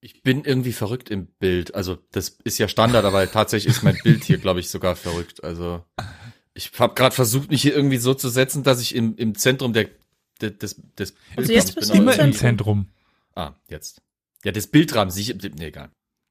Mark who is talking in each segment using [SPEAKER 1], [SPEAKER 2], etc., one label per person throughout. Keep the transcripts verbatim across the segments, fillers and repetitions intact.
[SPEAKER 1] Ich bin irgendwie verrückt im Bild. Also das ist ja Standard, aber tatsächlich ist mein Bild hier, glaube ich, sogar verrückt. Also ich habe gerade versucht, mich hier irgendwie so zu setzen, dass ich im, im Zentrum der, der des des
[SPEAKER 2] Also jetzt
[SPEAKER 1] Bildrahmens
[SPEAKER 2] bist
[SPEAKER 1] bin.
[SPEAKER 2] du
[SPEAKER 3] Immer im Zentrum.
[SPEAKER 1] Ah, jetzt. Ja, des Bildrahmens. Ich, nee, egal.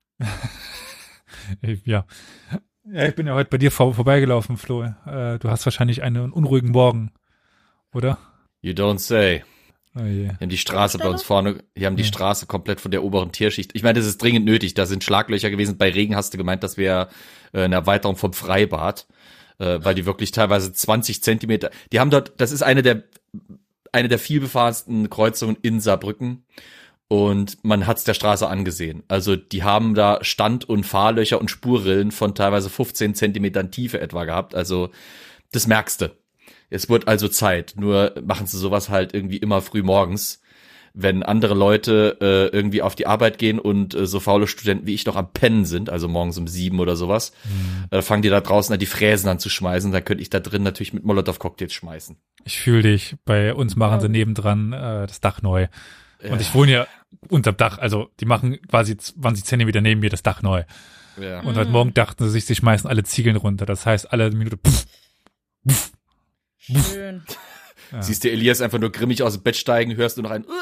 [SPEAKER 3] Ja. Ja, ich bin ja heute bei dir vor, vorbeigelaufen, Flo. Äh, du hast wahrscheinlich einen unruhigen Morgen, oder?
[SPEAKER 1] You don't say.
[SPEAKER 3] Oh je.
[SPEAKER 1] Wir haben die Straße bei uns vorne, wir haben die
[SPEAKER 3] Ja.
[SPEAKER 1] Straße komplett von der oberen Tierschicht. Ich meine, das ist dringend nötig. Da sind Schlaglöcher gewesen. Bei Regen hast du gemeint, das wäre äh, eine Erweiterung vom Freibad, äh, weil die wirklich teilweise zwanzig Zentimeter, die haben dort, das ist eine der, eine der vielbefahrensten Kreuzungen in Saarbrücken. Und man hat's der Straße angesehen. Also die haben da Stand- und Fahrlöcher und Spurrillen von teilweise fünfzehn Zentimetern Tiefe etwa gehabt. Also das merkst du. Es wird also Zeit. Nur machen sie sowas halt irgendwie immer früh morgens, wenn andere Leute äh, irgendwie auf die Arbeit gehen und äh, so faule Studenten wie ich noch am Pennen sind, also morgens um sieben oder sowas,
[SPEAKER 3] Mhm.
[SPEAKER 1] äh, fangen die da draußen an, die Fräsen anzuschmeißen. Dann könnte ich da drin natürlich mit Molotow-Cocktails schmeißen.
[SPEAKER 3] Ich fühle dich. Bei uns machen sie nebendran äh, das Dach neu. Und ich wohne ja unterm Dach. Also die machen quasi zwanzig Zentimeter neben mir das Dach neu.
[SPEAKER 1] Ja.
[SPEAKER 3] Und heute Morgen dachten sie sich, sie schmeißen alle Ziegeln runter. Das heißt, alle Minute pff, pff.
[SPEAKER 2] Schön.
[SPEAKER 3] Ja.
[SPEAKER 1] Siehst du Elias einfach nur grimmig aus dem Bett steigen, hörst du noch ein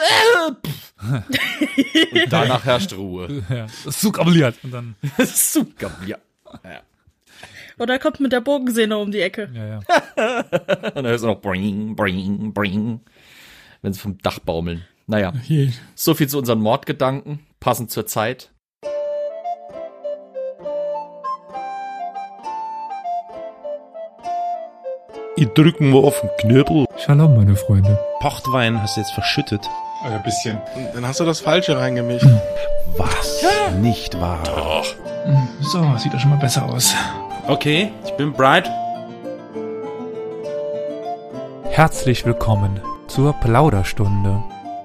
[SPEAKER 1] und danach herrscht Ruhe.
[SPEAKER 3] Ja, so kabuliert. Und dann,
[SPEAKER 1] Super, ja. ja.
[SPEAKER 2] Oder kommt mit der Bogensehne um die Ecke.
[SPEAKER 3] ja, ja.
[SPEAKER 1] Und dann hörst du noch bring, bring, bring, wenn sie vom Dach baumeln. Naja,
[SPEAKER 4] Je.
[SPEAKER 1] so viel zu unseren Mordgedanken, passend zur Zeit.
[SPEAKER 5] Ich drück mal auf den Knöbel.
[SPEAKER 3] Shalom, meine Freunde.
[SPEAKER 5] Pochtwein hast du jetzt verschüttet.
[SPEAKER 4] Ein bisschen.
[SPEAKER 6] Dann hast du das Falsche reingemischt.
[SPEAKER 5] Was? Nicht wahr?
[SPEAKER 1] Doch.
[SPEAKER 3] So, sieht doch schon mal besser aus.
[SPEAKER 5] Okay, ich bin bright.
[SPEAKER 3] Herzlich willkommen zur Plauderstunde.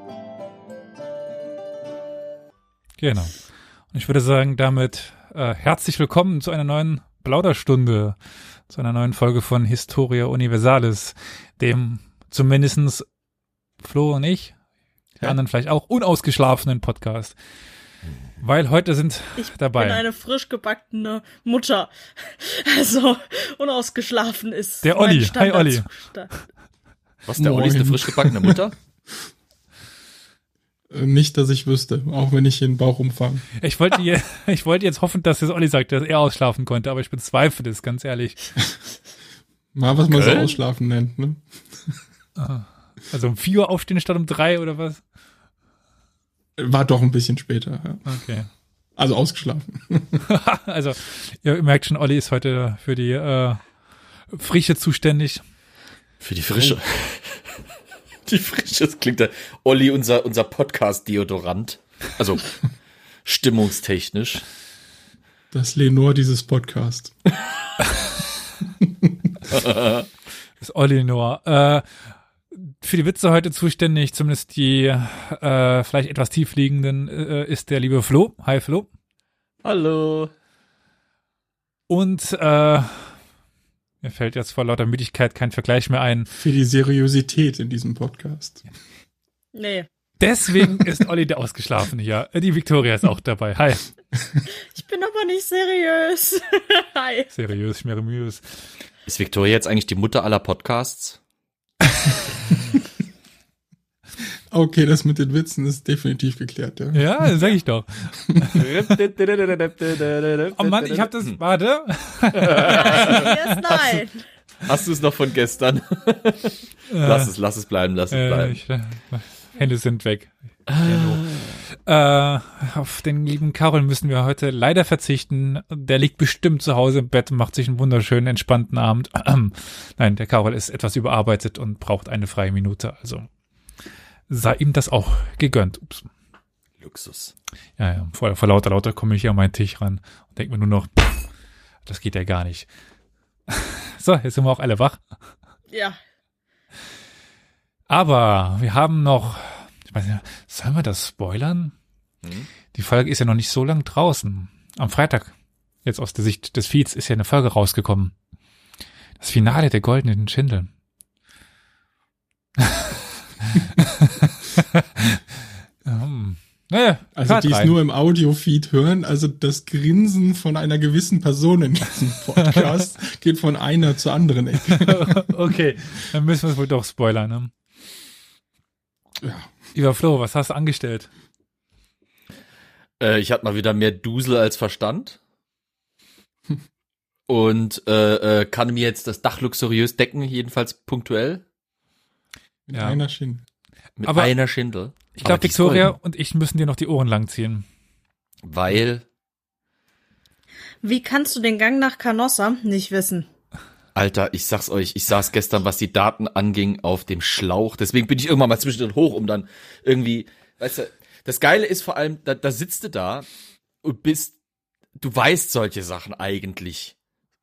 [SPEAKER 3] Genau. Und ich würde sagen, damit äh, herzlich willkommen zu einer neuen Plauderstunde, zu einer neuen Folge von Historia Universalis, dem zumindestens Flo und ich, die
[SPEAKER 1] Ja.
[SPEAKER 3] anderen vielleicht auch, unausgeschlafenen Podcast. Weil heute sind
[SPEAKER 2] Ich
[SPEAKER 3] dabei.
[SPEAKER 2] bin eine frisch gebackene Mutter. Also unausgeschlafen ist
[SPEAKER 3] Der
[SPEAKER 2] mein
[SPEAKER 3] Olli. Hi, Olli.
[SPEAKER 2] Standardzustand.
[SPEAKER 1] Was, der Olli ist eine
[SPEAKER 4] Moin.
[SPEAKER 1] frisch gebackene Mutter?
[SPEAKER 4] Äh, Nicht, dass ich wüsste, auch wenn ich den Bauch umfange.
[SPEAKER 3] Ich wollte je- ich wollte jetzt hoffen, dass es Olli sagt, dass er ausschlafen konnte, aber ich bezweifle es, ganz ehrlich.
[SPEAKER 4] Mal, was man so
[SPEAKER 1] Köln?
[SPEAKER 4] ausschlafen nennt, ne?
[SPEAKER 3] Also um vier Uhr aufstehen statt um drei oder was?
[SPEAKER 4] War doch ein bisschen später, ja.
[SPEAKER 3] Okay.
[SPEAKER 4] Also ausgeschlafen.
[SPEAKER 3] Also, ihr merkt schon, Olli ist heute für die äh, Frische zuständig.
[SPEAKER 1] Für die Frische. Die Frische, das klingt da. Olli, unser, unser Podcast-Deodorant. Also, stimmungstechnisch.
[SPEAKER 4] Das Lenore dieses Podcast.
[SPEAKER 3] Das ist Olli nur. Äh, für die Witze heute zuständig, zumindest die äh, vielleicht etwas tiefliegenden, äh, ist der liebe Flo. Hi Flo.
[SPEAKER 1] Hallo.
[SPEAKER 3] Und äh, mir fällt jetzt vor lauter Müdigkeit kein Vergleich mehr ein.
[SPEAKER 4] Für die Seriosität in diesem Podcast.
[SPEAKER 2] Nee,
[SPEAKER 3] Deswegen ist Olli der Ausgeschlafene hier. Die Victoria ist auch dabei. Hi.
[SPEAKER 2] ich bin aber nicht seriös. Hi.
[SPEAKER 3] Seriös, schmeremüs.
[SPEAKER 1] Ist Victoria jetzt eigentlich die Mutter aller Podcasts?
[SPEAKER 4] Okay, das mit den Witzen ist definitiv geklärt, ja.
[SPEAKER 3] Ja, sag ich doch. Oh Mann, ich hab das, warte.
[SPEAKER 2] Nein, jetzt nein.
[SPEAKER 1] Hast du es noch von gestern? lass es, lass es bleiben, lass es
[SPEAKER 3] Äh,
[SPEAKER 1] bleiben.
[SPEAKER 3] ich, äh, Hände sind weg. Äh, auf den lieben Carol müssen wir heute leider verzichten. Der liegt bestimmt zu Hause im Bett und macht sich einen wunderschönen, entspannten Abend. Nein, der Carol ist etwas überarbeitet und braucht eine freie Minute. Also sei ihm das auch gegönnt. Ups.
[SPEAKER 1] Luxus.
[SPEAKER 3] Ja, ja, vor, vor lauter lauter komme ich hier an meinen Tisch ran und denke mir nur noch, pff, das geht ja gar nicht. So, jetzt sind wir auch alle wach.
[SPEAKER 2] Ja,
[SPEAKER 3] Aber wir haben noch, ich weiß nicht, sollen wir das spoilern?
[SPEAKER 1] Hm?
[SPEAKER 3] Die Folge ist ja noch nicht so lang draußen. Am Freitag, jetzt aus der Sicht des Feeds, ist ja eine Folge rausgekommen. Das Finale der Goldenen Schindel. Hm. Naja,
[SPEAKER 4] Also die es nur im Audiofeed hören, also das Grinsen von einer gewissen Person in diesem Podcast geht von einer zur anderen Ecke.
[SPEAKER 3] Okay, dann müssen wir es wohl doch spoilern. Ne?
[SPEAKER 4] Ja.
[SPEAKER 3] Lieber Flo, was hast du angestellt?
[SPEAKER 1] Äh, ich hatte mal wieder mehr Dusel als Verstand. Und äh, äh, kann mir jetzt das Dach luxuriös decken, jedenfalls punktuell.
[SPEAKER 4] Mit
[SPEAKER 3] Ja.
[SPEAKER 4] einer Schindel.
[SPEAKER 1] Mit
[SPEAKER 3] Aber
[SPEAKER 1] einer Schindel.
[SPEAKER 3] Ich
[SPEAKER 1] Aber
[SPEAKER 3] glaube,
[SPEAKER 1] die ist
[SPEAKER 3] Victoria
[SPEAKER 1] golden.
[SPEAKER 3] und ich müssen dir noch die Ohren langziehen.
[SPEAKER 1] Weil,
[SPEAKER 2] Wie kannst du den Gang nach Canossa nicht wissen?
[SPEAKER 1] Alter, ich sag's euch, ich saß gestern, was die Daten anging, auf dem Schlauch. Deswegen bin ich irgendwann mal zwischendrin hoch, um dann irgendwie, weißt du, das Geile ist vor allem, da, da sitzt du da und bist, du weißt solche Sachen eigentlich.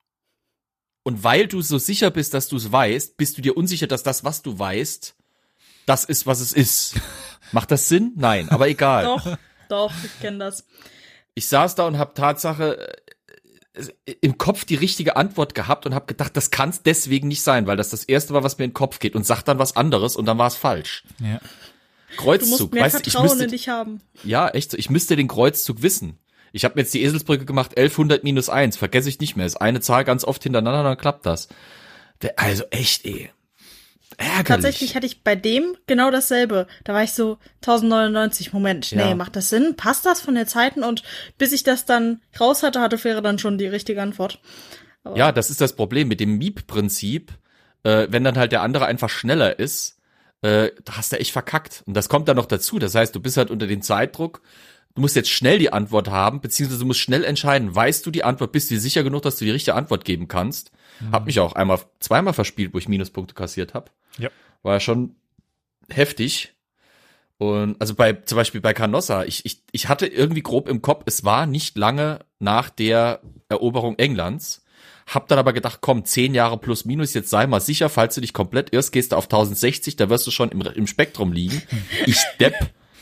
[SPEAKER 1] Und weil du so sicher bist, dass du es weißt, bist du dir unsicher, dass das, was du weißt, das ist, was es ist. Macht das Sinn? Nein, aber egal.
[SPEAKER 2] Doch, doch, ich kenne das.
[SPEAKER 1] Ich saß da und hab Tatsache äh, im Kopf die richtige Antwort gehabt und hab gedacht, das kann's deswegen nicht sein, weil das das erste war, was mir in den Kopf geht und sagt dann was anderes und dann war es falsch.
[SPEAKER 3] Ja.
[SPEAKER 2] Du
[SPEAKER 1] Kreuzzug,
[SPEAKER 2] musst mehr
[SPEAKER 1] weißt du, ich
[SPEAKER 2] Vertrauen
[SPEAKER 1] müsste,
[SPEAKER 2] in dich haben.
[SPEAKER 1] ja, echt so, ich müsste den Kreuzzug wissen. Ich habe mir jetzt die Eselsbrücke gemacht, elfhundert minus eins, vergesse ich nicht mehr. Ist eine Zahl ganz oft hintereinander, dann klappt das. Der, also echt, ey. Ärgerlich.
[SPEAKER 2] Tatsächlich hatte ich bei dem genau dasselbe. Da war ich so tausendneunundneunzig. Moment,
[SPEAKER 1] Ja.
[SPEAKER 2] nee, macht das Sinn? Passt das von den Zeiten? Und bis ich das dann raus hatte, hatte Fähre dann schon die richtige Antwort. Aber
[SPEAKER 1] Ja, das ist das Problem mit dem Miep-Prinzip. Äh, wenn dann halt der andere einfach schneller ist, äh, da hast du echt verkackt. Und das kommt dann noch dazu. Das heißt, du bist halt unter dem Zeitdruck. Du musst jetzt schnell die Antwort haben, beziehungsweise du musst schnell entscheiden, weißt du die Antwort, bist du dir sicher genug, dass du die richtige Antwort geben kannst.
[SPEAKER 3] Mhm.
[SPEAKER 1] Hab mich auch einmal, zweimal verspielt, wo ich Minuspunkte kassiert habe.
[SPEAKER 3] Ja.
[SPEAKER 1] War ja schon heftig. Und also bei, zum Beispiel bei Canossa, ich, ich, ich hatte irgendwie grob im Kopf, es war nicht lange nach der Eroberung Englands. Hab dann aber gedacht, komm, zehn Jahre plus minus, jetzt sei mal sicher, falls du dich komplett irrst, gehst du auf tausendsechzig, da wirst du schon im, im Spektrum liegen. Ich Depp.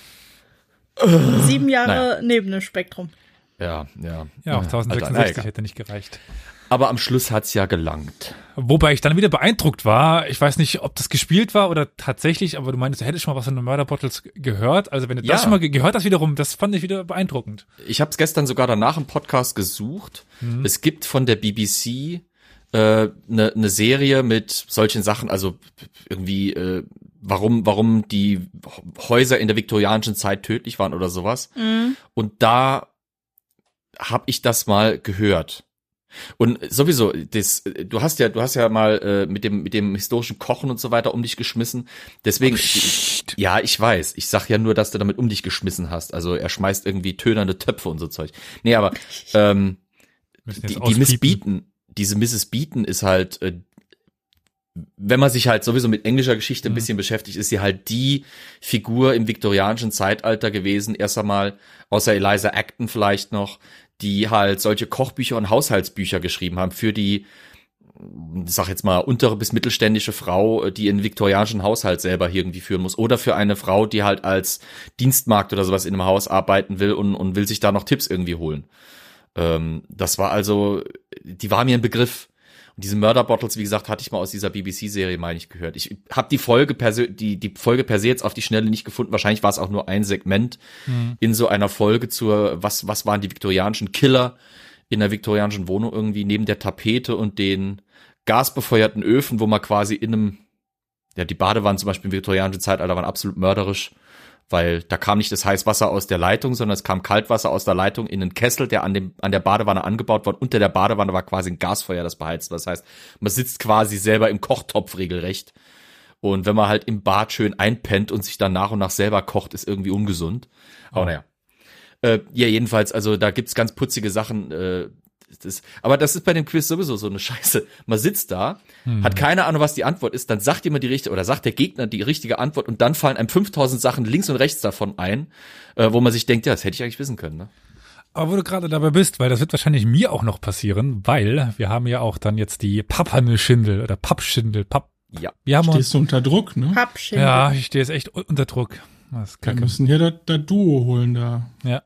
[SPEAKER 2] sieben Jahre neben dem Spektrum.
[SPEAKER 1] Ja, ja.
[SPEAKER 3] Ja, auch
[SPEAKER 1] Alter,
[SPEAKER 3] tausendsechsundsechzig
[SPEAKER 1] na, egal.
[SPEAKER 3] hätte nicht gereicht.
[SPEAKER 1] Aber am Schluss hat's ja gelangt.
[SPEAKER 3] Wobei ich dann wieder beeindruckt war. Ich weiß nicht, ob das gespielt war oder tatsächlich, aber du meinst, du hättest schon mal was von den Murder Bottles gehört. Also wenn du
[SPEAKER 1] Ja.
[SPEAKER 3] das schon mal ge- gehört hast wiederum, das fand ich wieder beeindruckend.
[SPEAKER 1] Ich habe es gestern sogar danach im Podcast gesucht.
[SPEAKER 3] Mhm.
[SPEAKER 1] Es gibt von der B B C eine äh, ne, ne Serie mit solchen Sachen, also irgendwie äh, warum warum die Häuser in der viktorianischen Zeit tödlich waren oder sowas.
[SPEAKER 2] Mhm.
[SPEAKER 1] Und da habe ich das mal gehört. Und sowieso, das, du hast ja, du hast ja mal äh, mit dem mit dem historischen Kochen und so weiter um dich geschmissen. Deswegen,
[SPEAKER 3] Psst.
[SPEAKER 1] ja, ich weiß. Ich sag ja nur, dass du damit um dich geschmissen hast. Also er schmeißt irgendwie tönernde Töpfe und so Zeug. Nee, aber ähm,
[SPEAKER 3] Müssen
[SPEAKER 1] die,
[SPEAKER 3] jetzt
[SPEAKER 1] die Miss
[SPEAKER 3] auspiepen.
[SPEAKER 1] Beaton, diese Misses Beaton ist halt, äh, wenn man sich halt sowieso mit englischer Geschichte ein
[SPEAKER 3] Mhm.
[SPEAKER 1] bisschen beschäftigt, ist sie halt die Figur im viktorianischen Zeitalter gewesen. Erst einmal, außer Eliza Acton vielleicht noch, die halt solche Kochbücher und Haushaltsbücher geschrieben haben für die, ich sag jetzt mal, untere bis mittelständische Frau, die einen viktorianischen Haushalt selber irgendwie führen muss. Oder für eine Frau, die halt als Dienstmagd oder sowas in einem Haus arbeiten will und, und will sich da noch Tipps irgendwie holen. Ähm, das war also, die war mir ein Begriff. Und diese Murder Bottles, wie gesagt, hatte ich mal aus dieser B B C-Serie, meine ich, gehört. Ich habe die Folge per se, die die Folge per se jetzt auf die Schnelle nicht gefunden. Wahrscheinlich war es auch nur ein Segment
[SPEAKER 3] Mhm.
[SPEAKER 1] in so einer Folge zur, was was waren die viktorianischen Killer in der viktorianischen Wohnung irgendwie neben der Tapete und den gasbefeuerten Öfen, wo man quasi in einem, ja, die Badewannen zum Beispiel im viktorianischen Zeitalter waren absolut mörderisch, weil da kam nicht das Heißwasser aus der Leitung, sondern es kam Kaltwasser aus der Leitung in einen Kessel, der an dem an der Badewanne angebaut war. Unter der Badewanne war quasi ein Gasfeuer, das beheizt war. Das heißt, man sitzt quasi selber im Kochtopf regelrecht. Und wenn man halt im Bad schön einpennt und sich dann nach und nach selber kocht, ist irgendwie ungesund. Aber naja. Äh, ja, jedenfalls, also da gibt's ganz putzige Sachen. Äh, das, aber das ist bei dem Quiz sowieso so eine Scheiße. Man sitzt da,
[SPEAKER 3] Mhm.
[SPEAKER 1] hat keine Ahnung, was die Antwort ist, dann sagt jemand die richtige, oder sagt der Gegner die richtige Antwort und dann fallen einem fünftausend Sachen links und rechts davon ein, äh, wo man sich denkt, ja, das hätte ich eigentlich wissen können, ne?
[SPEAKER 3] Aber wo du gerade dabei bist, weil das wird wahrscheinlich mir auch noch passieren, weil wir haben ja auch dann jetzt die Papperne-Schindel oder Pappschindel, Papp.
[SPEAKER 1] Ja.
[SPEAKER 3] Wir haben uns,
[SPEAKER 4] Stehst du unter Druck, ne?
[SPEAKER 2] Pappschindel.
[SPEAKER 3] ja, ich stehe jetzt echt unter Druck. Das ist
[SPEAKER 4] Wir
[SPEAKER 3] kacke.
[SPEAKER 4] müssen hier das, das Duo holen da.
[SPEAKER 3] Ja.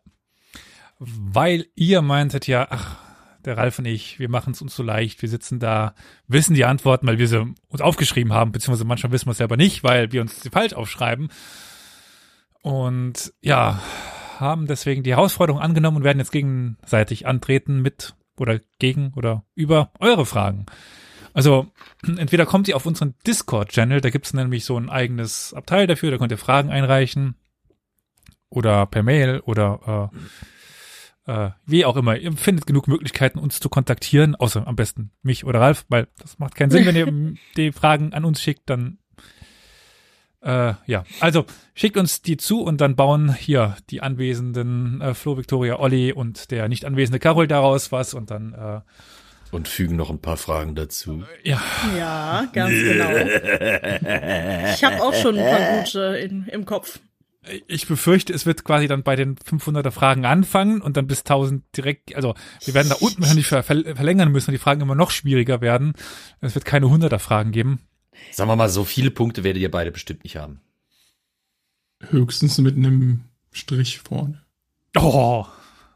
[SPEAKER 3] Weil ihr meintet ja, ach, der Ralf und ich, wir machen es uns so leicht, wir sitzen da, wissen die Antworten, weil wir sie uns aufgeschrieben haben, beziehungsweise manchmal wissen wir es selber nicht, weil wir uns sie falsch aufschreiben. Und ja, haben deswegen die Herausforderung angenommen und werden jetzt gegenseitig antreten mit oder gegen oder über eure Fragen. Also entweder kommt ihr auf unseren Discord-Channel, da gibt es nämlich so ein eigenes Abteil dafür, da könnt ihr Fragen einreichen oder per Mail oder äh, äh, wie auch immer. Ihr findet genug Möglichkeiten, uns zu kontaktieren, außer am besten mich oder Ralf, weil das macht keinen Sinn, wenn ihr die Fragen an uns schickt, dann äh, ja. Also schickt uns die zu und dann bauen hier die anwesenden äh, Flo, Victoria, Olli und der nicht anwesende Carol daraus was und dann äh,
[SPEAKER 1] Und fügen noch ein paar Fragen dazu.
[SPEAKER 3] ja.
[SPEAKER 2] Ja, ganz genau. Ich habe auch schon ein paar gute in, im Kopf.
[SPEAKER 3] Ich befürchte, es wird quasi dann bei den fünfhunderter Fragen anfangen und dann bis tausend direkt, also wir werden da unten wahrscheinlich ver verlängern müssen und die Fragen immer noch schwieriger werden. Es wird keine hunderter Fragen geben.
[SPEAKER 1] Sagen wir mal, so viele Punkte werdet ihr beide bestimmt nicht haben.
[SPEAKER 4] Höchstens mit einem Strich vorne.
[SPEAKER 3] Oh.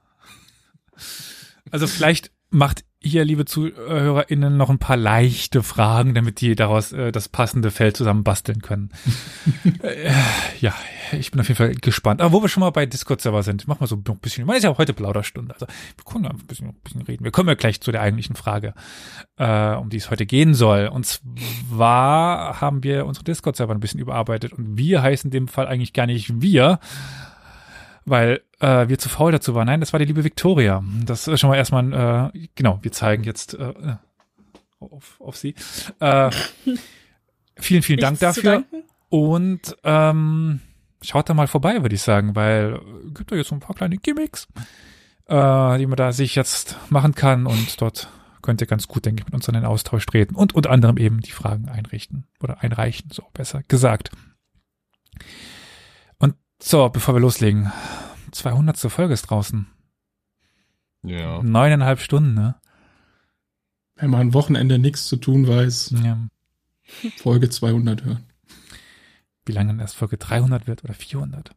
[SPEAKER 3] Also vielleicht macht hier, liebe ZuhörerInnen, noch ein paar leichte Fragen, damit die daraus äh, das passende Feld zusammen basteln können. äh, ja, ich bin auf jeden Fall gespannt. Aber wo wir schon mal bei Discord-Server sind, machen wir so ein bisschen, man ist ja auch heute Plauderstunde, also wir können ja ein bisschen, ein bisschen reden. Wir kommen ja gleich zu der eigentlichen Frage, äh, um die es heute gehen soll. Und zwar haben wir unsere Discord-Server ein bisschen überarbeitet und wir heißen in dem Fall eigentlich gar nicht wir, weil äh, wir zu faul dazu waren. Nein, das war die liebe Victoria. Das ist schon mal erstmal, äh, genau, wir zeigen jetzt äh, auf, auf sie. Äh, vielen, vielen Dank
[SPEAKER 2] Nichts zu
[SPEAKER 3] dafür.
[SPEAKER 2] danken.
[SPEAKER 3] Und ähm, schaut da mal vorbei, würde ich sagen, weil äh, gibt euch jetzt so ein paar kleine Gimmicks, äh, die man da sich jetzt machen kann und dort könnt ihr ganz gut, denke ich, mit uns in den Austausch treten und unter anderem eben die Fragen einrichten oder einreichen, so besser gesagt. So, bevor wir loslegen. zweihundertste Folge ist draußen.
[SPEAKER 1] Ja.
[SPEAKER 3] Neuneinhalb Stunden, ne?
[SPEAKER 4] Wenn man am Wochenende nichts zu tun weiß,
[SPEAKER 3] Ja.
[SPEAKER 4] Folge zweihundert hören.
[SPEAKER 3] Wie lange dann erst Folge dreihundert wird oder vierhundert?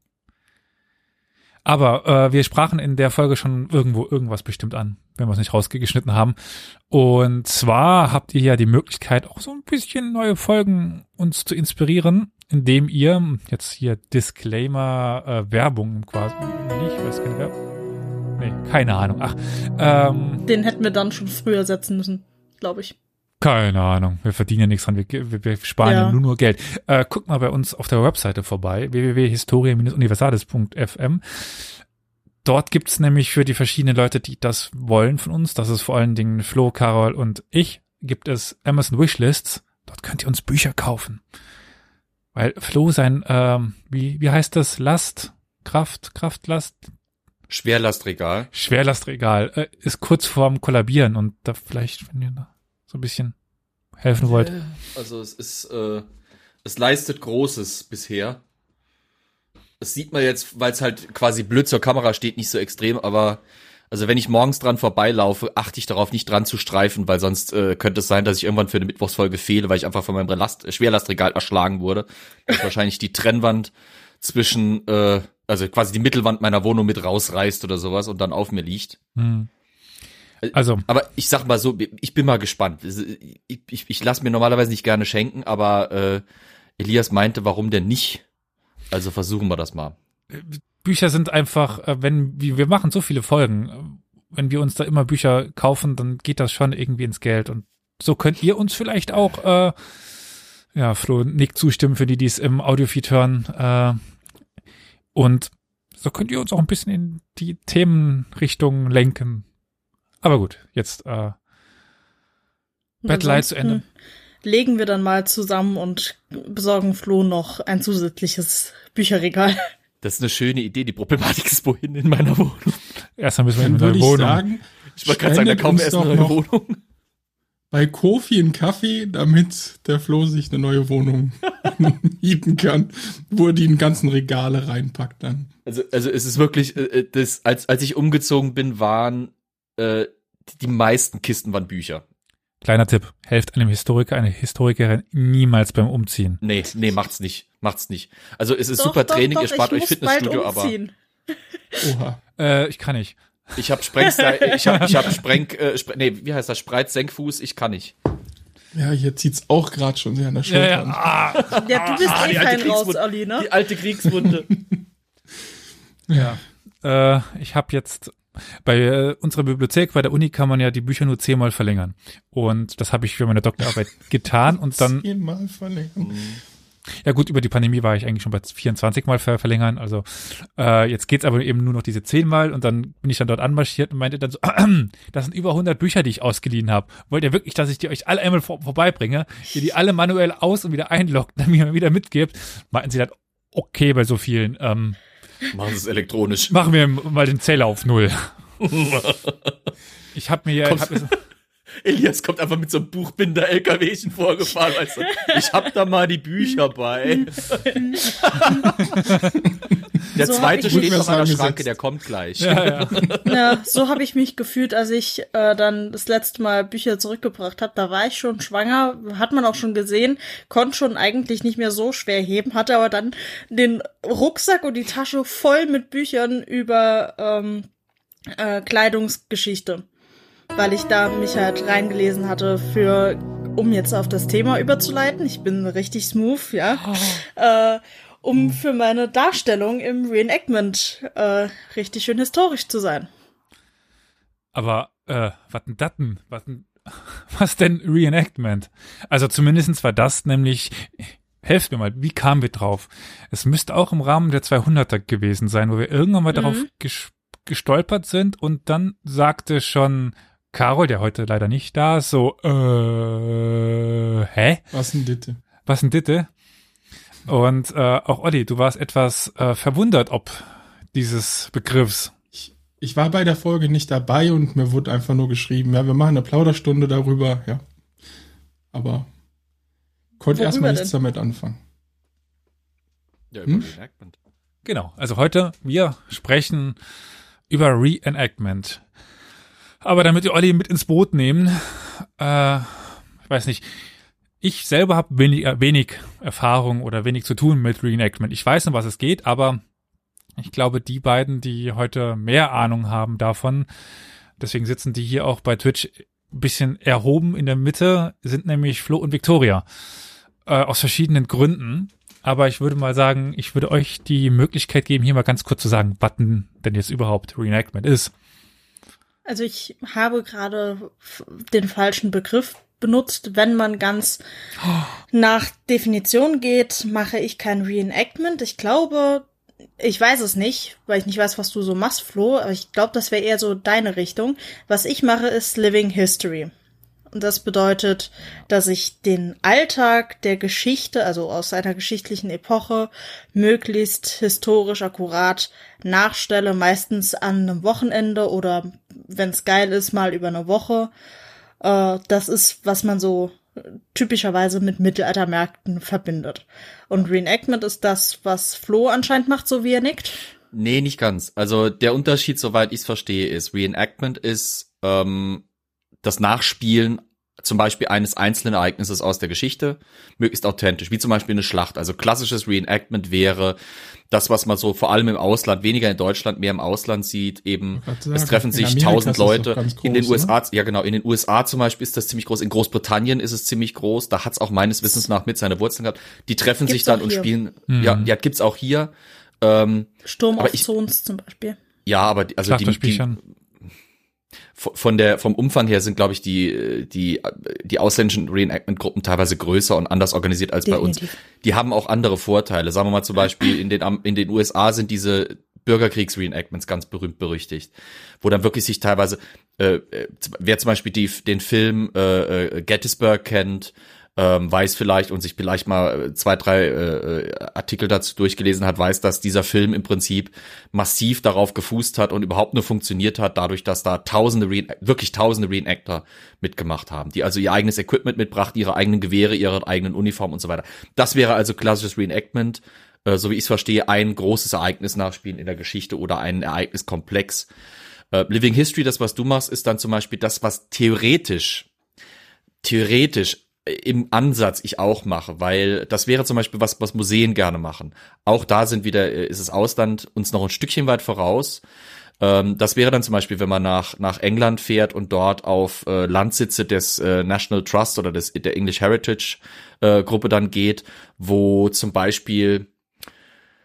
[SPEAKER 3] Aber äh, wir sprachen in der Folge schon irgendwo irgendwas bestimmt an, wenn wir es nicht rausgeschnitten haben. Und zwar habt ihr ja die Möglichkeit, auch so ein bisschen neue Folgen uns zu inspirieren, indem ihr, jetzt hier Disclaimer, äh, Werbung quasi, nicht, ich weiß keine Werbung, nee, keine Ahnung, ach, ähm,
[SPEAKER 2] Den hätten wir dann schon früher setzen müssen, glaube ich.
[SPEAKER 3] keine Ahnung, wir verdienen ja nichts dran, wir, wir, wir sparen ja.
[SPEAKER 2] Ja.
[SPEAKER 3] nur nur Geld. Äh, guckt mal bei uns auf der Webseite vorbei, w w w punkt historia Bindestrich universales Punkt f m. Dort gibt's nämlich für die verschiedenen Leute, die das wollen von uns, das ist vor allen Dingen Flo, Carol und ich, gibt es Amazon Wishlists, dort könnt ihr uns Bücher kaufen. Weil Flo sein, ähm, wie, wie heißt das, Last, Kraft, Kraftlast?
[SPEAKER 1] Schwerlastregal.
[SPEAKER 3] Schwerlastregal, äh, ist kurz vorm Kollabieren und da vielleicht, wenn ihr da so ein bisschen helfen wollt.
[SPEAKER 1] Also es ist, äh, es leistet Großes bisher. Das sieht man jetzt, weil es halt quasi blöd zur Kamera steht, nicht so extrem, aber also wenn ich morgens dran vorbeilaufe, achte ich darauf, nicht dran zu streifen, weil sonst äh, könnte es sein, dass ich irgendwann für eine Mittwochsfolge fehle, weil ich einfach von meinem Last Schwerlastregal erschlagen wurde. Dass wahrscheinlich die Trennwand zwischen, äh, also quasi die Mittelwand meiner Wohnung mit rausreißt oder sowas und dann auf mir liegt.
[SPEAKER 3] Hm. Also.
[SPEAKER 1] Aber ich sag mal so, ich bin mal gespannt. Ich, ich, ich lasse mir normalerweise nicht gerne schenken, aber äh, Elias meinte, warum denn nicht? Also versuchen wir das mal.
[SPEAKER 3] Bücher sind einfach, wenn wir, wir machen so viele Folgen, wenn wir uns da immer Bücher kaufen, dann geht das schon irgendwie ins Geld. Und so könnt ihr uns vielleicht auch, äh, ja, Flo, Nick zustimmen für die, die es im Audiofeed hören. Äh, und so könnt ihr uns auch ein bisschen in die Themenrichtung lenken. Aber gut, jetzt äh, Bad Light zu Ende.
[SPEAKER 2] Legen wir dann mal zusammen und besorgen Flo noch ein zusätzliches Bücherregal.
[SPEAKER 1] Das ist eine schöne Idee. Die Problematik ist wohin in meiner Wohnung.
[SPEAKER 3] Erstmal müssen wir in
[SPEAKER 4] Dann
[SPEAKER 3] eine
[SPEAKER 4] würde ich
[SPEAKER 3] Wohnung.
[SPEAKER 4] sagen,
[SPEAKER 1] Ich wollte gerade sagen, da kaufen wir erst eine neue Wohnung.
[SPEAKER 4] Bei Kofi einen Kaffee, damit der Flo sich eine neue Wohnung mieten kann, wo er die in ganzen Regale reinpackt dann.
[SPEAKER 1] Also, also es ist wirklich, äh, das, als, als ich umgezogen bin, waren äh, die, die meisten Kisten waren Bücher.
[SPEAKER 3] Kleiner Tipp, helft einem Historiker, einer Historikerin niemals beim Umziehen.
[SPEAKER 1] Nee, nee, macht's nicht. Macht's nicht. Also es ist
[SPEAKER 2] Doch,
[SPEAKER 1] super
[SPEAKER 2] doch,
[SPEAKER 1] Training,
[SPEAKER 2] doch,
[SPEAKER 1] ihr spart
[SPEAKER 2] ich
[SPEAKER 1] euch
[SPEAKER 2] muss
[SPEAKER 1] Fitnessstudio,
[SPEAKER 2] bald
[SPEAKER 1] aber
[SPEAKER 2] umziehen.
[SPEAKER 4] Oha.
[SPEAKER 3] Äh, ich kann nicht.
[SPEAKER 1] ich habe Sprengstyle, ich habe ich hab Spreng, äh, Spre nee, wie heißt das? Spreit-Senkfuß, ich kann nicht.
[SPEAKER 4] Ja, hier zieht's auch gerade schon sehr an der Schulter.
[SPEAKER 3] Ja, ja. Ah,
[SPEAKER 2] Ja, du bist
[SPEAKER 1] Ah,
[SPEAKER 2] eh
[SPEAKER 1] die alte
[SPEAKER 2] fein raus,
[SPEAKER 1] Kriegswunde.
[SPEAKER 2] Olli, ne?
[SPEAKER 1] Die alte Kriegswunde.
[SPEAKER 3] ja. äh, ich habe jetzt bei äh, unserer Bibliothek, bei der Uni kann man ja die Bücher nur zehnmal verlängern. Und das habe ich für meine Doktorarbeit getan und dann...
[SPEAKER 4] Zehnmal verlängern.
[SPEAKER 3] Ja gut, über die Pandemie war ich eigentlich schon bei vierundzwanzig Mal ver- verlängern, also äh, jetzt geht's aber eben nur noch diese zehn Mal und dann bin ich dann dort anmarschiert und meinte dann so, das sind über hundert Bücher, die ich ausgeliehen habe. Wollt ihr wirklich, dass ich die euch alle einmal vor- vorbeibringe, ihr die alle manuell aus- und wieder einloggt, dann mir wieder mitgebt? Meinten sie dann, okay, bei so vielen, ähm,
[SPEAKER 1] Machen Sie es elektronisch.
[SPEAKER 3] machen wir mal den Zähler auf null. Ich habe mir ja...
[SPEAKER 1] Kommt-
[SPEAKER 3] Hab mir,
[SPEAKER 1] Elias kommt einfach mit so einem Buchbinder-L K W-chen vorgefahren, weißt du, ich hab da mal die Bücher bei. Der
[SPEAKER 2] So hab
[SPEAKER 1] zweite
[SPEAKER 2] ich
[SPEAKER 1] steht
[SPEAKER 4] mich-
[SPEAKER 1] noch an der
[SPEAKER 4] Gesetzt.
[SPEAKER 1] Schranke, der kommt gleich.
[SPEAKER 3] ja, ja.
[SPEAKER 2] Ja, so habe ich mich gefühlt, als ich äh, dann das letzte Mal Bücher zurückgebracht habe. Da war ich schon schwanger, hat man auch schon gesehen, konnte schon eigentlich nicht mehr so schwer heben, hatte aber dann den Rucksack und die Tasche voll mit Büchern über ähm, äh, Kleidungsgeschichte, weil ich da mich halt reingelesen hatte für, um jetzt auf das Thema überzuleiten. Ich bin richtig smooth, ja. Äh, um für meine Darstellung im Reenactment äh, richtig schön historisch zu sein.
[SPEAKER 3] Aber, äh, was denn das denn? Was denn, was denn Reenactment? Also zumindestens war das nämlich, helft mir mal, wie kamen wir drauf? Es müsste auch im Rahmen der zweihunderter gewesen sein, wo wir irgendwann mal
[SPEAKER 2] Mhm.
[SPEAKER 3] darauf ges- gestolpert sind und dann sagte schon Carol, der heute leider nicht da ist, so, äh, hä?
[SPEAKER 4] Was denn bitte?
[SPEAKER 3] Was denn ditte? Und äh, auch Olli, du warst etwas äh, verwundert ob dieses Begriffs.
[SPEAKER 4] Ich, ich war bei der Folge nicht dabei und mir wurde einfach nur geschrieben, ja, wir machen eine Plauderstunde darüber, ja. Aber konnte
[SPEAKER 2] Worüber
[SPEAKER 4] erstmal nichts
[SPEAKER 2] denn?
[SPEAKER 4] damit anfangen.
[SPEAKER 1] Ja,
[SPEAKER 4] Hm?
[SPEAKER 1] über Reenactment.
[SPEAKER 3] Genau, also heute, wir sprechen über Reenactment. Aber damit wir Olli mit ins Boot nehmen, äh, ich weiß nicht, ich selber habe wenig, äh, wenig Erfahrung oder wenig zu tun mit Reenactment. Ich weiß, um was es geht, aber ich glaube, die beiden, die heute mehr Ahnung haben davon, deswegen sitzen die hier auch bei Twitch ein bisschen erhoben in der Mitte, sind nämlich Flo und Victoria. Äh, aus verschiedenen Gründen. Aber ich würde mal sagen, ich würde euch die Möglichkeit geben, hier mal ganz kurz zu sagen, was denn denn jetzt überhaupt Reenactment ist.
[SPEAKER 2] Also ich habe gerade f- den falschen Begriff benutzt. Wenn man ganz nach Definition geht, mache ich kein Reenactment. Ich glaube, ich weiß es nicht, weil ich nicht weiß, was du so machst, Flo, aber ich glaube, das wäre eher so deine Richtung. Was ich mache, ist Living History. Und das bedeutet, dass ich den Alltag der Geschichte, also aus einer geschichtlichen Epoche, möglichst historisch akkurat nachstelle, meistens an einem Wochenende oder, wenn es geil ist, mal über eine Woche. Äh, das ist, was man so typischerweise mit Mittelaltermärkten verbindet. Und Reenactment ist das, was Flo anscheinend macht, so wie er nickt.
[SPEAKER 1] Nee, nicht ganz. Also der Unterschied, soweit ich es verstehe, ist, Reenactment ist ähm, das Nachspielen zum Beispiel eines einzelnen Ereignisses aus der Geschichte, möglichst authentisch, wie zum Beispiel eine Schlacht. Also klassisches Reenactment wäre das, was man so vor allem im Ausland, weniger in Deutschland, mehr im Ausland sieht, eben,
[SPEAKER 4] Ich wollte
[SPEAKER 1] es
[SPEAKER 4] sagen,
[SPEAKER 1] treffen
[SPEAKER 4] in
[SPEAKER 1] sich
[SPEAKER 4] Amerika
[SPEAKER 1] tausend
[SPEAKER 4] ist das doch
[SPEAKER 1] Leute.
[SPEAKER 4] ganz groß,
[SPEAKER 1] In den U S A,
[SPEAKER 4] ne?
[SPEAKER 1] ja genau, in den U S A zum Beispiel ist das ziemlich groß, in Großbritannien ist es ziemlich groß, da hat es auch meines Wissens nach mit seine Wurzeln gehabt. Die treffen
[SPEAKER 2] Gibt's
[SPEAKER 1] sich dann
[SPEAKER 2] auch
[SPEAKER 1] und
[SPEAKER 2] hier.
[SPEAKER 1] spielen,
[SPEAKER 3] Mhm.
[SPEAKER 1] ja, ja, gibt's auch hier. Ähm,
[SPEAKER 2] Sturm
[SPEAKER 1] Aber
[SPEAKER 2] auf
[SPEAKER 1] ich-
[SPEAKER 2] Zons zum Beispiel.
[SPEAKER 1] ja, aber die, also die, die,
[SPEAKER 3] Schlachterspielchen.
[SPEAKER 1] von der vom Umfang her sind, glaube ich, die die die ausländischen Reenactment-Gruppen teilweise größer und anders organisiert als bei uns.
[SPEAKER 2] Definitiv.
[SPEAKER 1] Die haben auch andere Vorteile. Sagen wir mal zum Beispiel in den Am- in den U S A sind diese Bürgerkriegs-Reenactments ganz berühmt berüchtigt, wo dann wirklich sich teilweise äh, äh, wer zum Beispiel die den Film äh, äh, Gettysburg kennt, ähm, weiß vielleicht und sich vielleicht mal zwei, drei äh, Artikel dazu durchgelesen hat, weiß, dass dieser Film im Prinzip massiv darauf gefußt hat und überhaupt nur funktioniert hat, dadurch, dass da tausende, Reen- wirklich tausende Reenactor mitgemacht haben, die also ihr eigenes Equipment mitbrachten, ihre eigenen Gewehre, ihre eigenen Uniformen und so weiter. Das wäre also klassisches Reenactment, äh, so wie ich es verstehe, ein großes Ereignis nachspielen in der Geschichte oder ein Ereigniskomplex. Äh, Living History, das, was du machst, ist dann zum Beispiel das, was theoretisch, theoretisch im Ansatz ich auch mache, weil das wäre zum Beispiel was, was Museen gerne machen. Auch da sind wieder, ist das Ausland uns noch ein Stückchen weit voraus. Ähm, das wäre dann zum Beispiel, wenn man nach, nach England fährt und dort auf äh, Landsitze des äh, National Trust oder des, der English Heritage äh, Gruppe dann geht, wo zum Beispiel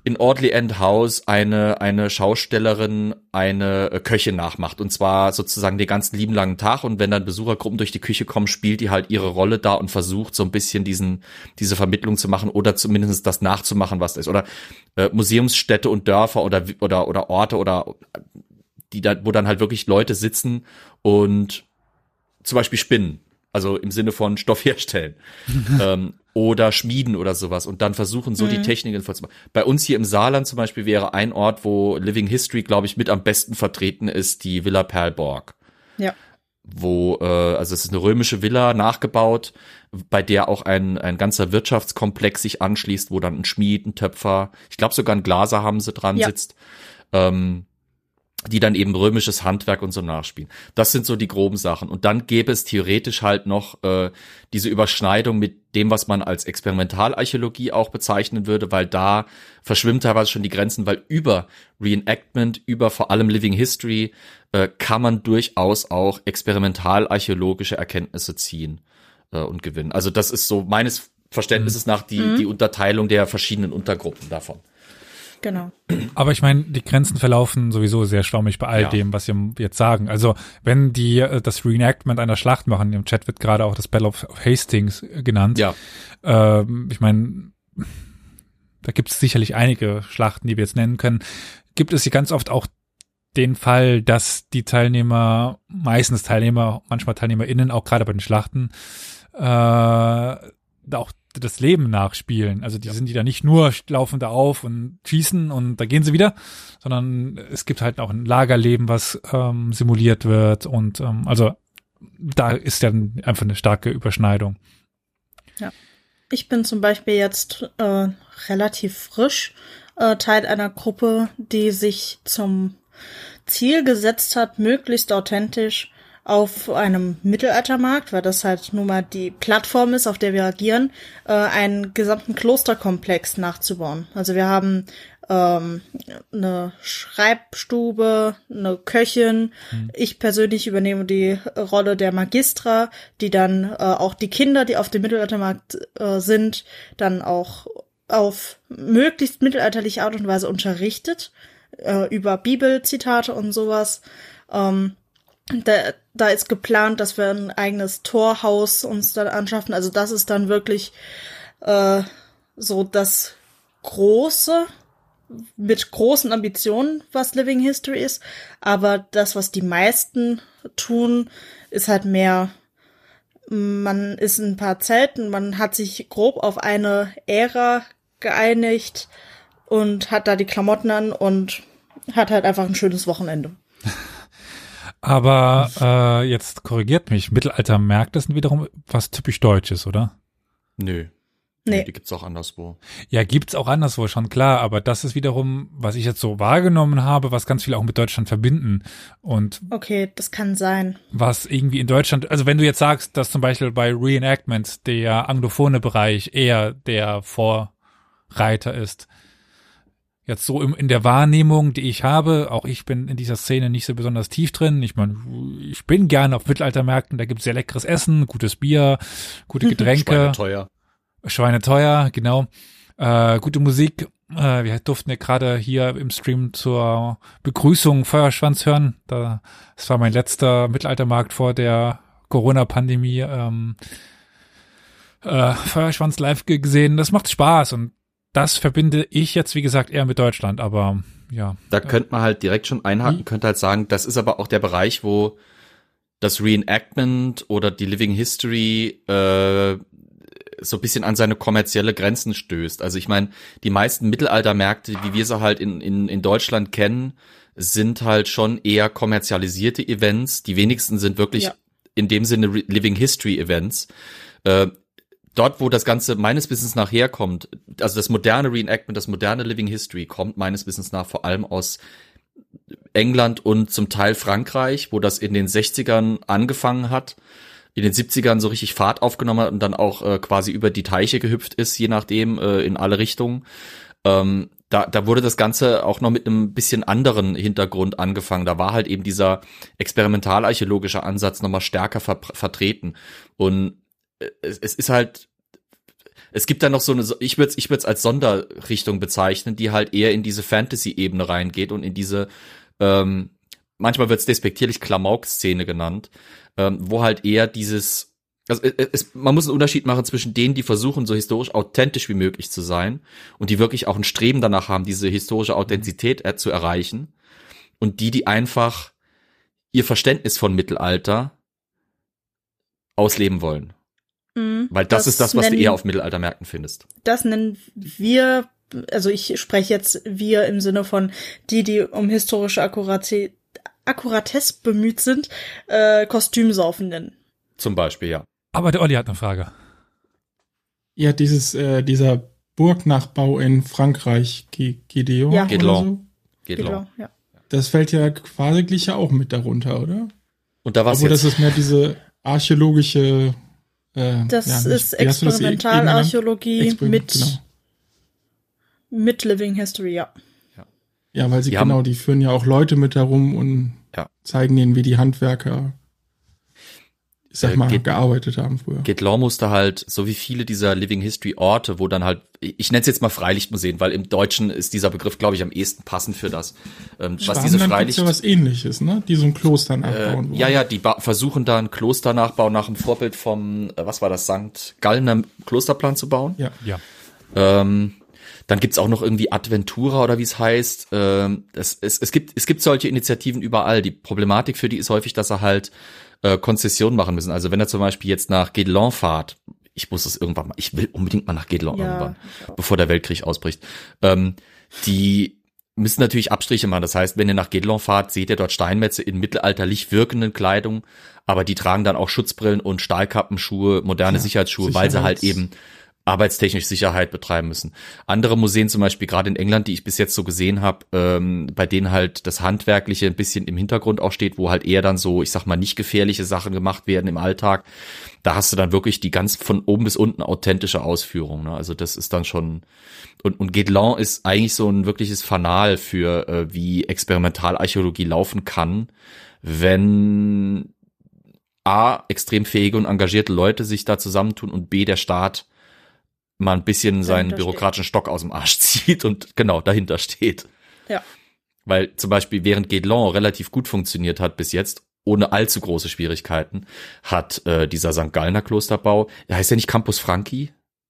[SPEAKER 1] in Audley End House eine eine Schaustellerin eine äh, Köchin nachmacht und zwar sozusagen den ganzen lieben langen Tag und wenn dann Besuchergruppen durch die Küche kommen, spielt die halt ihre Rolle da und versucht so ein bisschen diesen diese Vermittlung zu machen oder zumindest das nachzumachen, was da ist oder äh, Museumsstädte und Dörfer oder oder oder Orte oder die da wo dann halt wirklich Leute sitzen und zum Beispiel spinnen, also im Sinne von Stoff herstellen. ähm, oder schmieden oder sowas und dann versuchen so mhm. die Techniken vorzumachen. Bei uns hier im Saarland zum Beispiel wäre ein Ort, wo Living History, glaube ich, mit am besten vertreten ist, die Villa Perlborg.
[SPEAKER 2] Ja.
[SPEAKER 1] Wo, äh, also es ist eine römische Villa nachgebaut, bei der auch ein ein ganzer Wirtschaftskomplex sich anschließt, wo dann ein Schmied, ein Töpfer, ich glaube sogar ein Glaser haben sie dran ja. sitzt, ähm, die dann eben römisches Handwerk und so nachspielen. Das sind so die groben Sachen. Und dann gäbe es theoretisch halt noch äh, diese Überschneidung mit dem, was man als Experimentalarchäologie auch bezeichnen würde, weil da verschwimmen teilweise schon die Grenzen, weil über Reenactment, über vor allem Living History äh, kann man durchaus auch experimentalarchäologische Erkenntnisse ziehen äh, und gewinnen. Also das ist so meines Verständnisses mhm. nach die, mhm. die Unterteilung der verschiedenen Untergruppen davon.
[SPEAKER 2] Genau.
[SPEAKER 3] Aber ich meine, die Grenzen verlaufen sowieso sehr schwammig bei all ja. dem, was wir jetzt sagen. Also wenn die das Reenactment einer Schlacht machen, im Chat wird gerade auch das Battle of Hastings genannt.
[SPEAKER 1] Ja.
[SPEAKER 3] Ähm, ich meine, da gibt es sicherlich einige Schlachten, die wir jetzt nennen können. Gibt es hier ganz oft auch den Fall, dass die Teilnehmer, meistens Teilnehmer, manchmal TeilnehmerInnen, auch gerade bei den Schlachten, äh, auch das Leben nachspielen. Also die ja. sind die da nicht nur laufen da auf und schießen und da gehen sie wieder, sondern es gibt halt auch ein Lagerleben, was ähm, simuliert wird und ähm, also da ist dann einfach eine starke Überschneidung.
[SPEAKER 2] Ja. Ich bin zum Beispiel jetzt äh, relativ frisch äh, Teil einer Gruppe, die sich zum Ziel gesetzt hat, möglichst authentisch auf einem Mittelaltermarkt, weil das halt nun mal die Plattform ist, auf der wir agieren, äh, einen gesamten Klosterkomplex nachzubauen. Also wir haben ähm, eine Schreibstube, eine Köchin. Mhm. Ich persönlich übernehme die Rolle der Magistra, die dann äh, auch die Kinder, die auf dem Mittelaltermarkt äh, sind, dann auch auf möglichst mittelalterliche Art und Weise unterrichtet, äh, über Bibelzitate und sowas. Ähm, Da, da ist geplant, dass wir ein eigenes Torhaus uns dann anschaffen. Also das ist dann wirklich äh, so das Große, mit großen Ambitionen, was Living History ist. Aber das, was die meisten tun, ist halt mehr, man ist in ein paar Zelten, man hat sich grob auf eine Ära geeinigt und hat da die Klamotten an und hat halt einfach ein schönes Wochenende.
[SPEAKER 3] Aber äh, jetzt korrigiert mich, Mittelaltermärkte sind wiederum was typisch Deutsches, oder?
[SPEAKER 1] Nö.
[SPEAKER 2] Nee.
[SPEAKER 1] Die gibt's auch anderswo.
[SPEAKER 3] Ja, gibt's auch anderswo, schon klar, aber das ist wiederum, was ich jetzt so wahrgenommen habe, was ganz viele auch mit Deutschland verbinden. Und
[SPEAKER 2] okay, das kann sein.
[SPEAKER 3] Was irgendwie in Deutschland, also wenn du jetzt sagst, dass zum Beispiel bei Reenactment der anglophone Bereich eher der Vorreiter ist, jetzt so im, in der Wahrnehmung, die ich habe, auch ich bin in dieser Szene nicht so besonders tief drin. Ich meine, ich bin gerne auf Mittelaltermärkten, da gibt's sehr leckeres Essen, gutes Bier, gute Getränke.
[SPEAKER 1] Schweineteuer.
[SPEAKER 3] Schweineteuer, genau. Äh, gute Musik. Äh, wir durften ja gerade hier im Stream zur Begrüßung Feuerschwanz hören. Da, das war mein letzter Mittelaltermarkt vor der Corona-Pandemie. Ähm, äh, Feuerschwanz live gesehen. Das macht Spaß und das verbinde ich jetzt, wie gesagt, eher mit Deutschland, aber ja.
[SPEAKER 1] Da könnte man halt direkt schon einhaken, könnte halt sagen, das ist aber auch der Bereich, wo das Reenactment oder die Living History äh, so ein bisschen an seine kommerzielle Grenzen stößt. Also ich meine, die meisten Mittelaltermärkte, wie wir sie halt in, in, in Deutschland kennen, sind halt schon eher kommerzialisierte Events. Die wenigsten sind wirklich ja. in dem Sinne Living History Events. Äh, Dort, wo das Ganze meines Wissens nach herkommt, also das moderne Reenactment, das moderne Living History kommt meines Wissens nach vor allem aus England und zum Teil Frankreich, wo das in den sechzigern angefangen hat, in den siebzigern so richtig Fahrt aufgenommen hat und dann auch äh, quasi über die Teiche gehüpft ist, je nachdem, äh, in alle Richtungen. Ähm, da, da wurde das Ganze auch noch mit einem bisschen anderen Hintergrund angefangen. Da war halt eben dieser experimentalarchäologische Ansatz nochmal stärker ver- vertreten. Und es, es ist halt, Es gibt da noch so eine, ich würde es ich würde es als Sonderrichtung bezeichnen, die halt eher in diese Fantasy-Ebene reingeht und in diese, ähm, manchmal wird es despektierlich Klamauk-Szene genannt, ähm, wo halt eher dieses, also es, man muss einen Unterschied machen zwischen denen, die versuchen, so historisch authentisch wie möglich zu sein und die wirklich auch ein Streben danach haben, diese historische Authentizität äh, zu erreichen, und die, die einfach ihr Verständnis von Mittelalter ausleben wollen.
[SPEAKER 2] Mhm,
[SPEAKER 1] Weil das, das ist das, was nennen, du eher auf Mittelaltermärkten findest.
[SPEAKER 2] Das nennen wir, also ich spreche jetzt wir im Sinne von die, die um historische Akkuratität, Akkuratesse bemüht sind, äh, Kostümsaufen nennen.
[SPEAKER 1] Zum Beispiel, ja.
[SPEAKER 3] Aber der Olli hat eine Frage.
[SPEAKER 4] Ja, dieses, äh, dieser Burgnachbau in Frankreich, Gideon
[SPEAKER 2] ja.
[SPEAKER 4] oder so?
[SPEAKER 1] Gideon,
[SPEAKER 2] ja.
[SPEAKER 4] Das fällt ja quasi ja auch mit darunter, oder?
[SPEAKER 1] Und da war es
[SPEAKER 4] jetzt.
[SPEAKER 1] Das
[SPEAKER 4] ist mehr diese archäologische, äh,
[SPEAKER 2] Das
[SPEAKER 4] ja, nicht,
[SPEAKER 2] ist Experimentalarchäologie mit,
[SPEAKER 4] genau.
[SPEAKER 2] mit Living History, ja.
[SPEAKER 4] Ja, weil sie
[SPEAKER 1] die
[SPEAKER 4] genau,
[SPEAKER 1] haben,
[SPEAKER 4] die führen ja auch Leute mit herum und
[SPEAKER 1] ja.
[SPEAKER 4] zeigen denen, wie die Handwerker, ich sag mal,
[SPEAKER 1] geht,
[SPEAKER 4] gearbeitet haben früher.
[SPEAKER 1] Gideon musste halt, so wie viele dieser Living History Orte, wo dann halt, ich nenne es jetzt mal Freilichtmuseen, weil im Deutschen ist dieser Begriff, glaube ich, am ehesten passend für das. Ähm, was diese Freilicht,
[SPEAKER 4] ja was Ähnliches, ne? Die so ein Kloster nachbauen.
[SPEAKER 1] Äh, ja, ja, die ba- versuchen da ein Klosternachbau nach dem Vorbild vom, äh, was war das, Sankt Gallner Klosterplan zu bauen.
[SPEAKER 4] Ja.
[SPEAKER 3] Ja.
[SPEAKER 1] Ähm, Dann gibt's auch noch irgendwie Adventura oder wie es heißt. Ähm, es, es, es gibt es gibt solche Initiativen überall. Die Problematik für die ist häufig, dass er halt äh, Konzessionen machen müssen. Also wenn er zum Beispiel jetzt nach Guédelon fährt, ich muss es irgendwann mal, ich will unbedingt mal nach Guédelon
[SPEAKER 2] Ja,
[SPEAKER 1] irgendwann, bevor der Weltkrieg ausbricht. Ähm, die müssen natürlich Abstriche machen. Das heißt, wenn ihr nach Guédelon fahrt, seht ihr dort Steinmetze in mittelalterlich wirkenden Kleidung, aber die tragen dann auch Schutzbrillen und Stahlkappenschuhe, moderne
[SPEAKER 4] Ja,
[SPEAKER 1] Sicherheitsschuhe, weil sie halt eben arbeitstechnisch Sicherheit betreiben müssen. Andere Museen zum Beispiel, gerade in England, die ich bis jetzt so gesehen habe, ähm, bei denen halt das Handwerkliche ein bisschen im Hintergrund auch steht, wo halt eher dann so, ich sag mal, nicht gefährliche Sachen gemacht werden im Alltag, da hast du dann wirklich die ganz von oben bis unten authentische Ausführung. Ne? Also das ist dann schon, und, und Guédelon ist eigentlich so ein wirkliches Fanal für, äh, wie Experimentalarchäologie laufen kann, wenn A, extrem fähige und engagierte Leute sich da zusammentun und B, der Staat mal ein bisschen seinen bürokratischen steht. Stock aus dem Arsch zieht und genau dahinter steht.
[SPEAKER 2] Ja.
[SPEAKER 1] Weil zum Beispiel während Guédelon relativ gut funktioniert hat bis jetzt, ohne allzu große Schwierigkeiten, hat äh, dieser Sankt Gallner Klosterbau, der heißt ja nicht Campus Franchi?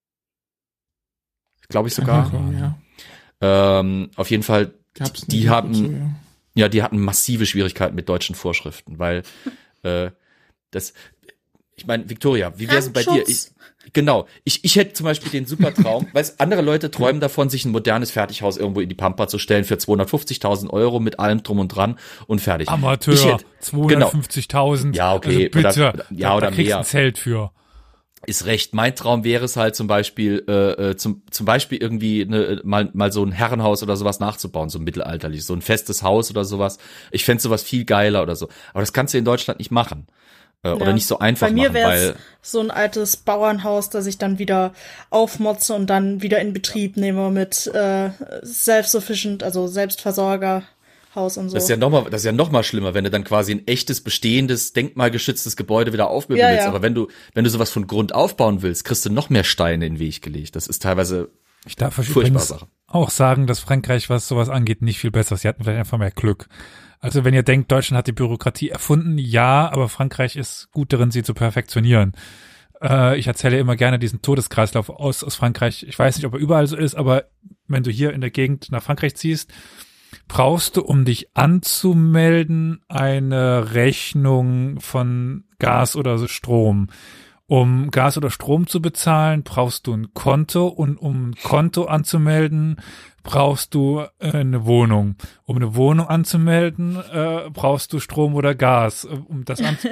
[SPEAKER 1] Glaube ich sogar.
[SPEAKER 4] Ja.
[SPEAKER 1] Ähm, auf jeden Fall,
[SPEAKER 4] Gab's
[SPEAKER 1] die
[SPEAKER 4] nicht
[SPEAKER 1] haben,
[SPEAKER 4] so, ja.
[SPEAKER 1] ja, die hatten massive Schwierigkeiten mit deutschen Vorschriften, weil äh, das, ich meine, Victoria, wie wär's denn bei dir? Ich, genau, ich ich hätte zum Beispiel den super Traum, weil andere Leute träumen davon, sich ein modernes Fertighaus irgendwo in die Pampa zu stellen für zweihundertfünfzigtausend Euro mit allem drum und dran und fertig.
[SPEAKER 3] Amateur,
[SPEAKER 1] Ich hätte-
[SPEAKER 3] zweihundertfünfzigtausend.
[SPEAKER 1] Ja, okay,
[SPEAKER 3] Also bitte,
[SPEAKER 1] oder- ja,
[SPEAKER 3] da,
[SPEAKER 1] oder
[SPEAKER 3] da kriegst
[SPEAKER 1] mehr.
[SPEAKER 3] ein Zelt für.
[SPEAKER 1] Ist recht. Mein Traum wäre es halt zum Beispiel, äh, äh, zum zum Beispiel irgendwie ne, mal mal so ein Herrenhaus oder sowas nachzubauen, so mittelalterlich, so ein festes Haus oder sowas. Ich fände sowas viel geiler oder so. Aber das kannst du in Deutschland nicht machen. Äh, Oder
[SPEAKER 2] Ja.
[SPEAKER 1] nicht so einfach
[SPEAKER 2] Bei mir
[SPEAKER 1] machen,
[SPEAKER 2] wäre
[SPEAKER 1] weil
[SPEAKER 2] es so ein altes Bauernhaus, das ich dann wieder aufmotze und dann wieder in Betrieb nehme mit äh, self-sufficient, also Selbstversorgerhaus und so.
[SPEAKER 1] das ist ja noch mal, das ist ja noch mal schlimmer, wenn du dann quasi ein echtes, bestehendes, denkmalgeschütztes Gebäude wieder aufmöbeln
[SPEAKER 2] Ja,
[SPEAKER 1] willst.
[SPEAKER 2] ja.
[SPEAKER 1] Aber wenn du, wenn du sowas von Grund aufbauen willst, kriegst du noch mehr Steine in den Weg gelegt. Das ist teilweise
[SPEAKER 3] Ich darf euch
[SPEAKER 1] furchtbare
[SPEAKER 3] übrigens
[SPEAKER 1] Sache.
[SPEAKER 3] auch sagen, dass Frankreich, was sowas angeht, nicht viel besser ist. Sie hatten vielleicht einfach mehr Glück. Also wenn ihr denkt, Deutschland hat die Bürokratie erfunden, ja, aber Frankreich ist gut darin, sie zu perfektionieren. Äh, ich erzähle immer gerne diesen Todeskreislauf aus, aus Frankreich. Ich weiß nicht, ob er überall so ist, aber wenn du hier in der Gegend nach Frankreich ziehst, brauchst du, um dich anzumelden, eine Rechnung von Gas oder Strom. Um Gas oder Strom zu bezahlen, brauchst du ein Konto und um ein Konto anzumelden, brauchst du äh, eine Wohnung. Um eine Wohnung anzumelden, äh, brauchst du Strom oder Gas. Äh, Um das anzu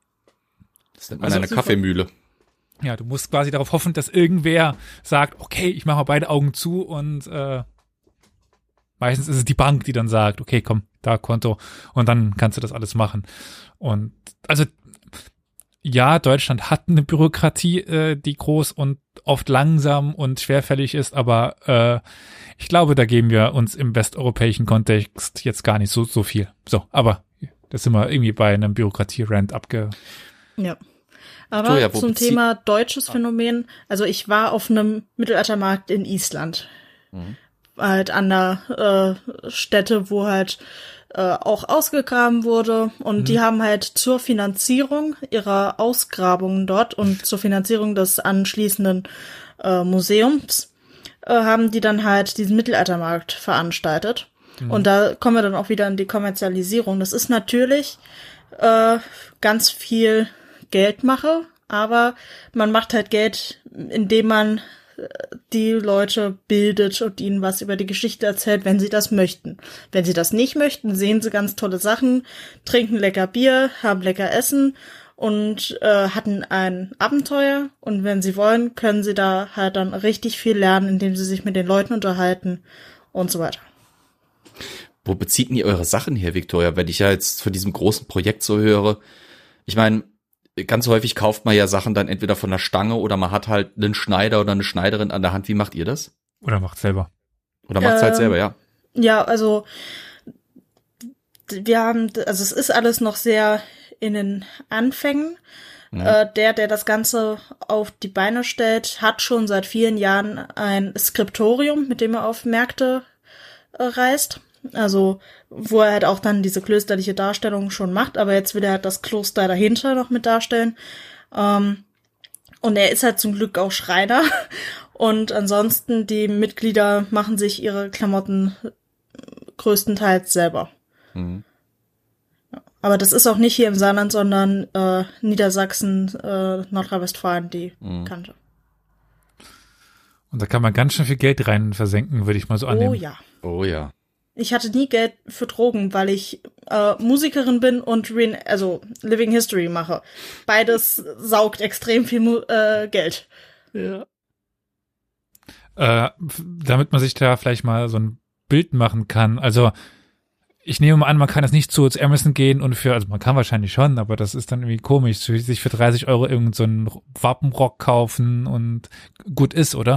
[SPEAKER 1] Das nennt man
[SPEAKER 3] Also
[SPEAKER 1] eine
[SPEAKER 3] super.
[SPEAKER 1] Kaffeemühle.
[SPEAKER 3] ja, du musst quasi darauf hoffen, dass irgendwer sagt, okay, ich mache mal beide Augen zu und äh, meistens ist es die Bank, die dann sagt, okay, komm, da Konto und dann kannst du das alles machen. Und also ja, Deutschland hat eine Bürokratie, äh, die groß und oft langsam und schwerfällig ist, aber äh, ich glaube, da geben wir uns im westeuropäischen Kontext jetzt gar nicht so so viel. So, aber das sind wir irgendwie bei einem Bürokratie-Rant abge...
[SPEAKER 2] Ja. Aber
[SPEAKER 1] Victoria, wo
[SPEAKER 2] zum
[SPEAKER 1] bezie-
[SPEAKER 2] Thema deutsches Phänomen, also ich war auf einem Mittelaltermarkt in Island.
[SPEAKER 1] Mhm.
[SPEAKER 2] Halt an der äh, Stätte, wo halt äh, auch ausgegraben wurde. Und
[SPEAKER 3] Mhm.
[SPEAKER 2] die haben halt zur Finanzierung ihrer Ausgrabungen dort und zur Finanzierung des anschließenden äh, Museums äh, haben die dann halt diesen Mittelaltermarkt veranstaltet.
[SPEAKER 3] Mhm.
[SPEAKER 2] Und da kommen wir dann auch wieder in die Kommerzialisierung. Das ist natürlich äh, ganz viel Geldmache, aber man macht halt Geld, indem man äh, die Leute bildet und ihnen was über die Geschichte erzählt, wenn sie das möchten. Wenn sie das nicht möchten, sehen sie ganz tolle Sachen, trinken lecker Bier, haben lecker Essen und äh, hatten ein Abenteuer. Und wenn sie wollen, können sie da halt dann richtig viel lernen, indem sie sich mit den Leuten unterhalten und so weiter.
[SPEAKER 1] Wo bezieht denn ihr eure Sachen her, Victoria? Wenn ich ja jetzt von diesem großen Projekt so höre, ich meine, ganz häufig kauft man ja Sachen dann entweder von der Stange oder man hat halt einen Schneider oder eine Schneiderin an der Hand. Wie macht ihr das?
[SPEAKER 3] Oder macht selber.
[SPEAKER 1] Oder macht's halt
[SPEAKER 2] Ähm,
[SPEAKER 1] selber, ja?
[SPEAKER 2] Ja, also wir haben, also es ist alles noch sehr in den Anfängen.
[SPEAKER 1] Ja.
[SPEAKER 2] Äh, der, der das Ganze auf die Beine stellt, hat schon seit vielen Jahren ein Skriptorium, mit dem er auf Märkte äh, reist. Also, wo er halt auch dann diese klösterliche Darstellung schon macht, aber jetzt will er halt das Kloster dahinter noch mit darstellen. Ähm, und er ist halt zum Glück auch Schreiner. Und ansonsten, die Mitglieder machen sich ihre Klamotten größtenteils selber.
[SPEAKER 1] Mhm.
[SPEAKER 2] Aber das ist auch nicht hier im Saarland, sondern äh, Niedersachsen, äh, Nordrhein-Westfalen, die
[SPEAKER 1] Mhm.
[SPEAKER 2] Kante.
[SPEAKER 3] Und da kann man ganz schön viel Geld rein versenken, würde ich mal so annehmen.
[SPEAKER 2] Oh ja.
[SPEAKER 1] Oh ja.
[SPEAKER 2] Ich hatte nie Geld für Drogen, weil ich äh, Musikerin bin und Re- also Living History mache. Beides saugt extrem viel Mu- äh, Geld.
[SPEAKER 1] Ja.
[SPEAKER 3] Äh, f- damit man sich da vielleicht mal so ein Bild machen kann. Also ich nehme mal an, man kann jetzt nicht zu Amazon gehen und für, also man kann wahrscheinlich schon, aber das ist dann irgendwie komisch, sich für dreißig Euro irgend so einen Wappenrock kaufen und gut ist, oder?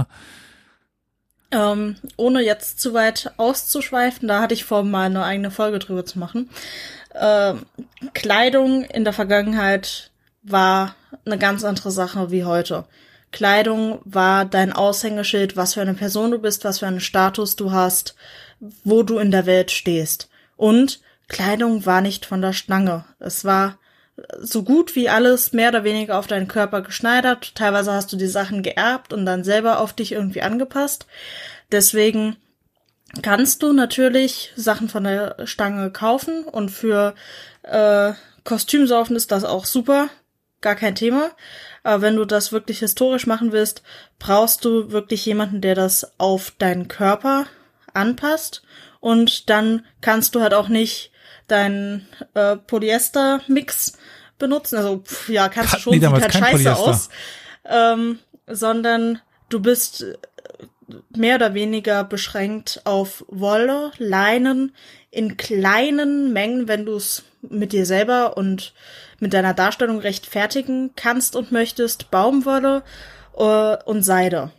[SPEAKER 2] Ähm, ohne jetzt zu weit auszuschweifen, da hatte ich vor, mal eine eigene Folge drüber zu machen. Ähm, Kleidung in der Vergangenheit war eine ganz andere Sache wie heute. Kleidung war dein Aushängeschild, was für eine Person du bist, was für einen Status du hast, wo du in der Welt stehst. Und Kleidung war nicht von der Stange. Es war so gut wie alles mehr oder weniger auf deinen Körper geschneidert. Teilweise hast du die Sachen geerbt und dann selber auf dich irgendwie angepasst. Deswegen kannst du natürlich Sachen von der Stange kaufen und für äh, Kostümsaufen ist das auch super. Gar kein Thema. Aber wenn du das wirklich historisch machen willst, brauchst du wirklich jemanden, der das auf deinen Körper anpasst. Und dann kannst du halt auch nicht deinen äh, Polyester-Mix benutzen. Also pff, ja, kannst du schon,
[SPEAKER 3] Nee,
[SPEAKER 2] sieht
[SPEAKER 3] damals
[SPEAKER 2] halt
[SPEAKER 3] kein
[SPEAKER 2] scheiße
[SPEAKER 3] Polyester.
[SPEAKER 2] aus. Ähm, sondern du bist äh, mehr oder weniger beschränkt auf Wolle, Leinen in kleinen Mengen, wenn du es mit dir selber und mit deiner Darstellung rechtfertigen kannst und möchtest, Baumwolle äh, und Seide.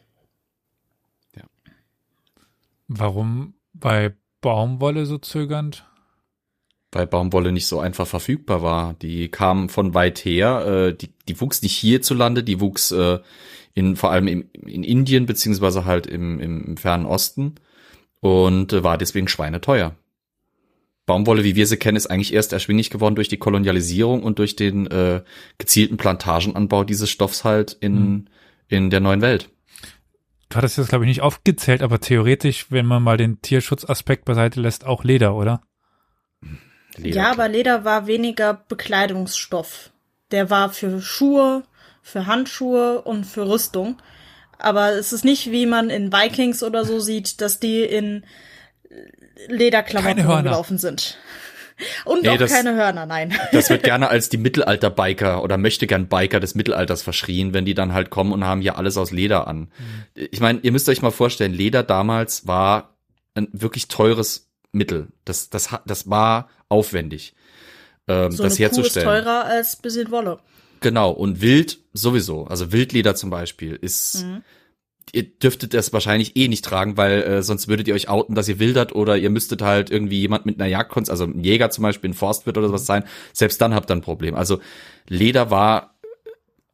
[SPEAKER 3] Warum bei Baumwolle so zögernd?
[SPEAKER 1] Weil Baumwolle nicht so einfach verfügbar war. Die kam von weit her, äh, die, die wuchs nicht hierzulande, die wuchs äh, in vor allem im, in Indien beziehungsweise halt im, im, im fernen Osten und äh, war deswegen schweineteuer. Baumwolle, wie wir sie kennen, ist eigentlich erst erschwinglich geworden durch die Kolonialisierung und durch den äh, gezielten Plantagenanbau dieses Stoffs halt in,
[SPEAKER 3] Hm.
[SPEAKER 1] in der neuen Welt.
[SPEAKER 3] Du hattest jetzt, glaube ich, nicht aufgezählt, aber theoretisch, wenn man mal den Tierschutzaspekt beiseite lässt, auch Leder, oder?
[SPEAKER 1] Leder,
[SPEAKER 2] Ja,
[SPEAKER 1] klar.
[SPEAKER 2] aber Leder war weniger Bekleidungsstoff. Der war für Schuhe, für Handschuhe und für Rüstung. Aber es ist nicht, wie man in Vikings oder so sieht, dass die in Lederklamotten
[SPEAKER 3] Keine Hörner.
[SPEAKER 2] rumgelaufen sind. Und
[SPEAKER 1] Nee,
[SPEAKER 2] auch
[SPEAKER 1] das-
[SPEAKER 2] keine Hörner, nein.
[SPEAKER 1] Das wird gerne als die Mittelalter-Biker oder möchte gern Biker des Mittelalters verschrien, wenn die dann halt kommen und haben hier alles aus Leder an. Ich meine, ihr müsst euch mal vorstellen, Leder damals war ein wirklich teures Mittel. Das, das, ha- das war aufwendig, ähm,
[SPEAKER 2] So
[SPEAKER 1] das
[SPEAKER 2] eine Kuh ist
[SPEAKER 1] herzustellen.
[SPEAKER 2] teurer als ein bisschen Wolle.
[SPEAKER 1] Genau, und Wild sowieso. Also Wildleder zum Beispiel ist,
[SPEAKER 2] Mhm.
[SPEAKER 1] ihr dürftet das wahrscheinlich eh nicht tragen, weil äh, sonst würdet ihr euch outen, dass ihr wildert oder ihr müsstet halt irgendwie jemand mit einer Jagdkunst, also ein Jäger zum Beispiel, ein Forstwirt oder sowas sein. Selbst dann habt ihr ein Problem. Also Leder war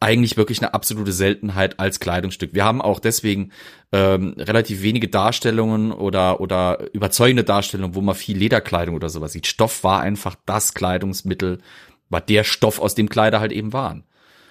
[SPEAKER 1] eigentlich wirklich eine absolute Seltenheit als Kleidungsstück. Wir haben auch deswegen ähm, relativ wenige Darstellungen oder oder überzeugende Darstellungen, wo man viel Lederkleidung oder sowas sieht. Stoff war einfach das Kleidungsmittel, war der Stoff, aus dem Kleider halt eben waren.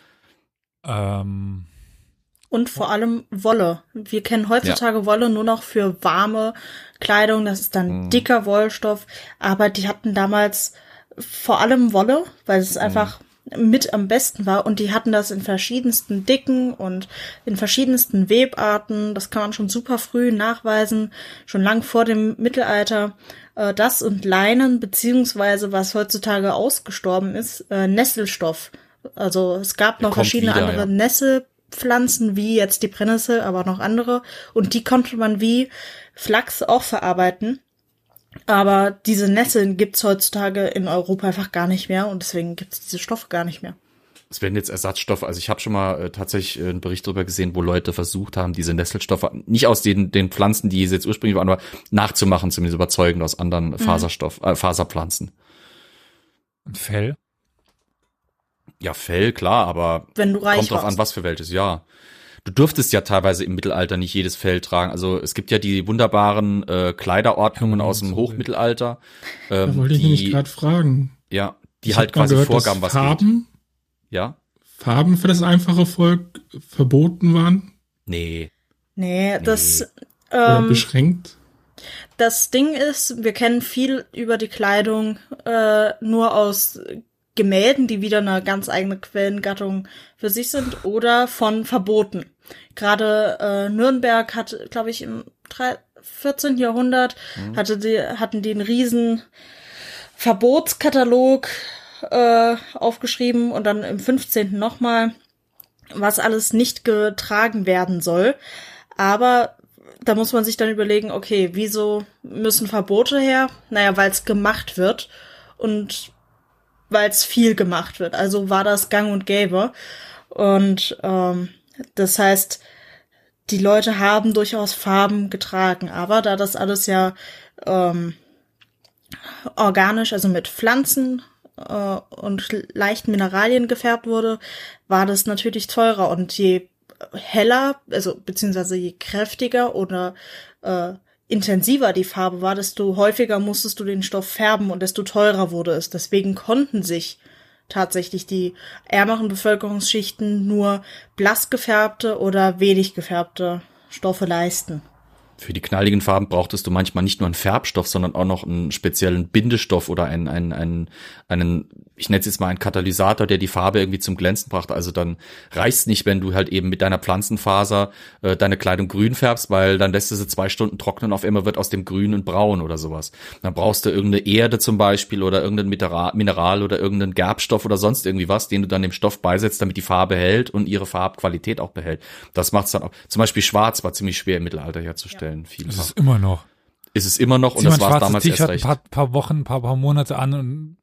[SPEAKER 3] Ähm.
[SPEAKER 2] Und vor allem Wolle. Wir kennen heutzutage ja. Wolle nur noch für warme Kleidung. Das ist dann mhm. dicker Wollstoff. Aber die hatten damals vor allem Wolle, weil es mhm. einfach mit am besten war. Und die hatten das in verschiedensten Dicken und in verschiedensten Webarten. Das kann man schon super früh nachweisen, schon lang vor dem Mittelalter. Das und Leinen, beziehungsweise was heutzutage ausgestorben ist, Nesselstoff. Also es gab noch verschiedene wieder, andere ja. Nessel Pflanzen, wie jetzt die Brennnessel, aber noch andere. Und die konnte man wie Flachs auch verarbeiten. Aber diese Nesseln gibt's heutzutage in Europa einfach gar nicht mehr. Und deswegen gibt's diese Stoffe gar nicht mehr.
[SPEAKER 1] Es werden jetzt Ersatzstoffe. Also ich habe schon mal äh, tatsächlich äh, einen Bericht darüber gesehen, wo Leute versucht haben, diese Nesselstoffe, nicht aus den, den Pflanzen, die jetzt ursprünglich waren, aber nachzumachen, zumindest überzeugend aus anderen mhm. Faserstoff, äh, Faserpflanzen.
[SPEAKER 3] Und Fell?
[SPEAKER 1] Ja, Fell, klar, aber
[SPEAKER 2] wenn du reich
[SPEAKER 1] kommt drauf
[SPEAKER 2] warst.
[SPEAKER 1] an, was für welches, ja. Du durftest ja teilweise im Mittelalter nicht jedes Fell tragen. Also es gibt ja die wunderbaren äh, Kleiderordnungen ja, aus dem so Hochmittelalter. Ähm,
[SPEAKER 4] da wollte ich
[SPEAKER 1] die,
[SPEAKER 4] nämlich gerade fragen.
[SPEAKER 1] Ja, die
[SPEAKER 4] ich
[SPEAKER 1] halt quasi
[SPEAKER 4] gehört,
[SPEAKER 1] vorgaben, was
[SPEAKER 4] Farben,
[SPEAKER 1] geht. Ja?
[SPEAKER 4] Farben für das einfache Volk verboten waren?
[SPEAKER 1] Nee.
[SPEAKER 2] Nee, das
[SPEAKER 1] nee.
[SPEAKER 2] Ähm,
[SPEAKER 4] beschränkt?
[SPEAKER 2] Das Ding ist, wir kennen viel über die Kleidung äh, nur aus Gemälden, die wieder eine ganz eigene Quellengattung für sich sind, oder von Verboten. Gerade äh, Nürnberg hat, glaube ich, im vierzehnten Jahrhundert mhm. hatte die, hatten die einen riesen Verbotskatalog äh, aufgeschrieben und dann im fünfzehnten nochmal, was alles nicht getragen werden soll. Aber da muss man sich dann überlegen, okay, wieso müssen Verbote her? Naja, weil es gemacht wird und weil es viel gemacht wird. Also war das gang und gäbe. Und ähm, das heißt, die Leute haben durchaus Farben getragen. Aber da das alles ja ähm, organisch, also mit Pflanzen äh, und leichten Mineralien gefärbt wurde, war das natürlich teurer. Und je heller, also beziehungsweise je kräftiger oder äh, intensiver die Farbe war, desto häufiger musstest du den Stoff färben und desto teurer wurde es. Deswegen konnten sich tatsächlich die ärmeren Bevölkerungsschichten nur blass gefärbte oder wenig gefärbte Stoffe leisten.
[SPEAKER 1] Für die knalligen Farben brauchtest du manchmal nicht nur einen Färbstoff, sondern auch noch einen speziellen Bindestoff oder einen, einen, einen, einen, ich nenne es jetzt mal einen Katalysator, der die Farbe irgendwie zum Glänzen brachte. Also dann reicht's nicht, wenn du halt eben mit deiner Pflanzenfaser äh, deine Kleidung grün färbst, weil dann lässt du sie zwei Stunden trocknen, auf einmal wird aus dem Grün ein Braun oder sowas. Dann brauchst du irgendeine Erde zum Beispiel oder irgendein Mineral, Mineral oder irgendeinen Gerbstoff oder sonst irgendwie was, den du dann dem Stoff beisetzt, damit die Farbe hält und ihre Farbqualität auch behält. Das macht's dann auch. Zum Beispiel Schwarz war ziemlich schwer im Mittelalter herzustellen. Ja.
[SPEAKER 3] Ist es immer noch.
[SPEAKER 1] Ist es immer noch und das war es damals erst recht.
[SPEAKER 3] Ein paar, paar Wochen, ein paar, paar Monate an und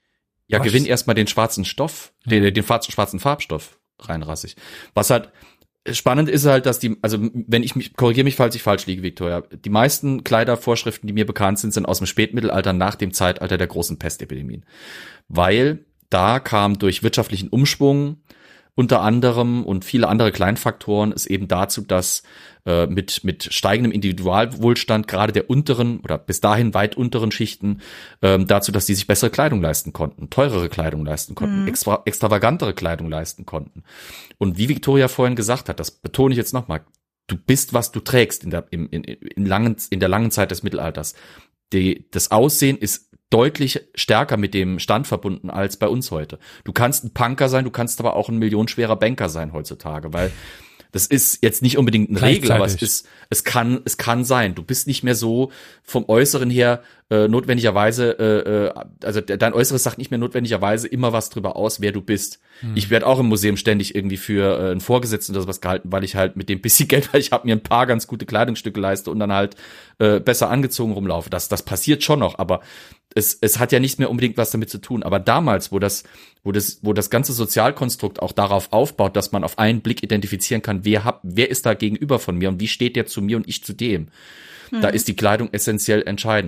[SPEAKER 1] ja, gewinn erstmal den schwarzen Stoff, ja. den, den schwarzen Farbstoff reinrassig. Was halt spannend ist halt, dass die, also wenn ich mich, korrigiere mich, falls ich falsch liege, Victoria, die meisten Kleidervorschriften, die mir bekannt sind, sind aus dem Spätmittelalter nach dem Zeitalter der großen Pestepidemien. Weil da kam durch wirtschaftlichen Umschwung unter anderem und viele andere Kleinfaktoren es eben dazu, dass äh, mit mit steigendem Individualwohlstand gerade der unteren oder bis dahin weit unteren Schichten ähm, dazu, dass die sich bessere Kleidung leisten konnten, teurere Kleidung leisten konnten, mhm. extra, extravagantere Kleidung leisten konnten. Und wie Victoria vorhin gesagt hat, das betone ich jetzt nochmal, du bist, was du trägst in der in, in, in, langen, in der langen Zeit des Mittelalters. Die, das Aussehen ist deutlich stärker mit dem Stand verbunden als bei uns heute. Du kannst ein Punker sein, du kannst aber auch ein millionenschwerer Banker sein heutzutage, weil das ist jetzt nicht unbedingt eine Regel, aber es ist, es kann, es kann sein. Du bist nicht mehr so vom Äußeren her äh, notwendigerweise, äh, also dein Äußeres sagt nicht mehr notwendigerweise immer was drüber aus, wer du bist. Hm. Ich werde auch im Museum ständig irgendwie für äh, einen Vorgesetzten oder sowas gehalten, weil ich halt mit dem bisschen Geld, weil ich habe mir ein paar ganz gute Kleidungsstücke leiste und dann halt äh, besser angezogen rumlaufe. Das, das passiert schon noch, aber es, es hat ja nicht mehr unbedingt was damit zu tun. Aber damals, wo das, wo das, wo das ganze Sozialkonstrukt auch darauf aufbaut, dass man auf einen Blick identifizieren kann, wer hab, wer ist da gegenüber von mir und wie steht der zu mir und ich zu dem. Mhm. Da ist die Kleidung essentiell entscheidend. Und da werden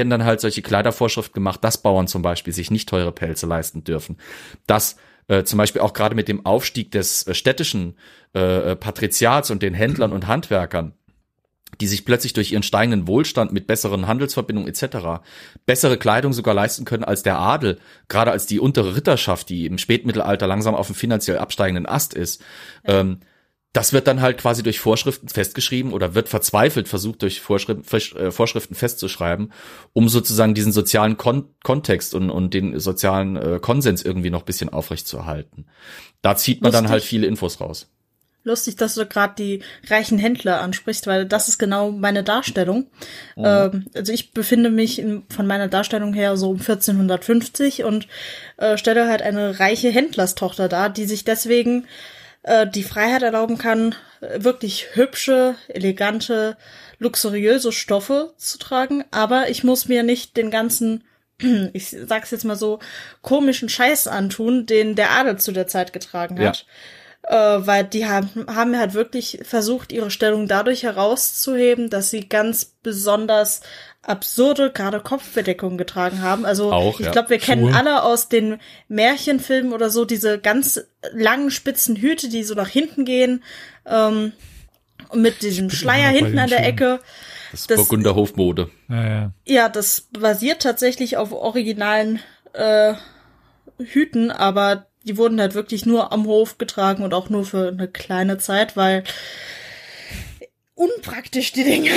[SPEAKER 1] werden dann halt solche Kleidervorschriften gemacht, dass Bauern zum Beispiel sich nicht teure Pelze leisten dürfen. Dass äh, zum Beispiel auch gerade mit dem Aufstieg des äh, städtischen äh, Patriziats und den Händlern und Handwerkern, die sich plötzlich durch ihren steigenden Wohlstand mit besseren Handelsverbindungen et cetera bessere Kleidung sogar leisten können als der Adel, gerade als die untere Ritterschaft, die im Spätmittelalter langsam auf dem finanziell absteigenden Ast ist. Ja. Ähm, das wird dann halt quasi durch Vorschriften festgeschrieben oder wird verzweifelt versucht, durch Vorschriften, Vorschriften festzuschreiben, um sozusagen diesen sozialen Kon- Kontext und, und den sozialen äh, Konsens irgendwie noch ein bisschen aufrechtzuerhalten. Da zieht man Lustig. dann halt viele Infos raus.
[SPEAKER 2] Lustig, dass du gerade die reichen Händler ansprichst, weil das ist genau meine Darstellung. Mhm. Ähm, also ich befinde mich in, von meiner Darstellung her so um vierzehnhundertfünfzig und äh, stelle halt eine reiche Händlerstochter dar, die sich deswegen äh, die Freiheit erlauben kann, wirklich hübsche, elegante, luxuriöse Stoffe zu tragen. Aber ich muss mir nicht den ganzen, ich sag's jetzt mal so, komischen Scheiß antun, den der Adel zu der Zeit getragen hat. Ja. Äh, weil die haben, haben halt wirklich versucht, ihre Stellung dadurch herauszuheben, dass sie ganz besonders absurde, gerade Kopfbedeckungen getragen haben. Also Auch, ich ja. glaube, wir kennen Schuhe. alle aus den Märchenfilmen oder so diese ganz langen, spitzen Hüte, die so nach hinten gehen, ähm, mit diesem Schleier hinten an der Schuhen. Ecke.
[SPEAKER 1] Das ist Burgunder Hofmode.
[SPEAKER 3] Ja, ja.
[SPEAKER 2] ja, das basiert tatsächlich auf originalen äh, Hüten, aber die wurden halt wirklich nur am Hof getragen und auch nur für eine kleine Zeit, weil unpraktisch die Dinge.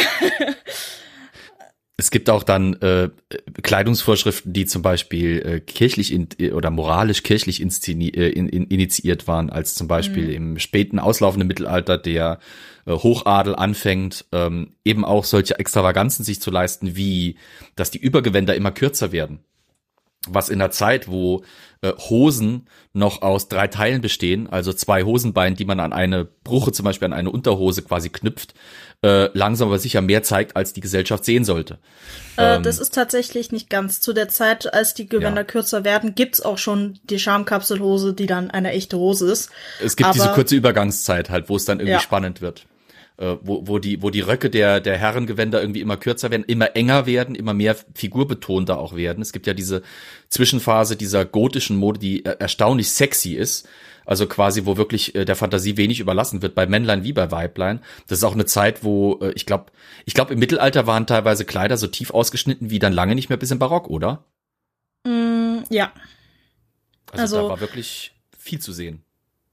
[SPEAKER 1] Es gibt auch dann äh, Kleidungsvorschriften, die zum Beispiel äh, kirchlich in, oder moralisch kirchlich inszeni- äh, in, in, initiiert waren, als zum Beispiel mhm. im späten auslaufenden Mittelalter der äh, Hochadel anfängt, ähm, eben auch solche Extravaganzen sich zu leisten, wie dass die Übergewänder immer kürzer werden. Was in der Zeit, wo äh, Hosen noch aus drei Teilen bestehen, also zwei Hosenbeinen, die man an eine Bruche, zum Beispiel an eine Unterhose quasi knüpft, äh, langsam aber sicher mehr zeigt, als die Gesellschaft sehen sollte.
[SPEAKER 2] Äh, ähm, das ist tatsächlich nicht ganz. Zu der Zeit, als die Gewänder ja. kürzer werden, gibt's auch schon die Schamkapselhose, die dann eine echte Hose ist.
[SPEAKER 1] Es gibt
[SPEAKER 2] aber,
[SPEAKER 1] diese kurze Übergangszeit halt, wo es dann irgendwie
[SPEAKER 2] ja.
[SPEAKER 1] spannend wird. Wo, wo die, wo die Röcke der, der Herrengewänder irgendwie immer kürzer werden, immer enger werden, immer mehr figurbetonter auch werden. Es gibt ja diese Zwischenphase dieser gotischen Mode, die erstaunlich sexy ist. Also quasi, wo wirklich der Fantasie wenig überlassen wird, bei Männlein wie bei Weiblein. Das ist auch eine Zeit, wo, ich glaube, ich glaube, im Mittelalter waren teilweise Kleider so tief ausgeschnitten wie dann lange nicht mehr bis im Barock, oder?
[SPEAKER 2] Mm, ja.
[SPEAKER 1] Also, also da war wirklich viel zu sehen.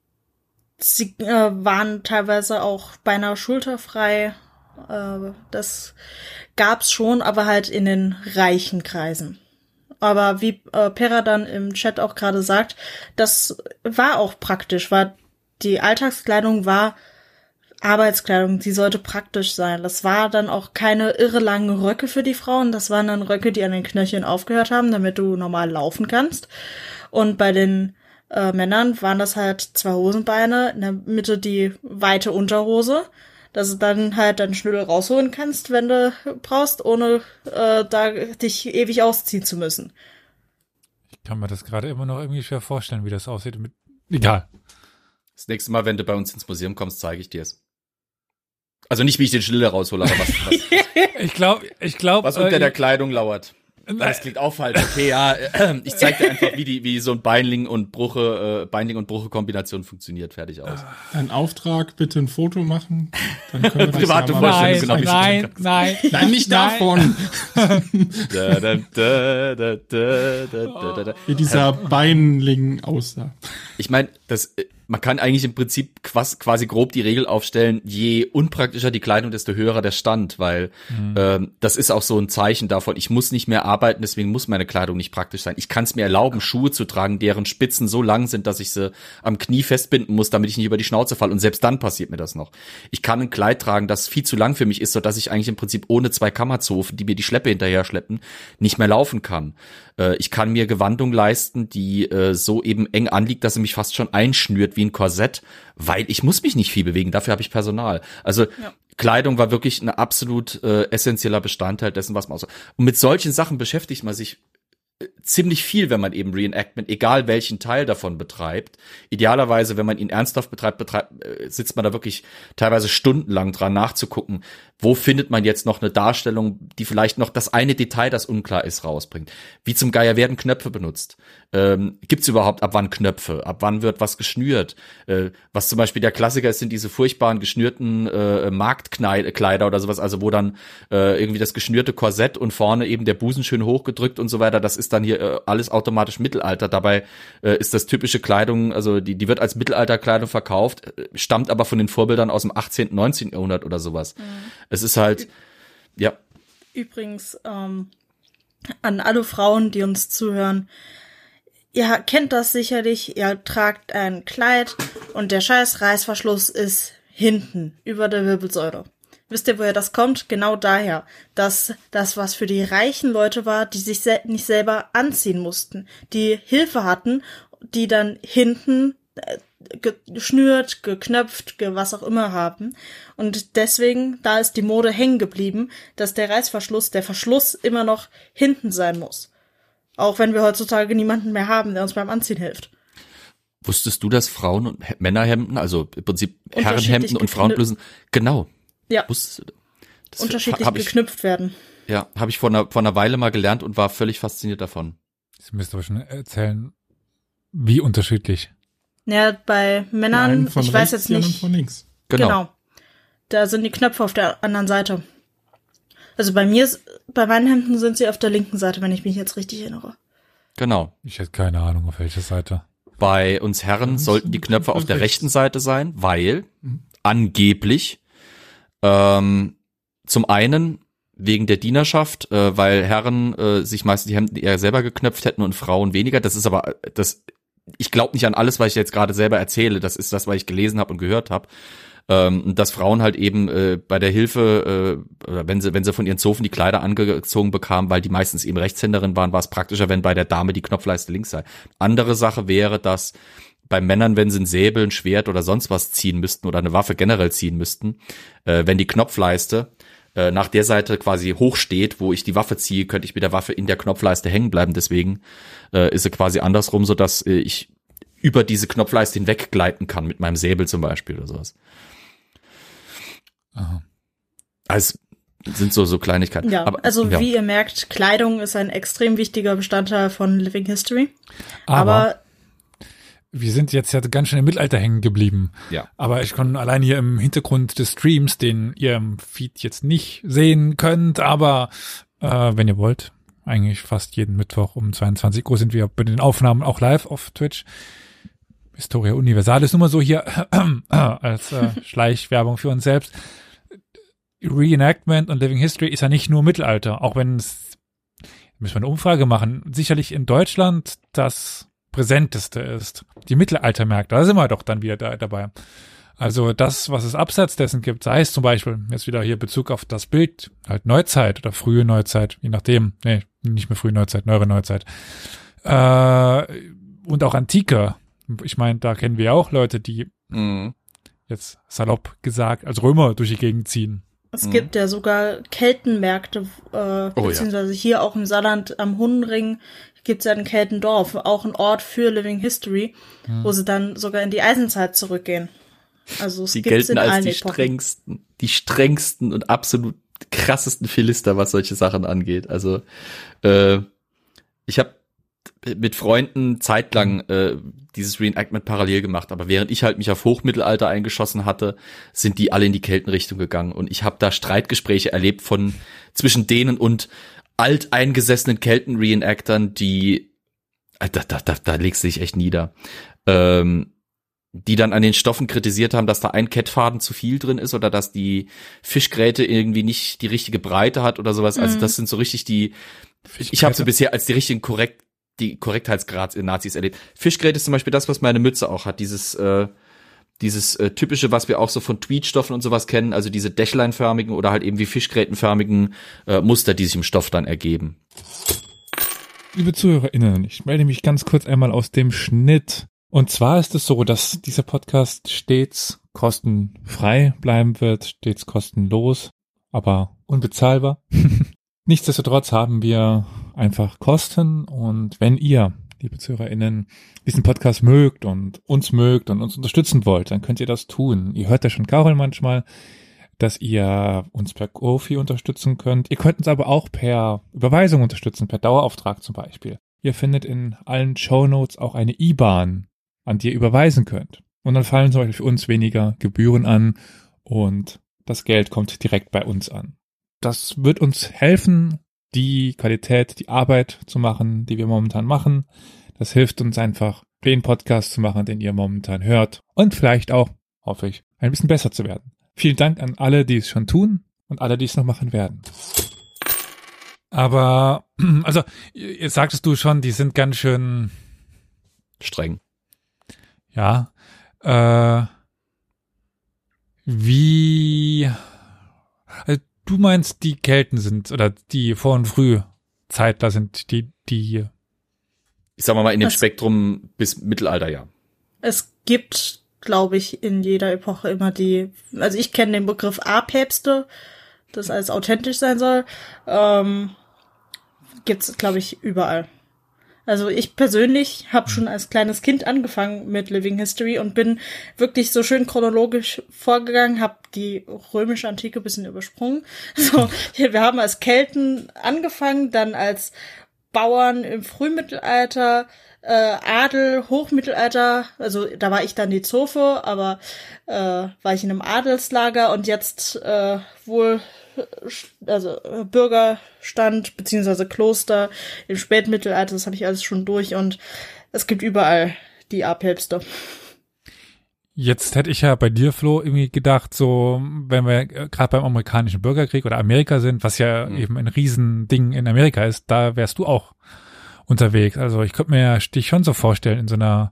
[SPEAKER 2] Sie äh, waren teilweise auch beinahe schulterfrei. Äh, das gab's schon, aber halt in den reichen Kreisen. Aber wie äh, Pera dann im Chat auch gerade sagt, das war auch praktisch, weil die Alltagskleidung war Arbeitskleidung, die sollte praktisch sein. Das war dann auch keine irre langen Röcke für die Frauen, das waren dann Röcke, die an den Knöcheln aufgehört haben, damit du normal laufen kannst. Und bei den Äh, Männern waren das halt zwei Hosenbeine, in der Mitte die weite Unterhose, dass du dann halt deinen Schnürdel rausholen kannst, wenn du brauchst, ohne äh, da dich ewig ausziehen zu müssen.
[SPEAKER 3] Ich kann mir das gerade immer noch irgendwie schwer vorstellen, wie das aussieht. Mit Egal.
[SPEAKER 1] Das nächste Mal, wenn du bei uns ins Museum kommst, zeige ich dir es. Also nicht, wie ich den Schnürdel raushole, aber was, was,
[SPEAKER 3] ich glaube, ich glaube,
[SPEAKER 1] was unter äh, der Kleidung lauert. Das klingt auch falsch. Okay, ja, äh, ich zeig dir einfach, wie die, wie so ein Beinling und Bruche, äh, Beinling und Bruche-Kombination funktioniert. Fertig aus.
[SPEAKER 4] Ein Auftrag, bitte ein Foto machen. Dann können wir das
[SPEAKER 1] Private
[SPEAKER 4] ja
[SPEAKER 1] Vorstellung,
[SPEAKER 3] genau, nein, nein, nein,
[SPEAKER 4] nein, nicht nein. davon.
[SPEAKER 1] da, da, da, da, da, da, da.
[SPEAKER 4] Wie dieser Beinling aussah.
[SPEAKER 1] Ich meine, das, man kann eigentlich im Prinzip quasi grob die Regel aufstellen, je unpraktischer die Kleidung, desto höherer der Stand, weil mhm. ähm, das ist auch so ein Zeichen davon, ich muss nicht mehr arbeiten, deswegen muss meine Kleidung nicht praktisch sein. Ich kann es mir erlauben, Schuhe zu tragen, deren Spitzen so lang sind, dass ich sie am Knie festbinden muss, damit ich nicht über die Schnauze falle, und selbst dann passiert mir das noch. Ich kann ein Kleid tragen, das viel zu lang für mich ist, sodass ich eigentlich im Prinzip ohne zwei Kammerzofen, die mir die Schleppe hinterher schleppen, nicht mehr laufen kann. Äh, ich kann mir Gewandung leisten, die äh, so eben eng anliegt, dass sie mich fast schon einschnürt wie ein Korsett, weil ich muss mich nicht viel bewegen, dafür habe ich Personal. Also ja. Kleidung war wirklich ein absolut äh, essentieller Bestandteil dessen, was man ausmacht. Und mit solchen Sachen beschäftigt man sich ziemlich viel, wenn man eben Reenactment, egal welchen Teil davon betreibt. Idealerweise, wenn man ihn ernsthaft betreibt, betreibt sitzt man da wirklich teilweise stundenlang dran nachzugucken, wo findet man jetzt noch eine Darstellung, die vielleicht noch das eine Detail, das unklar ist, rausbringt. Wie zum Geier werden Knöpfe benutzt? Ähm, Gibt es überhaupt ab wann Knöpfe? Ab wann wird was geschnürt? Äh, was zum Beispiel der Klassiker ist, sind diese furchtbaren geschnürten äh, Marktkleider oder sowas, also wo dann äh, irgendwie das geschnürte Korsett und vorne eben der Busen schön hochgedrückt und so weiter. Das ist dann hier äh, alles automatisch Mittelalter. Dabei äh, ist das typische Kleidung, also die, die wird als Mittelalterkleidung verkauft, äh, stammt aber von den Vorbildern aus dem achtzehnten, neunzehnten Jahrhundert oder sowas. Mhm. Es ist halt, ja.
[SPEAKER 2] Übrigens, ähm, an alle Frauen, die uns zuhören, ihr kennt das sicherlich, ihr tragt ein Kleid und der scheiß Reißverschluss ist hinten, über der Wirbelsäule. Wisst ihr, woher das kommt? Genau daher, dass das was für die reichen Leute war, die sich se- nicht selber anziehen mussten, die Hilfe hatten, die dann hinten äh, geschnürt, geknöpft, ge- was auch immer haben. Und deswegen, da ist die Mode hängen geblieben, dass der Reißverschluss, der Verschluss immer noch hinten sein muss. Auch wenn wir heutzutage niemanden mehr haben, der uns beim Anziehen hilft.
[SPEAKER 1] Wusstest du, dass Frauen- und Männerhemden, also im Prinzip Herrenhemden und Frauenblusen, genau.
[SPEAKER 2] Ja.
[SPEAKER 1] Wusstest du, das
[SPEAKER 2] unterschiedlich
[SPEAKER 1] hab ich,
[SPEAKER 2] geknüpft werden.
[SPEAKER 1] Ja, habe ich vor einer, vor einer Weile mal gelernt und war völlig fasziniert davon.
[SPEAKER 3] Sie müsst aber schon erzählen, wie unterschiedlich.
[SPEAKER 2] Ja, bei Männern,
[SPEAKER 4] von
[SPEAKER 2] ich
[SPEAKER 4] rechts,
[SPEAKER 2] weiß jetzt
[SPEAKER 4] die anderen
[SPEAKER 2] nicht.
[SPEAKER 4] von links.
[SPEAKER 1] Genau.
[SPEAKER 2] Genau. Da sind die Knöpfe auf der anderen Seite. Also bei mir, bei meinen Hemden sind sie auf der linken Seite, wenn ich mich jetzt richtig erinnere.
[SPEAKER 1] Genau.
[SPEAKER 3] Ich hätte keine Ahnung, auf welcher Seite.
[SPEAKER 1] Bei uns Herren
[SPEAKER 4] Das
[SPEAKER 1] sollten die Knöpfe auf der
[SPEAKER 4] rechts.
[SPEAKER 1] rechten Seite sein, weil
[SPEAKER 4] Mhm.
[SPEAKER 1] angeblich ähm, zum einen wegen der Dienerschaft, äh, weil Herren äh, sich meistens die Hemden eher selber geknöpft hätten und Frauen weniger. Das ist aber das. Ich glaube nicht an alles, was ich jetzt gerade selber erzähle. Das ist das, was ich gelesen habe und gehört habe. Ähm, dass Frauen halt eben äh, bei der Hilfe, äh, oder wenn sie wenn sie von ihren Zofen die Kleider angezogen bekamen, weil die meistens eben Rechtshänderin waren, war es praktischer, wenn bei der Dame die Knopfleiste links sei. Andere Sache wäre, dass bei Männern, wenn sie ein Säbel, ein Schwert oder sonst was ziehen müssten oder eine Waffe generell ziehen müssten, äh, wenn die Knopfleiste äh, nach der Seite quasi hoch steht, wo ich die Waffe ziehe, könnte ich mit der Waffe in der Knopfleiste hängen bleiben. Deswegen äh, ist sie quasi andersrum, so dass äh, ich über diese Knopfleiste hinweg gleiten kann, mit meinem Säbel zum Beispiel oder sowas.
[SPEAKER 3] Aha.
[SPEAKER 1] Also sind so so Kleinigkeiten.
[SPEAKER 2] Ja,
[SPEAKER 1] aber,
[SPEAKER 2] also
[SPEAKER 1] ja.
[SPEAKER 2] wie ihr merkt, Kleidung ist ein extrem wichtiger Bestandteil von Living History.
[SPEAKER 3] Aber,
[SPEAKER 2] Aber
[SPEAKER 3] wir sind jetzt ja ganz schön im Mittelalter hängen geblieben.
[SPEAKER 1] Ja.
[SPEAKER 3] Aber ich kann allein hier im Hintergrund des Streams, den ihr im Feed jetzt nicht sehen könnt, aber äh, wenn ihr wollt, eigentlich fast jeden Mittwoch um zweiundzwanzig Uhr sind wir bei den Aufnahmen auch live auf Twitch. Historia Universalis, nur mal so hier als äh, Schleichwerbung für uns selbst. Reenactment und Living History ist ja nicht nur Mittelalter, auch wenn es, müssen wir eine Umfrage machen, sicherlich in Deutschland das präsenteste ist. Die Mittelaltermärkte, da sind wir doch dann wieder da, dabei. Also das, was es abseits dessen gibt, sei es zum Beispiel, jetzt wieder hier Bezug auf das Bild, halt Neuzeit oder frühe Neuzeit, je nachdem, nee, nicht mehr frühe Neuzeit, neuere Neuzeit. Äh, und auch Antike. Ich meine, da kennen wir auch Leute, die
[SPEAKER 1] Mhm.
[SPEAKER 3] jetzt salopp gesagt als Römer durch die Gegend ziehen.
[SPEAKER 2] es
[SPEAKER 1] Mhm.
[SPEAKER 2] gibt ja sogar Keltenmärkte, äh,
[SPEAKER 1] Oh,
[SPEAKER 2] beziehungsweise hier auch im Saarland am Hundenring gibt es ja ein Keltendorf, auch ein Ort für Living History,
[SPEAKER 3] Mhm.
[SPEAKER 2] wo sie dann sogar in die Eisenzeit zurückgehen. Also es
[SPEAKER 1] Die
[SPEAKER 2] gibt's in
[SPEAKER 1] gelten als
[SPEAKER 2] allen
[SPEAKER 1] die
[SPEAKER 2] Epochen.
[SPEAKER 1] strengsten, die strengsten und absolut krassesten Philister, was solche Sachen angeht. Also äh, ich habe mit Freunden zeitlang äh, dieses Reenactment parallel gemacht, aber während ich halt mich auf Hochmittelalter eingeschossen hatte, sind die alle in die Keltenrichtung gegangen und ich habe da Streitgespräche erlebt von zwischen denen und alteingesessenen Kelten-Reenactern, die äh, da, da, da, da legst du dich echt nieder. Ähm, die dann an den Stoffen kritisiert haben, dass da ein Kettfaden zu viel drin ist oder dass die Fischgräte irgendwie nicht die richtige Breite hat oder sowas. Also
[SPEAKER 2] Mhm.
[SPEAKER 1] das sind so richtig die, ich habe sie bisher als die richtigen korrekt, die Korrektheitsgrad-Nazis erlebt. Fischgräte ist zum Beispiel das, was meine Mütze auch hat, dieses äh, dieses äh, typische, was wir auch so von Tweedstoffen und sowas kennen, also diese dächleinförmigen oder halt eben wie Fischgrätenförmigen äh, Muster, die sich im Stoff dann ergeben.
[SPEAKER 3] Liebe ZuhörerInnen, ich melde mich ganz kurz einmal aus dem Schnitt. Und zwar ist es so, dass dieser Podcast stets kostenfrei bleiben wird, stets kostenlos, aber unbezahlbar. Nichtsdestotrotz haben wir einfach kosten. Und wenn ihr, liebe ZuhörerInnen, diesen Podcast mögt und uns mögt und uns unterstützen wollt, dann könnt ihr das tun. Ihr hört ja schon Carol manchmal, dass ihr uns per Ko-fi unterstützen könnt. Ihr könnt uns aber auch per Überweisung unterstützen, per Dauerauftrag zum Beispiel. Ihr findet in allen Shownotes auch eine I B A N, an die ihr überweisen könnt. Und dann fallen zum Beispiel für uns weniger Gebühren an und das Geld kommt direkt bei uns an. Das wird uns helfen, die Qualität, die Arbeit zu machen, die wir momentan machen. Das hilft uns einfach, den Podcast zu machen, den ihr momentan hört. Und vielleicht auch, hoffe ich, ein bisschen besser zu werden. Vielen Dank an alle, die es schon tun und alle, die es noch machen werden. Aber, also, jetzt sagtest du schon, die sind ganz schön
[SPEAKER 1] streng.
[SPEAKER 3] Ja. Äh, wie, also du meinst, die Kelten sind, oder die Vor- und Frühzeitler sind, die, die.
[SPEAKER 1] Ich sag mal in dem
[SPEAKER 2] das,
[SPEAKER 1] Spektrum bis Mittelalter, ja.
[SPEAKER 2] Es gibt, glaube ich, in jeder Epoche immer die, also ich kenne den Begriff A-Päpste, das alles authentisch sein soll, ähm, gibt's, glaube ich, überall. Also ich persönlich habe schon als kleines Kind angefangen mit Living History und bin wirklich so schön chronologisch vorgegangen, habe die römische Antike ein bisschen übersprungen. So, wir haben als Kelten angefangen, dann als Bauern im Frühmittelalter, äh, Adel, Hochmittelalter, also da war ich dann die Zofe, aber äh, war ich in einem Adelslager und jetzt äh, wohl also äh, Bürgerstand beziehungsweise Kloster im Spätmittelalter, das habe ich alles schon durch und es gibt überall die A-Päpste.
[SPEAKER 3] Jetzt hätte ich ja bei dir, Flo, irgendwie gedacht, so, wenn wir gerade beim amerikanischen Bürgerkrieg oder Amerika sind, was ja mhm. eben ein Riesending in Amerika ist, da wärst du auch unterwegs. Also ich könnte mir dich schon so vorstellen in so einer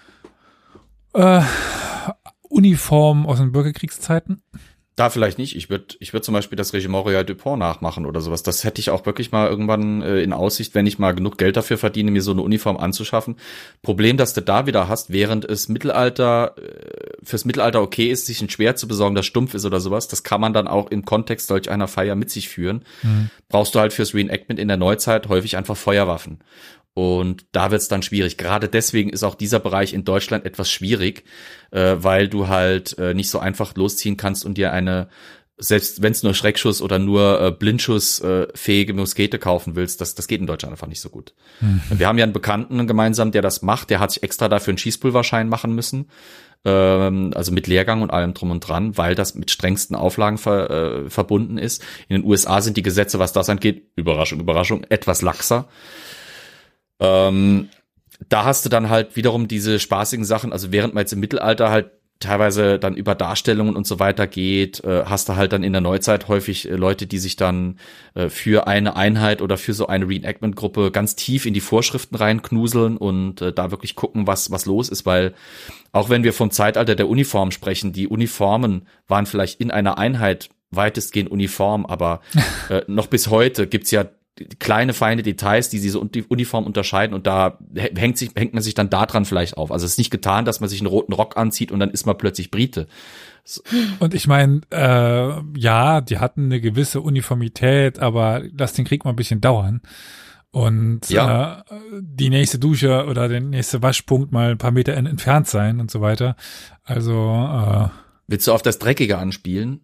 [SPEAKER 3] äh, Uniform aus den Bürgerkriegszeiten.
[SPEAKER 1] Da vielleicht nicht. Ich würde ich würde zum Beispiel das Regiment Royal Dupont nachmachen oder sowas. Das hätte ich auch wirklich mal irgendwann äh, in Aussicht, wenn ich mal genug Geld dafür verdiene, mir so eine Uniform anzuschaffen. Problem, das du da wieder hast, während es Mittelalter äh, fürs Mittelalter okay ist, sich ein Schwert zu besorgen, das stumpf ist oder sowas, das kann man dann auch im Kontext solch einer Feier mit sich führen. Mhm. Brauchst du halt fürs Reenactment in der Neuzeit häufig einfach Feuerwaffen. Und da wird's dann schwierig. Gerade deswegen ist auch dieser Bereich in Deutschland etwas schwierig, äh, weil du halt äh, nicht so einfach losziehen kannst und dir eine, selbst wenn es nur Schreckschuss oder nur äh, Blindschussfähige äh, Muskete kaufen willst, das das geht in Deutschland einfach nicht so gut. Mhm. Wir haben ja einen Bekannten gemeinsam, der das macht. Der hat sich extra dafür einen Schießpulverschein machen müssen, ähm, also mit Lehrgang und allem drum und dran, weil das mit strengsten Auflagen ver, äh, verbunden ist. In den U S A sind die Gesetze, was das angeht, Überraschung, Überraschung, etwas laxer. Ähm, da hast du dann halt wiederum diese spaßigen Sachen, also während man jetzt im Mittelalter halt teilweise dann über Darstellungen und so weiter geht, äh, hast du halt dann in der Neuzeit häufig äh, Leute, die sich dann äh, für eine Einheit oder für so eine Reenactment-Gruppe ganz tief in die Vorschriften reinknuseln und äh, da wirklich gucken, was was los ist, weil auch wenn wir vom Zeitalter der Uniform sprechen, die Uniformen waren vielleicht in einer Einheit weitestgehend uniform, aber äh, noch bis heute gibt's ja kleine, feine Details, die diese Uniform unterscheiden und da hängt sich, hängt man sich dann daran vielleicht auf. Also es ist nicht getan, dass man sich einen roten Rock anzieht und dann ist man plötzlich Brite. So.
[SPEAKER 3] Und ich meine, äh, ja, die hatten eine gewisse Uniformität, aber lass den Krieg mal ein bisschen dauern. Und ja. äh, die nächste Dusche oder der nächste Waschpunkt mal ein paar Meter entfernt sein und so weiter. Also äh,
[SPEAKER 1] willst du auf das Dreckige anspielen?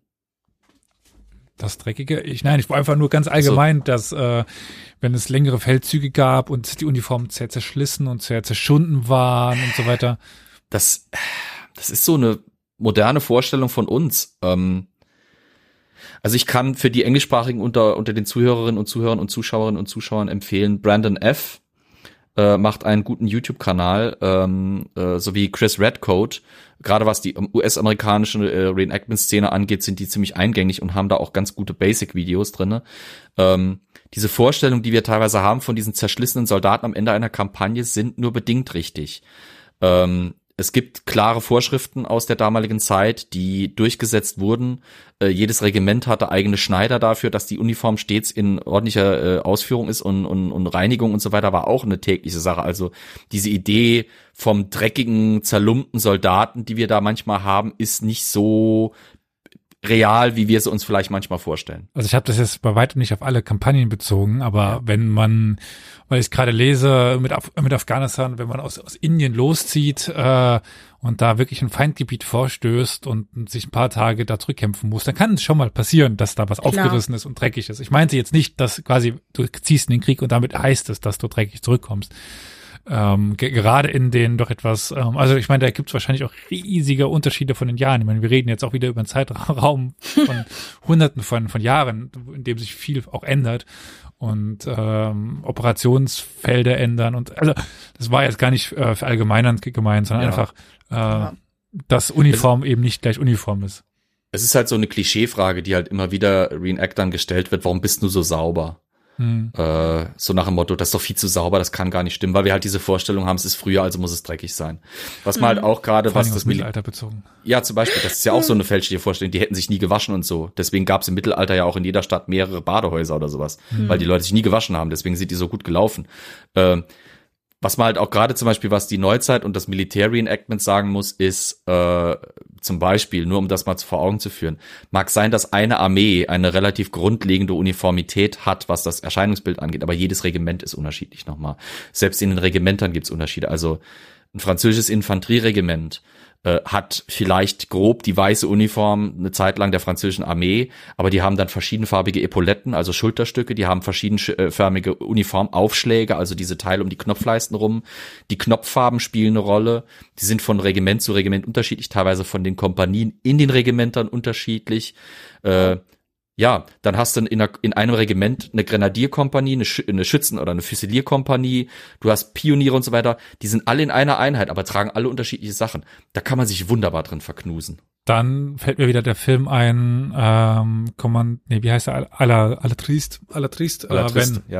[SPEAKER 3] Das Dreckige? Ich, nein, ich war einfach nur ganz allgemein, so. dass äh, wenn es längere Feldzüge gab und die Uniformen sehr zerschlissen und sehr zerschunden waren und so weiter.
[SPEAKER 1] Das, das ist so eine moderne Vorstellung von uns. Ähm, also ich kann für die Englischsprachigen unter unter den Zuhörerinnen und Zuhörern und Zuschauerinnen und Zuschauern empfehlen, Brandon F. Äh, macht einen guten YouTube-Kanal, ähm, äh, sowie Chris Redcoat. Gerade was die U S-amerikanische äh, Reenactment-Szene angeht, sind die ziemlich eingängig und haben da auch ganz gute Basic-Videos drinne. Ähm, diese Vorstellung, die wir teilweise haben von diesen zerschlissenen Soldaten am Ende einer Kampagne, sind nur bedingt richtig. Ähm, es gibt klare Vorschriften aus der damaligen Zeit, die durchgesetzt wurden. Äh, jedes Regiment hatte eigene Schneider dafür, dass die Uniform stets in ordentlicher äh, Ausführung ist und, und, und Reinigung und so weiter war auch eine tägliche Sache. Also diese Idee vom dreckigen, zerlumpten Soldaten, die wir da manchmal haben, ist nicht so real, wie wir es uns vielleicht manchmal vorstellen.
[SPEAKER 3] Also ich habe das jetzt bei weitem nicht auf alle Kampagnen bezogen, aber ja. wenn man, weil ich gerade lese mit, Af- mit Afghanistan, wenn man aus, aus Indien loszieht äh, und da wirklich ein Feindgebiet vorstößt und sich ein paar Tage da zurückkämpfen muss, dann kann es schon mal passieren, dass da was Klar. aufgerissen ist und dreckig ist. Ich meinte jetzt nicht, dass quasi du ziehst in den Krieg und damit heißt es, dass du dreckig zurückkommst. Ähm, ge- gerade in den doch etwas, ähm, also ich meine, da gibt es wahrscheinlich auch riesige Unterschiede von den Jahren. Ich meine, wir reden jetzt auch wieder über einen Zeitraum von Hunderten von, von Jahren, in dem sich viel auch ändert und ähm, Operationsfelder ändern und also das war jetzt gar nicht äh, verallgemeinernd gemeint, sondern ja. einfach, äh, ja. dass Uniform es, eben nicht gleich Uniform ist.
[SPEAKER 1] Es ist halt so eine Klischeefrage, die halt immer wieder Reenactern gestellt wird, warum bist du so sauber? Hm. Äh, so nach dem Motto, das ist doch viel zu sauber, das kann gar nicht stimmen, weil wir halt diese Vorstellung haben, es ist früher, also muss es dreckig sein. Was man mhm. halt auch gerade, was das
[SPEAKER 3] Mittelalter bezogen.
[SPEAKER 1] Ja, zum Beispiel, das ist ja auch so eine fälschliche Vorstellung, die hätten sich nie gewaschen und so. Deswegen gab es im Mittelalter ja auch in jeder Stadt mehrere Badehäuser oder sowas, mhm. weil die Leute sich nie gewaschen haben, deswegen sind die so gut gelaufen. Äh, Was man halt auch gerade zum Beispiel, was die Neuzeit und das Militär-Reenactment sagen muss, ist äh, zum Beispiel, nur um das mal vor Augen zu führen, mag sein, dass eine Armee eine relativ grundlegende Uniformität hat, was das Erscheinungsbild angeht, aber jedes Regiment ist unterschiedlich nochmal. Selbst in den Regimentern gibt's Unterschiede. Also ein französisches Infanterieregiment äh, hat vielleicht grob die weiße Uniform eine Zeit lang der französischen Armee, aber die haben dann verschiedenfarbige Epauletten, also Schulterstücke, die haben verschiedenförmige Uniformaufschläge, also diese Teile um die Knopfleisten rum. Die Knopffarben spielen eine Rolle, die sind von Regiment zu Regiment unterschiedlich, teilweise von den Kompanien in den Regimentern unterschiedlich. Äh, Ja, dann hast du in, einer, in einem Regiment eine Grenadierkompanie, eine, Sch- eine Schützen- oder eine Füsilierkompanie, du hast Pioniere und so weiter, die sind alle in einer Einheit, aber tragen alle unterschiedliche Sachen. Da kann man sich wunderbar drin verknusen.
[SPEAKER 3] Dann fällt mir wieder der Film ein, ähm, Kommand, nee, wie heißt er, Ala, Ala Trist, Ala Trist,
[SPEAKER 1] Ala
[SPEAKER 3] äh,
[SPEAKER 1] Trist,
[SPEAKER 3] wenn
[SPEAKER 1] ja.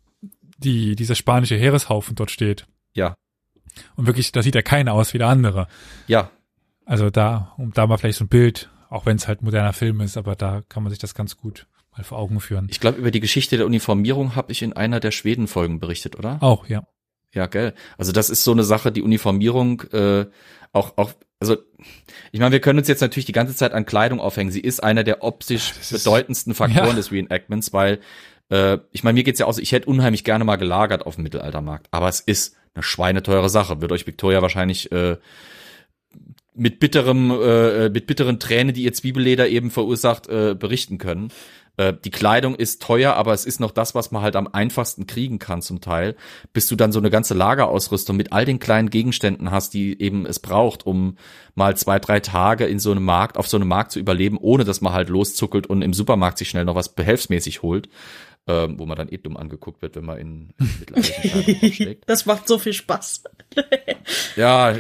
[SPEAKER 3] die, dieser spanische Heereshaufen dort steht.
[SPEAKER 1] Ja.
[SPEAKER 3] Und wirklich, da sieht ja keiner aus wie der andere.
[SPEAKER 1] Ja.
[SPEAKER 3] Also da, um da mal vielleicht so ein Bild, auch wenn es halt moderner Film ist, aber da kann man sich das ganz gut mal vor Augen führen.
[SPEAKER 1] Ich glaube, über die Geschichte der Uniformierung habe ich in einer der Schweden-Folgen berichtet, oder?
[SPEAKER 3] Auch, ja.
[SPEAKER 1] Ja, gell. Also das ist so eine Sache, die Uniformierung äh, auch, auch, also ich meine, wir können uns jetzt natürlich die ganze Zeit an Kleidung aufhängen. Sie ist einer der optisch ist, bedeutendsten Faktoren ja. des Reenactments, weil äh, ich meine, mir geht's ja auch so, ich hätte unheimlich gerne mal gelagert auf dem Mittelaltermarkt, aber es ist eine schweineteure Sache. Wird euch Victoria wahrscheinlich äh, mit bitterem, äh, mit bitteren Tränen, die ihr Zwiebelleder eben verursacht, äh, berichten können. Äh, die Kleidung ist teuer, aber es ist noch das, was man halt am einfachsten kriegen kann zum Teil, bis du dann so eine ganze Lagerausrüstung mit all den kleinen Gegenständen hast, die eben es braucht, um mal zwei, drei Tage in so einem Markt, auf so einem Markt zu überleben, ohne dass man halt loszuckelt und im Supermarkt sich schnell noch was behelfsmäßig holt. Ähm, wo man dann eh dumm angeguckt wird, wenn man in, in mittelalterlichen Kleidung aufschlägt.
[SPEAKER 2] Das macht so viel Spaß.
[SPEAKER 1] Ja,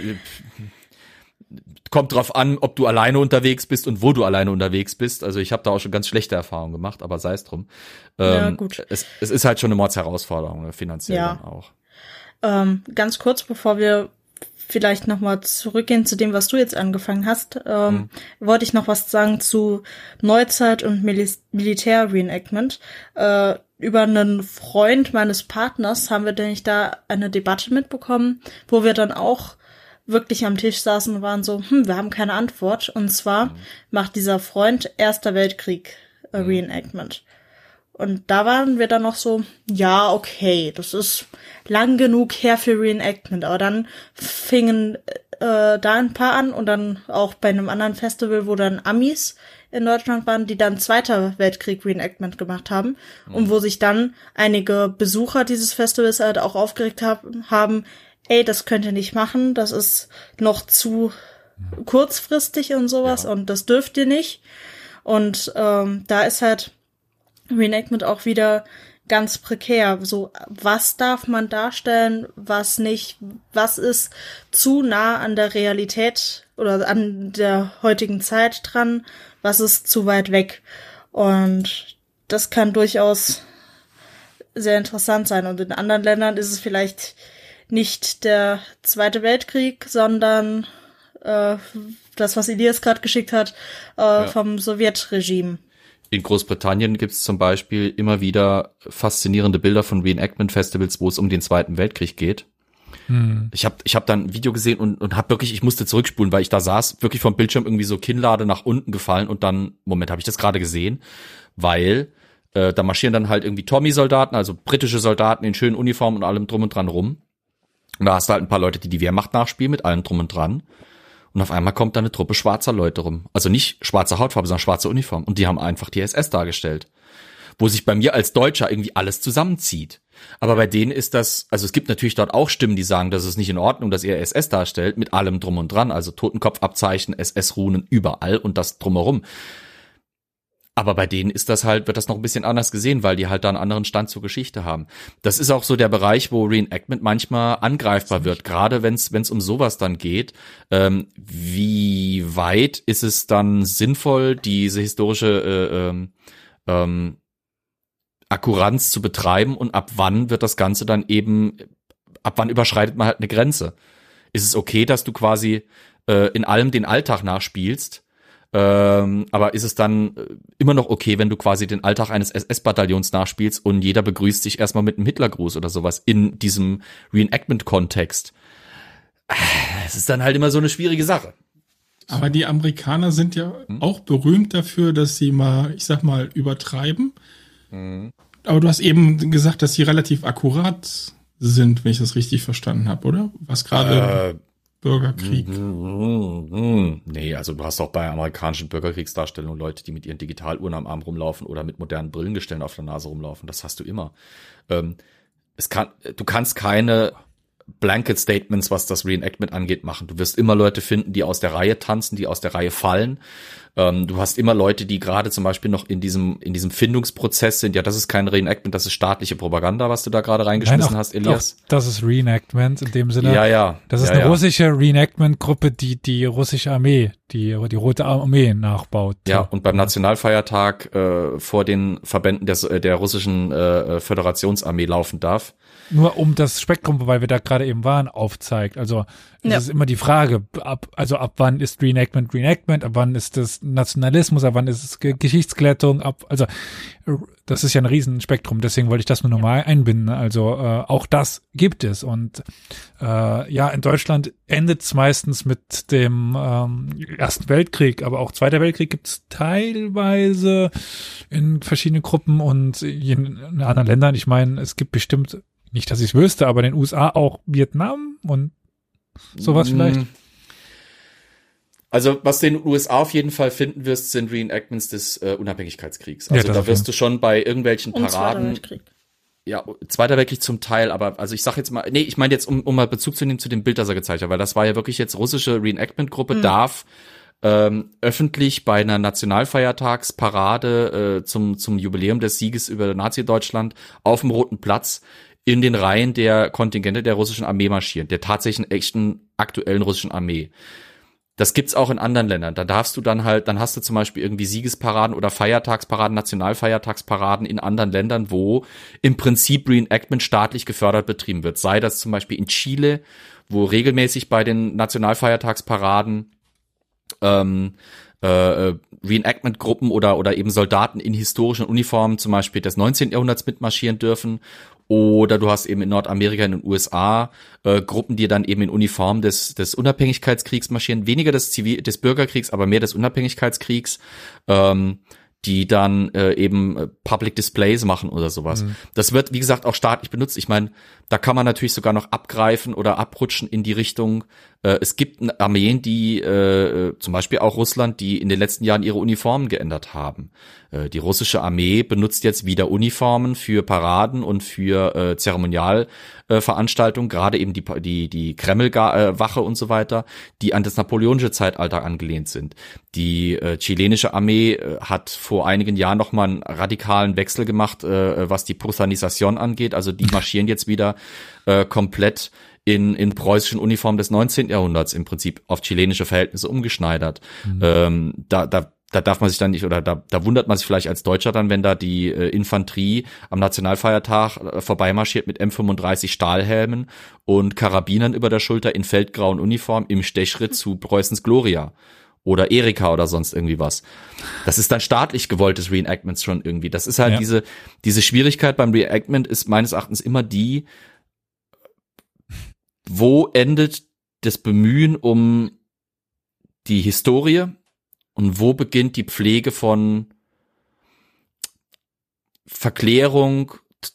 [SPEAKER 1] kommt drauf an, ob du alleine unterwegs bist und wo du alleine unterwegs bist. Also ich habe da auch schon ganz schlechte Erfahrungen gemacht, aber sei es drum. Ähm, ja, gut. Es, es ist halt schon eine Mordsherausforderung, finanziell ja. dann auch.
[SPEAKER 2] Ähm, ganz kurz, bevor wir vielleicht nochmal zurückgehen zu dem, was du jetzt angefangen hast, ähm, mhm. wollte ich noch was sagen zu Neuzeit und Mil- Militär-Reenactment. Äh, über einen Freund meines Partners haben wir nämlich da eine Debatte mitbekommen, wo wir dann auch wirklich am Tisch saßen und waren so, hm, wir haben keine Antwort. Und zwar mhm. macht dieser Freund Erster Weltkrieg äh, Reenactment. Und da waren wir dann noch so, ja, okay, das ist lang genug her für Reenactment. Aber dann fingen äh, da ein paar an und dann auch bei einem anderen Festival, wo dann Amis in Deutschland waren, die dann Zweiter Weltkrieg Reenactment gemacht haben. Mhm. Und wo sich dann einige Besucher dieses Festivals halt auch aufgeregt hab, haben, ey, das könnt ihr nicht machen, das ist noch zu kurzfristig und sowas ja. und das dürft ihr nicht. Und ähm, da ist halt Reenactment auch wieder ganz prekär. So, was darf man darstellen, was nicht, was ist zu nah an der Realität oder an der heutigen Zeit dran, was ist zu weit weg. Und das kann durchaus sehr interessant sein. Und in anderen Ländern ist es vielleicht nicht der Zweite Weltkrieg, sondern äh, das, was Elias gerade geschickt hat, äh, ja. vom Sowjetregime.
[SPEAKER 1] In Großbritannien gibt es zum Beispiel immer wieder faszinierende Bilder von Reenactment-Festivals, wo es um den Zweiten Weltkrieg geht.
[SPEAKER 3] Hm.
[SPEAKER 1] Ich habe ich hab dann ein Video gesehen und, und habe wirklich, ich musste zurückspulen, weil ich da saß, wirklich vom Bildschirm irgendwie so Kinnlade nach unten gefallen und dann, Moment, habe ich das gerade gesehen? Weil äh, da marschieren dann halt irgendwie Tommy-Soldaten, also britische Soldaten in schönen Uniformen und allem drum und dran rum. Und da hast du halt ein paar Leute, die die Wehrmacht nachspielen mit allem drum und dran. Und auf einmal kommt da eine Truppe schwarzer Leute rum. Also nicht schwarze Hautfarbe, sondern schwarze Uniform. Und die haben einfach die S S dargestellt. Wo sich bei mir als Deutscher irgendwie alles zusammenzieht. Aber bei denen ist das, also es gibt natürlich dort auch Stimmen, die sagen, das ist nicht in Ordnung, dass ihr S S darstellt, mit allem drum und dran. Also Totenkopfabzeichen, S S-Runen überall und das drumherum. Aber bei denen ist das halt, wird das noch ein bisschen anders gesehen, weil die halt da einen anderen Stand zur Geschichte haben. Das ist auch so der Bereich, wo Reenactment manchmal angreifbar wird, gerade wenn es wenn es um sowas dann geht. Ähm, wie weit ist es dann sinnvoll, diese historische äh, ähm, ähm, Akkuranz zu betreiben und ab wann wird das Ganze dann eben, ab wann überschreitet man halt eine Grenze? Ist es okay, dass du quasi äh, in allem den Alltag nachspielst? Ähm, aber ist es dann immer noch okay, wenn du quasi den Alltag eines S S-Bataillons nachspielst und jeder begrüßt dich erstmal mit einem Hitlergruß oder sowas in diesem Reenactment-Kontext? Es ist dann halt immer so eine schwierige Sache.
[SPEAKER 4] Aber die Amerikaner sind ja hm? auch berühmt dafür, dass sie mal, ich sag mal, übertreiben. Hm. Aber du hast eben gesagt, dass sie relativ akkurat sind, wenn ich das richtig verstanden habe, oder? Was gerade... Äh, Bürgerkrieg.
[SPEAKER 1] Nee, also du hast auch bei amerikanischen Bürgerkriegsdarstellungen Leute, die mit ihren Digitaluhren am Arm rumlaufen oder mit modernen Brillengestellen auf der Nase rumlaufen. Das hast du immer. Ähm, es kann, du kannst keine Blanket Statements, was das Reenactment angeht, machen. Du wirst immer Leute finden, die aus der Reihe tanzen, die aus der Reihe fallen. Ähm, du hast immer Leute, die gerade zum Beispiel noch in diesem in diesem Findungsprozess sind. Ja, das ist kein Reenactment, das ist staatliche Propaganda, was du da gerade reingeschmissen
[SPEAKER 3] Nein, auch,
[SPEAKER 1] hast, Elias.
[SPEAKER 3] Auch, das ist Reenactment in dem Sinne.
[SPEAKER 1] Ja, ja.
[SPEAKER 3] Das ist
[SPEAKER 1] ja,
[SPEAKER 3] eine
[SPEAKER 1] ja.
[SPEAKER 3] russische Reenactment-Gruppe, die die russische Armee, die die Rote Armee nachbaut.
[SPEAKER 1] Ja, und beim Nationalfeiertag äh, vor den Verbänden der, der russischen äh, Föderationsarmee laufen darf.
[SPEAKER 3] Nur um das Spektrum, weil wir da gerade eben waren, aufzeigt. Also es
[SPEAKER 2] Ja.
[SPEAKER 3] ist immer die Frage, ab, also ab wann ist Reenactment Reenactment, ab wann ist das Nationalismus, ab wann ist es Ge- Geschichtsglättung, ab, also das ist ja ein Riesenspektrum, deswegen wollte ich das nur nochmal einbinden. Also äh, auch das gibt es und äh, ja, in Deutschland endet es meistens mit dem ähm, Ersten Weltkrieg, aber auch Zweiter Weltkrieg gibt es teilweise in verschiedenen Gruppen und in, in anderen Ländern. Ich meine, es gibt bestimmt, nicht, dass ich es wüsste, aber in den U S A auch Vietnam und sowas vielleicht.
[SPEAKER 1] Also was du in den U S A auf jeden Fall finden wirst, sind Reenactments des äh, Unabhängigkeitskriegs. Also
[SPEAKER 3] Ja, das
[SPEAKER 1] da
[SPEAKER 3] auf
[SPEAKER 1] wirst
[SPEAKER 3] jeden
[SPEAKER 1] du schon bei irgendwelchen
[SPEAKER 2] Und Zweiter
[SPEAKER 1] Paraden,
[SPEAKER 2] Weltkrieg.
[SPEAKER 1] ja, Zweiter Weltkrieg zum Teil, aber also ich sag jetzt mal, nee, ich meine jetzt, um, um mal Bezug zu nehmen zu dem Bild, das er gezeigt hat, weil das war ja wirklich jetzt russische Reenactment-Gruppe,
[SPEAKER 2] Mhm.
[SPEAKER 1] darf ähm, öffentlich bei einer Nationalfeiertagsparade äh, zum zum Jubiläum des Sieges über Nazi-Deutschland auf dem Roten Platz in den Reihen der Kontingente der russischen Armee marschieren, der tatsächlichen echten aktuellen russischen Armee. Das gibt's auch in anderen Ländern. Da darfst du dann halt, dann hast du zum Beispiel irgendwie Siegesparaden oder Feiertagsparaden, Nationalfeiertagsparaden in anderen Ländern, wo im Prinzip Reenactment staatlich gefördert betrieben wird. Sei das zum Beispiel in Chile, wo regelmäßig bei den Nationalfeiertagsparaden ähm, äh, Reenactment-Gruppen oder oder eben Soldaten in historischen Uniformen zum Beispiel des neunzehnten Jahrhunderts mitmarschieren dürfen. Oder du hast eben in Nordamerika, in den U S A äh, Gruppen, die dann eben in Uniform des des Unabhängigkeitskriegs marschieren, weniger des Zivil des Bürgerkriegs, aber mehr des Unabhängigkeitskriegs, ähm, die dann äh, eben äh, Public Displays machen oder sowas. Mhm. Das wird, wie gesagt, auch staatlich benutzt. Ich meine, da kann man natürlich sogar noch abgreifen oder abrutschen in die Richtung, äh, es gibt Armeen, die äh, zum Beispiel auch Russland, die in den letzten Jahren ihre Uniformen geändert haben. Äh, die russische Armee benutzt jetzt wieder Uniformen für Paraden und für äh, Zeremonialveranstaltungen, äh, gerade eben die die die Kreml-Wache äh, und so weiter, die an das napoleonische Zeitalter angelehnt sind. Die äh, chilenische Armee äh, hat vor einigen Jahren noch mal einen radikalen Wechsel gemacht, äh, was die Prusanisation angeht. Also die marschieren jetzt wieder äh, komplett in in preußischen Uniformen des neunzehnten Jahrhunderts im Prinzip auf chilenische Verhältnisse umgeschneidert. Mhm. Ähm, da da da darf man sich dann nicht, oder da da wundert man sich vielleicht als Deutscher dann, wenn da die äh, Infanterie am Nationalfeiertag äh, vorbeimarschiert mit M fünfunddreißig Stahlhelmen und Karabinern über der Schulter in feldgrauen Uniform im Stechschritt zu Preußens Gloria oder Erika oder sonst irgendwie was. Das ist dann staatlich gewolltes Reenactments schon irgendwie. Das ist halt
[SPEAKER 3] ja.
[SPEAKER 1] diese diese Schwierigkeit beim Reenactment ist meines Erachtens immer die, wo endet das Bemühen um die Historie und wo beginnt die Pflege von Verklärung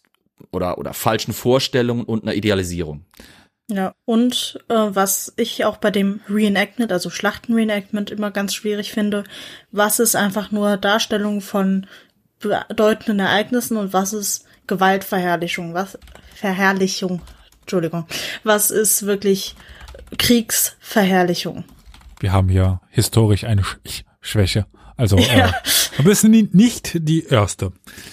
[SPEAKER 1] oder oder falschen Vorstellungen und einer Idealisierung.
[SPEAKER 2] Ja, und äh, was ich auch bei dem Reenactment, also Schlachten-Reenactment immer ganz schwierig finde, was ist einfach nur Darstellung von bedeutenden Ereignissen und was ist Gewaltverherrlichung, was Verherrlichung, Entschuldigung, was ist wirklich Kriegsverherrlichung.
[SPEAKER 3] Wir haben hier historisch eine Sch- Schwäche. Also,
[SPEAKER 2] Ja.
[SPEAKER 3] äh, aber es ist nicht die erste.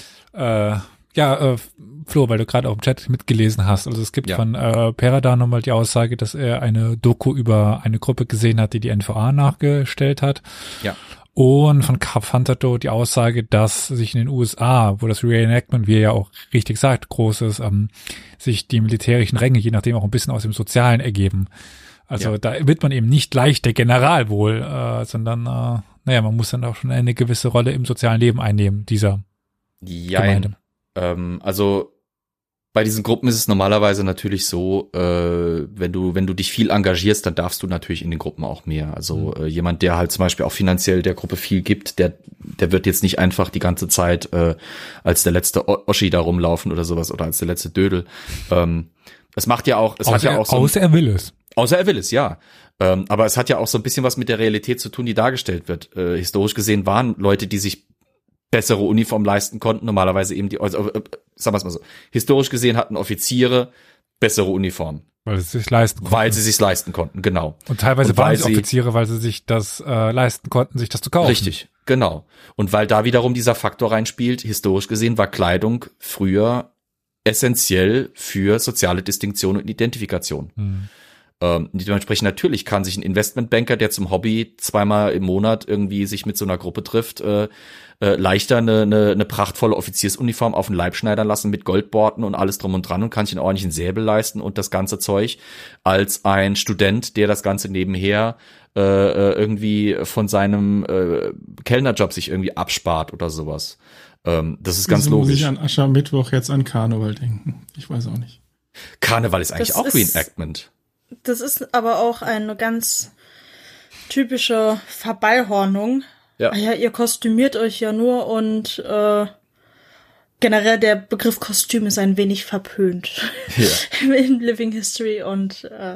[SPEAKER 3] Äh, ja, äh, Flo, weil du gerade auch im Chat mitgelesen hast. Also es gibt
[SPEAKER 1] Ja.
[SPEAKER 3] von äh, Perada nochmal die Aussage, dass er eine Doku über eine Gruppe gesehen hat, die die N V A nachgestellt hat.
[SPEAKER 1] Ja.
[SPEAKER 3] Und von Carp Fantato die Aussage, dass sich in den U S A, wo das Reenactment, wie er ja auch richtig sagt, groß ist, ähm, sich die militärischen Ränge, je nachdem auch ein bisschen aus dem Sozialen ergeben. Also
[SPEAKER 1] Ja.
[SPEAKER 3] da wird man eben nicht leicht der General wohl, äh, sondern, äh, naja, man muss dann auch schon eine gewisse Rolle im sozialen Leben einnehmen, dieser
[SPEAKER 1] Jein.
[SPEAKER 3] Gemeinde.
[SPEAKER 1] Ähm, also bei diesen Gruppen ist es normalerweise natürlich so, äh, wenn du wenn du dich viel engagierst, dann darfst du natürlich in den Gruppen auch mehr. Also äh, jemand, der halt zum Beispiel auch finanziell der Gruppe viel gibt, der der wird jetzt nicht einfach die ganze Zeit äh, als der letzte O- Oschi da rumlaufen oder sowas oder als der letzte Dödel. Ähm, es macht ja auch, es hat
[SPEAKER 3] Außer,
[SPEAKER 1] ja auch so
[SPEAKER 3] außer er will es.
[SPEAKER 1] Außer er will es, ja. Ähm, aber es hat ja auch so ein bisschen was mit der Realität zu tun, die dargestellt wird. Äh, historisch gesehen waren Leute, die sich bessere Uniform leisten konnten, normalerweise eben die, also, äh, sagen wir es mal so, historisch gesehen hatten Offiziere bessere Uniformen,
[SPEAKER 3] Weil sie es sich leisten konnten.
[SPEAKER 1] weil sie sich leisten konnten, genau.
[SPEAKER 3] Und teilweise
[SPEAKER 1] und
[SPEAKER 3] waren
[SPEAKER 1] weil
[SPEAKER 3] es
[SPEAKER 1] sie-
[SPEAKER 3] Offiziere, weil sie sich das äh, leisten konnten, sich das zu kaufen.
[SPEAKER 1] Richtig, genau. Und weil da wiederum dieser Faktor reinspielt, historisch gesehen war Kleidung früher essentiell für soziale Distinktion und Identifikation.
[SPEAKER 3] Hm.
[SPEAKER 1] Ähm, dementsprechend natürlich kann sich ein Investmentbanker, der zum Hobby zweimal im Monat irgendwie sich mit so einer Gruppe trifft, äh, äh, leichter eine, eine, eine prachtvolle Offiziersuniform auf den Leib schneidern lassen mit Goldborten und alles drum und dran und kann sich einen ordentlichen Säbel leisten und das ganze Zeug, als ein Student, der das Ganze nebenher äh, äh, irgendwie von seinem äh, Kellnerjob sich irgendwie abspart oder sowas. Ähm, das ist ganz
[SPEAKER 4] Wieso muss
[SPEAKER 1] logisch.
[SPEAKER 4] ich an Aschermittwoch jetzt an Karneval denken? Ich weiß auch nicht.
[SPEAKER 1] Karneval ist eigentlich
[SPEAKER 2] Das
[SPEAKER 1] auch
[SPEAKER 2] ist-
[SPEAKER 1] Reenactment.
[SPEAKER 2] Das ist aber auch eine ganz typische Verballhornung.
[SPEAKER 1] Ja.
[SPEAKER 2] Ah ja, ihr kostümiert euch ja nur und äh, generell der Begriff Kostüm ist ein wenig verpönt
[SPEAKER 1] Ja.
[SPEAKER 2] in Living History und äh,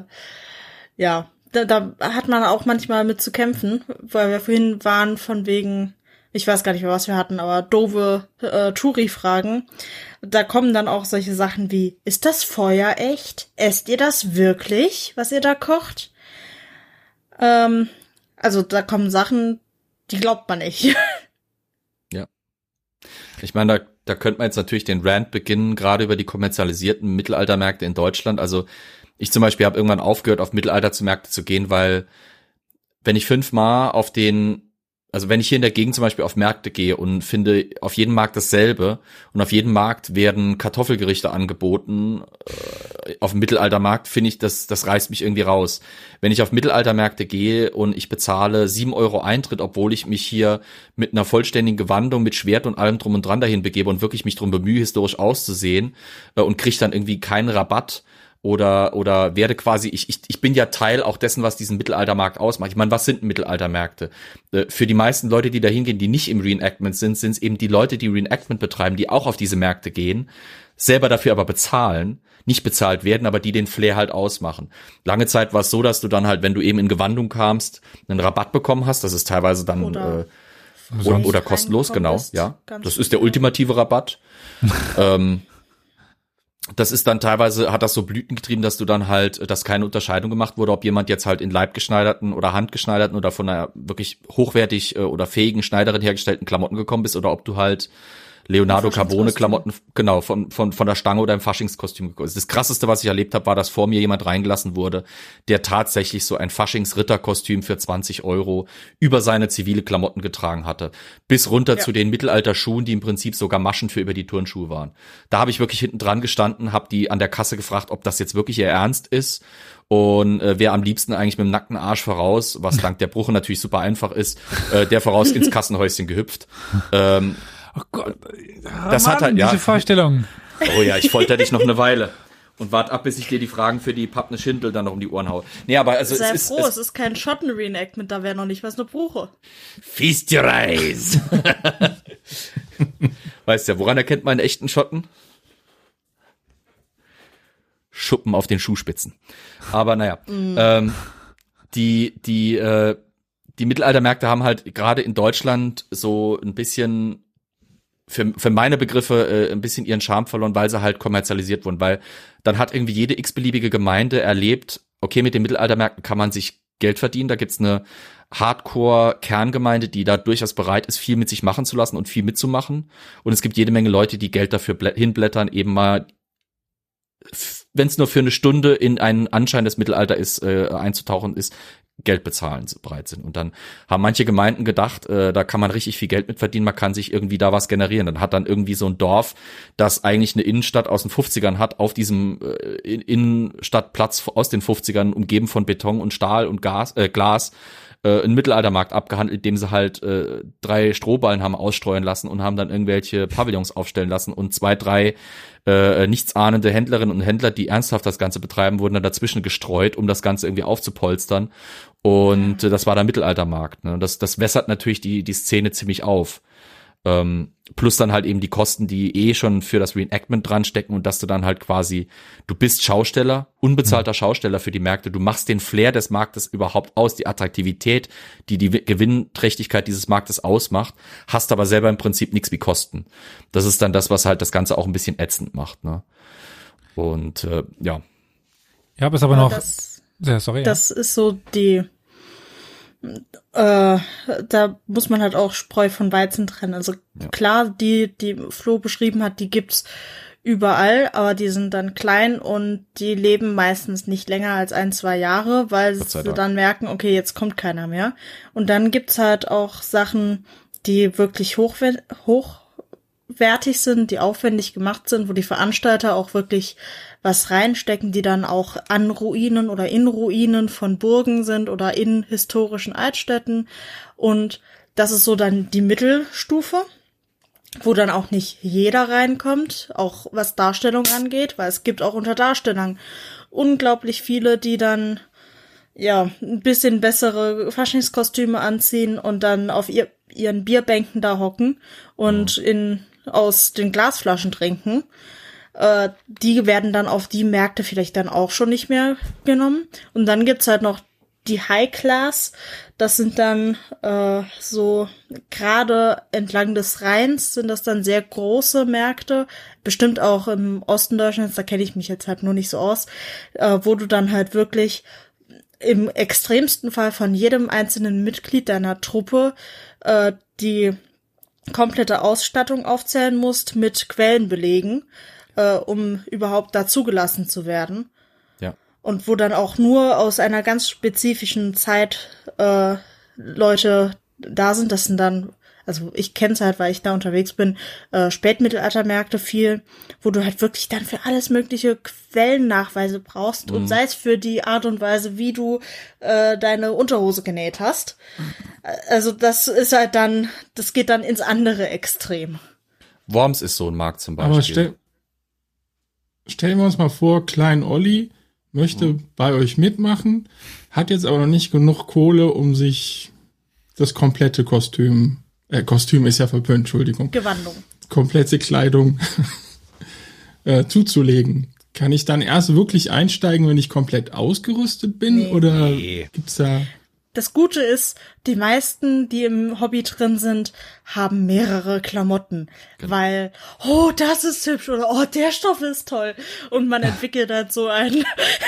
[SPEAKER 2] ja, da, da hat man auch manchmal mit zu kämpfen, weil wir vorhin waren von wegen, ich weiß gar nicht mehr, was wir hatten, aber doofe äh, Touri-Fragen. Da kommen dann auch solche Sachen wie, ist das Feuer echt? Esst ihr das wirklich, was ihr da kocht? Ähm, also da kommen Sachen, die glaubt man nicht.
[SPEAKER 1] Ich meine, da, da könnte man jetzt natürlich den Rant beginnen, gerade über die kommerzialisierten Mittelaltermärkte in Deutschland. Also ich zum Beispiel habe irgendwann aufgehört, auf Mittelaltermärkte zu gehen, weil wenn ich fünfmal auf den, also wenn ich hier in der Gegend zum Beispiel auf Märkte gehe und finde auf jedem Markt dasselbe und auf jedem Markt werden Kartoffelgerichte angeboten, äh, auf dem Mittelaltermarkt finde ich, das, das reißt mich irgendwie raus. Wenn ich auf Mittelaltermärkte gehe und ich bezahle sieben Euro Eintritt, obwohl ich mich hier mit einer vollständigen Gewandung, mit Schwert und allem drum und dran dahin begebe und wirklich mich drum bemühe, historisch auszusehen äh, und kriege dann irgendwie keinen Rabatt, oder oder werde quasi, ich, ich ich bin ja Teil auch dessen, was diesen Mittelaltermarkt ausmacht. Ich meine, was sind Mittelaltermärkte? Äh, für die meisten Leute, die da hingehen, die nicht im Reenactment sind, sind es eben die Leute, die Reenactment betreiben, die auch auf diese Märkte gehen, selber dafür aber bezahlen, nicht bezahlt werden, aber die den Flair halt ausmachen. Lange Zeit war es so, dass du dann halt, wenn du eben in Gewandung kamst, einen Rabatt bekommen hast. Das ist teilweise dann
[SPEAKER 2] Oder
[SPEAKER 1] äh, oder, oder kostenlos, genau,
[SPEAKER 2] reingekommen bist.
[SPEAKER 1] ja.
[SPEAKER 2] Ganz
[SPEAKER 1] Das ist der
[SPEAKER 2] genau.
[SPEAKER 1] ultimative Rabatt. ähm, Das ist dann teilweise, hat das so Blüten getrieben, dass du dann halt, dass keine Unterscheidung gemacht wurde, ob jemand jetzt halt in leibgeschneiderten oder handgeschneiderten oder von einer wirklich hochwertig äh, oder fähigen Schneiderin hergestellten Klamotten gekommen bist oder ob du halt Leonardo Carbone Klamotten, genau, von, von, von der Stange oder im Faschingskostüm gekommen ist. Das Krasseste, was ich erlebt habe, war, dass vor mir jemand reingelassen wurde, der tatsächlich so ein Faschingsritterkostüm für zwanzig Euro über seine zivile Klamotten getragen hatte. Bis runter
[SPEAKER 2] Ja.
[SPEAKER 1] zu den Mittelalterschuhen, die im Prinzip sogar Maschen für über die Turnschuhe waren. Da habe ich wirklich hinten dran gestanden, habe die an der Kasse gefragt, ob das jetzt wirklich ihr Ernst ist. Und äh, wer am liebsten eigentlich mit dem nackten Arsch voraus, was dank der Bruche natürlich super einfach ist, äh, der voraus ins Kassenhäuschen gehüpft. Ähm,
[SPEAKER 3] Oh Gott.
[SPEAKER 1] Das
[SPEAKER 3] Mann,
[SPEAKER 1] hat halt- ja.
[SPEAKER 3] diese Vorstellung.
[SPEAKER 1] Oh ja, ich folter dich noch eine Weile. Und wart ab, bis ich dir die Fragen für die Pappne Schindel dann noch um die Ohren haue. Nee, aber also
[SPEAKER 2] Sei
[SPEAKER 1] es ist...
[SPEAKER 2] froh,
[SPEAKER 1] Es,
[SPEAKER 2] es ist kein Schotten-Reenactment, da wäre noch nicht was ne Bruche.
[SPEAKER 1] Feast your eyes! Weißt ja, woran erkennt man einen echten Schotten? Schuppen auf den Schuhspitzen. Aber naja, mm. ähm, die, die, äh, die Mittelaltermärkte haben halt gerade in Deutschland so ein bisschen... für für meine Begriffe äh, ein bisschen ihren Charme verloren, weil sie halt kommerzialisiert wurden, weil dann hat irgendwie jede x-beliebige Gemeinde erlebt, okay, mit den Mittelaltermärkten kann man sich Geld verdienen, da gibt's eine Hardcore-Kerngemeinde, die da durchaus bereit ist, viel mit sich machen zu lassen und viel mitzumachen, und es gibt jede Menge Leute, die Geld dafür blä- hinblättern, eben mal, wenn es nur für eine Stunde in einen Anschein des Mittelalter ist, äh, einzutauchen ist, Geld bezahlen bereit sind. Und dann haben manche Gemeinden gedacht, äh, da kann man richtig viel Geld mit verdienen, man kann sich irgendwie da was generieren. Dann hat dann irgendwie so ein Dorf, das eigentlich eine Innenstadt aus den fünfzigern hat, auf diesem äh, Innenstadtplatz aus den fünfzigern, umgeben von Beton und Stahl und Gas, äh, Glas, äh, einen Mittelaltermarkt abgehandelt, in dem sie halt äh, drei Strohballen haben ausstreuen lassen und haben dann irgendwelche Pavillons aufstellen lassen, und zwei, drei äh, nichtsahnende Händlerinnen und Händler, die ernsthaft das Ganze betreiben, wurden dann dazwischen gestreut, um das Ganze irgendwie aufzupolstern. Und äh, das war der Mittelaltermarkt. Ne? Das, das wässert natürlich die, die Szene ziemlich auf. Ähm, plus dann halt eben die Kosten, die eh schon für das Reenactment dran stecken, und dass du dann halt quasi, du bist Schausteller, unbezahlter Schausteller für die Märkte, du machst den Flair des Marktes überhaupt aus, die Attraktivität, die die Gewinnträchtigkeit dieses Marktes ausmacht, hast aber selber im Prinzip nichts wie Kosten. Das ist dann das, was halt das Ganze auch ein bisschen ätzend macht, ne? Und äh, ja.
[SPEAKER 3] Ja, aber es ist aber
[SPEAKER 2] Ja,
[SPEAKER 3] noch,
[SPEAKER 2] das,
[SPEAKER 3] ja, sorry.
[SPEAKER 2] das ist so die, äh, da muss man halt auch Spreu von Weizen trennen. Also
[SPEAKER 1] Ja.
[SPEAKER 2] klar, die, die Flo beschrieben hat, die gibt's überall, aber die sind dann klein und die leben meistens nicht länger als ein, zwei Jahre, weil
[SPEAKER 1] Gott sei
[SPEAKER 2] sie
[SPEAKER 1] Dank.
[SPEAKER 2] dann merken, okay, jetzt kommt keiner mehr. Und dann gibt's halt auch Sachen, die wirklich hochwer- hochwertig sind, die aufwendig gemacht sind, wo die Veranstalter auch wirklich was reinstecken, die dann auch an Ruinen oder in Ruinen von Burgen sind oder in historischen Altstädten. Und das ist so dann die Mittelstufe, wo dann auch nicht jeder reinkommt, auch was Darstellung angeht, weil es gibt auch unter Darstellern unglaublich viele, die dann ja ein bisschen bessere Faschingskostüme anziehen und dann auf ihr, ihren Bierbänken da hocken und in aus den Glasflaschen trinken. Äh, die werden dann auf die Märkte vielleicht dann auch schon nicht mehr genommen. Und dann gibt's halt noch die High Class. Das sind dann äh, so gerade entlang des Rheins sind das dann sehr große Märkte. Bestimmt auch im Osten Deutschlands, da kenne ich mich jetzt halt nur nicht so aus, äh, wo du dann halt wirklich im extremsten Fall von jedem einzelnen Mitglied deiner Truppe äh, die komplette Ausstattung aufzählen musst mit Quellenbelegen, äh, um überhaupt da zugelassen zu werden.
[SPEAKER 1] Ja.
[SPEAKER 2] Und wo dann auch nur aus einer ganz spezifischen Zeit äh, Leute da sind. Das sind dann, also ich kenne es halt, weil ich da unterwegs bin, äh, Spätmittelaltermärkte viel, wo du halt wirklich dann für alles mögliche Quellennachweise brauchst,
[SPEAKER 1] Mhm.
[SPEAKER 2] und sei es für die Art und Weise, wie du äh, deine Unterhose genäht hast. Also das ist halt dann, das geht dann ins andere Extrem.
[SPEAKER 1] Worms ist so ein Markt zum Beispiel.
[SPEAKER 4] Aber stell, stellen wir uns mal vor, Klein Olli möchte
[SPEAKER 1] Mhm.
[SPEAKER 4] bei euch mitmachen, hat jetzt aber noch nicht genug Kohle, um sich das komplette Kostüm, äh, Kostüm ist ja verpönt, Entschuldigung,
[SPEAKER 2] Gewandung.
[SPEAKER 4] komplette Kleidung äh, zuzulegen. Kann ich dann erst wirklich einsteigen, wenn ich komplett ausgerüstet bin?
[SPEAKER 2] Nee.
[SPEAKER 4] Oder
[SPEAKER 1] Nee.
[SPEAKER 4] gibt's da...
[SPEAKER 2] Das Gute ist, die meisten, die im Hobby drin sind, haben mehrere Klamotten, weil, oh, das ist hübsch oder oh, der Stoff ist toll. Und man entwickelt halt so ein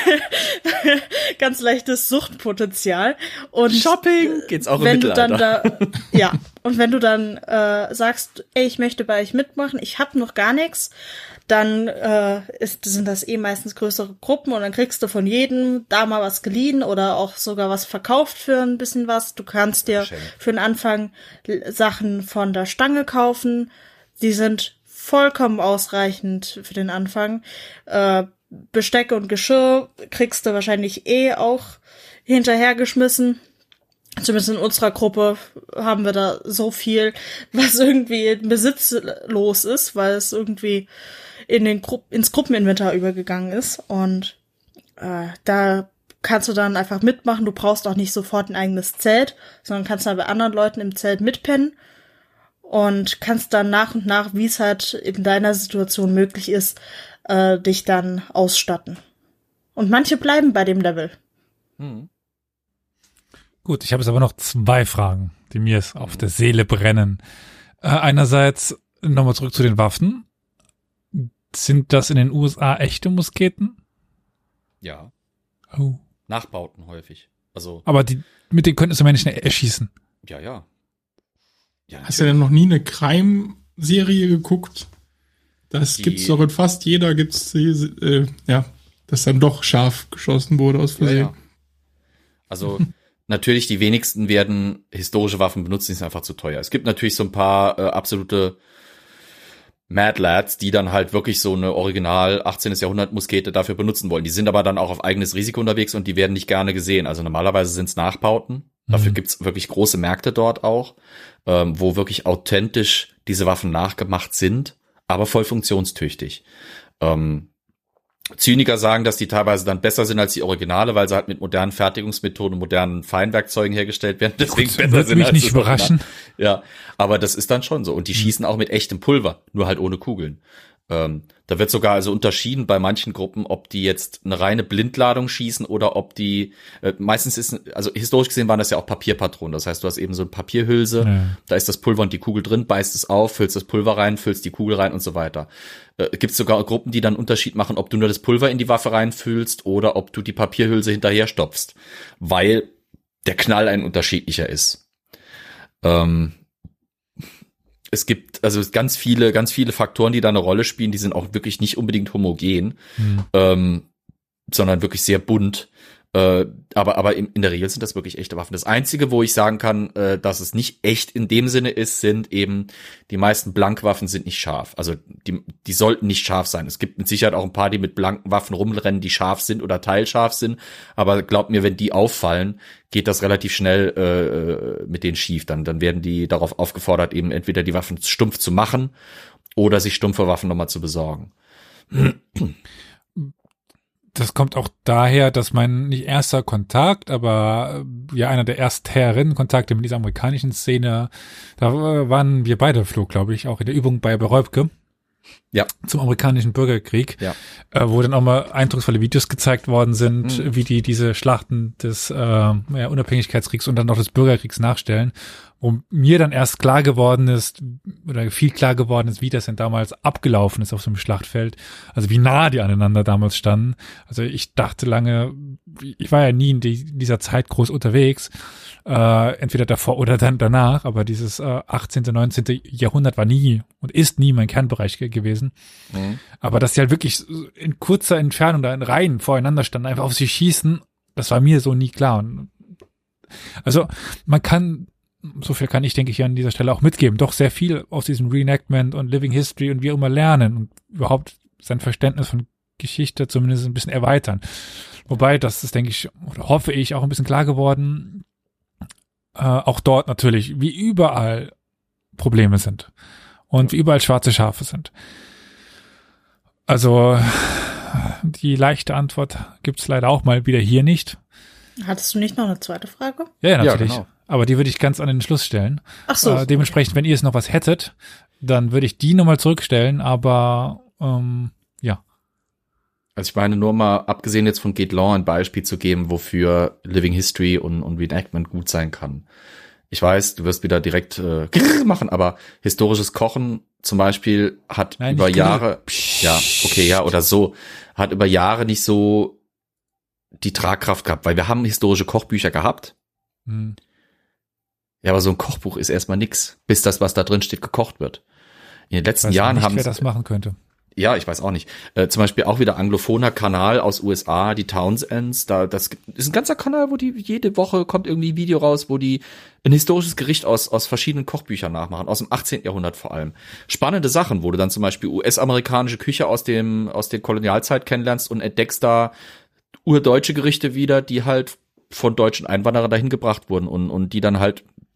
[SPEAKER 2] ganz leichtes Suchtpotenzial. Und
[SPEAKER 1] Shopping geht's auch im
[SPEAKER 2] wenn du dann
[SPEAKER 1] Mittelalter.
[SPEAKER 2] da, ja, und wenn du dann äh, sagst, ey, ich möchte bei euch mitmachen, ich hab noch gar nichts, dann äh, ist, sind das eh meistens größere Gruppen und dann kriegst du von jedem da mal was geliehen oder auch sogar was verkauft für ein bisschen was. Du kannst dir
[SPEAKER 1] Geschenk.
[SPEAKER 2] für den Anfang l- Sachen von der Stange kaufen. Die sind vollkommen ausreichend für den Anfang. Äh, Besteck und Geschirr kriegst du wahrscheinlich eh auch hinterhergeschmissen. Zumindest in unserer Gruppe haben wir da so viel, was irgendwie besitzlos ist, weil es irgendwie in den Gru- ins Gruppeninventar übergegangen ist. Und äh, da kannst du dann einfach mitmachen. Du brauchst auch nicht sofort ein eigenes Zelt, sondern kannst dann bei anderen Leuten im Zelt mitpennen und kannst dann nach und nach, wie es halt in deiner Situation möglich ist, äh, dich dann ausstatten. Und manche bleiben bei dem Level.
[SPEAKER 1] Hm.
[SPEAKER 3] Gut, ich habe jetzt aber noch zwei Fragen, die mir jetzt auf der Seele brennen. Äh, einerseits nochmal zurück zu den Waffen. Sind das in den U S A echte Musketen?
[SPEAKER 1] Ja.
[SPEAKER 3] Oh.
[SPEAKER 1] Nachbauten häufig. Also.
[SPEAKER 3] Aber die, mit denen könntest du Menschen erschießen.
[SPEAKER 1] Ja, ja. ja
[SPEAKER 4] Hast du denn noch nie eine Crime-Serie geguckt? Das
[SPEAKER 1] Die-
[SPEAKER 4] gibt's doch in fast jeder, gibt's, äh, ja, dass dann doch scharf geschossen wurde aus
[SPEAKER 1] Ja,
[SPEAKER 4] Versehen.
[SPEAKER 1] ja. Also natürlich, die wenigsten werden historische Waffen benutzen, die sind einfach zu teuer. Es gibt natürlich so ein paar äh, absolute Mad Lads, die dann halt wirklich so eine Original achtzehnten Jahrhundert Muskete dafür benutzen wollen. Die sind aber dann auch auf eigenes Risiko unterwegs und die werden nicht gerne gesehen. Also normalerweise sind es Nachbauten. Dafür
[SPEAKER 3] Mhm.
[SPEAKER 1] gibt's wirklich große Märkte dort auch, ähm, wo wirklich authentisch diese Waffen nachgemacht sind, aber voll funktionstüchtig. Ähm, Zyniker sagen, dass die teilweise dann besser sind als die Originale, weil sie halt mit modernen Fertigungsmethoden und modernen Feinwerkzeugen hergestellt werden. Deswegen
[SPEAKER 3] Gut,
[SPEAKER 1] besser
[SPEAKER 3] wird
[SPEAKER 1] sind
[SPEAKER 3] mich
[SPEAKER 1] als
[SPEAKER 3] nicht
[SPEAKER 1] das
[SPEAKER 3] überraschen.
[SPEAKER 1] Original. Ja, aber das ist dann schon so. Und die schießen auch mit echtem Pulver, nur halt ohne Kugeln. Ähm, da wird sogar also unterschieden bei manchen Gruppen, ob die jetzt eine reine Blindladung schießen oder ob die, äh, meistens ist, also historisch gesehen waren das ja auch Papierpatronen. Das heißt, du hast eben so eine Papierhülse,
[SPEAKER 3] Ja.
[SPEAKER 1] da ist das Pulver und die Kugel drin, beißt es auf, füllst das Pulver rein, füllst die Kugel rein und so weiter. Äh, gibt es sogar Gruppen, die dann Unterschied machen, ob du nur das Pulver in die Waffe reinfüllst oder ob du die Papierhülse hinterher stopfst, weil der Knall ein unterschiedlicher ist. Ähm, Es gibt also ganz viele, ganz viele Faktoren, die da eine Rolle spielen, die sind auch wirklich nicht unbedingt homogen,
[SPEAKER 3] Mhm.
[SPEAKER 1] ähm, sondern wirklich sehr bunt. Äh, aber aber in, in der Regel sind das wirklich echte Waffen. Das Einzige, wo ich sagen kann, äh, dass es nicht echt in dem Sinne ist, sind eben die meisten Blankwaffen sind nicht scharf. Also die die sollten nicht scharf sein. Es gibt mit Sicherheit auch ein paar, die mit blanken Waffen rumrennen, die scharf sind oder teilscharf sind. Aber glaubt mir, wenn die auffallen, geht das relativ schnell äh, mit denen schief. Dann dann werden die darauf aufgefordert, eben entweder die Waffen stumpf zu machen oder sich stumpfe Waffen nochmal zu besorgen.
[SPEAKER 3] Das kommt auch daher, dass mein nicht erster Kontakt, aber äh, ja einer der ersten Kontakte mit dieser amerikanischen Szene, da äh, waren wir beide, Flo, glaube ich, auch in der Übung bei Beräubke.
[SPEAKER 1] Ja.
[SPEAKER 3] Zum amerikanischen Bürgerkrieg,
[SPEAKER 1] Ja.
[SPEAKER 3] äh, wo dann auch mal eindrucksvolle Videos gezeigt worden sind,
[SPEAKER 1] Mhm.
[SPEAKER 3] wie die diese Schlachten des äh, ja, Unabhängigkeitskriegs und dann noch des Bürgerkriegs nachstellen, wo mir dann erst klar geworden ist, oder viel klar geworden ist, wie das denn damals abgelaufen ist auf so einem Schlachtfeld, also wie nah die aneinander damals standen. Also ich dachte lange, ich war ja nie in, die, in dieser Zeit groß unterwegs, äh, entweder davor oder dann danach, aber dieses äh, achtzehnten, neunzehnten Jahrhundert war nie und ist nie mein Kernbereich ge- gewesen.
[SPEAKER 1] Mhm.
[SPEAKER 3] Aber dass sie halt wirklich in kurzer Entfernung da in Reihen voreinander standen, einfach auf sie schießen, das war mir so nie klar. Und also man kann, so viel kann ich, denke ich, an dieser Stelle auch mitgeben, doch sehr viel aus diesem Reenactment und Living History und wie auch immer lernen und überhaupt sein Verständnis von Geschichte zumindest ein bisschen erweitern. Wobei, das ist, denke ich, oder hoffe ich, auch ein bisschen klar geworden, äh, auch dort natürlich, wie überall Probleme sind und wie überall schwarze Schafe sind. Also die leichte Antwort gibt's leider auch mal wieder hier nicht.
[SPEAKER 2] Hattest du nicht noch eine zweite Frage?
[SPEAKER 3] Ja, ja, natürlich.
[SPEAKER 1] Ja, genau.
[SPEAKER 3] Aber die würde ich ganz an den Schluss stellen.
[SPEAKER 2] Ach so.
[SPEAKER 3] Äh, dementsprechend, wenn ihr es noch was hättet, dann würde ich die nochmal zurückstellen, aber ähm, ja.
[SPEAKER 1] Also ich meine, nur mal abgesehen jetzt von Gate Law ein Beispiel zu geben, wofür Living History und, und Reenactment gut sein kann. Ich weiß, du wirst wieder direkt äh, machen, aber historisches Kochen zum Beispiel hat
[SPEAKER 3] Nein,
[SPEAKER 1] über
[SPEAKER 3] nicht grrr.
[SPEAKER 1] Jahre, ja, okay, ja, oder so, hat über Jahre nicht so die Tragkraft gehabt, weil wir haben historische Kochbücher gehabt.
[SPEAKER 3] Hm.
[SPEAKER 1] Ja, aber so ein Kochbuch ist erstmal nix, bis das, was da drin steht, gekocht wird. In den letzten
[SPEAKER 3] Weiß
[SPEAKER 1] Jahren
[SPEAKER 3] nicht,
[SPEAKER 1] haben
[SPEAKER 3] wer das machen könnte.
[SPEAKER 1] ja, ich weiß auch nicht. Äh, zum Beispiel auch wieder anglophoner Kanal aus U S A, die Townsends. Da, das gibt- ist ein ganzer Kanal, wo die jede Woche kommt irgendwie ein Video raus, wo die ein historisches Gericht aus aus verschiedenen Kochbüchern nachmachen, aus dem achtzehnten Jahrhundert vor allem. Spannende Sachen, wo du dann zum Beispiel U S-amerikanische Küche aus dem aus der Kolonialzeit kennenlernst und entdeckst da urdeutsche Gerichte wieder, die halt von deutschen Einwanderern dahin gebracht wurden und und die dann halt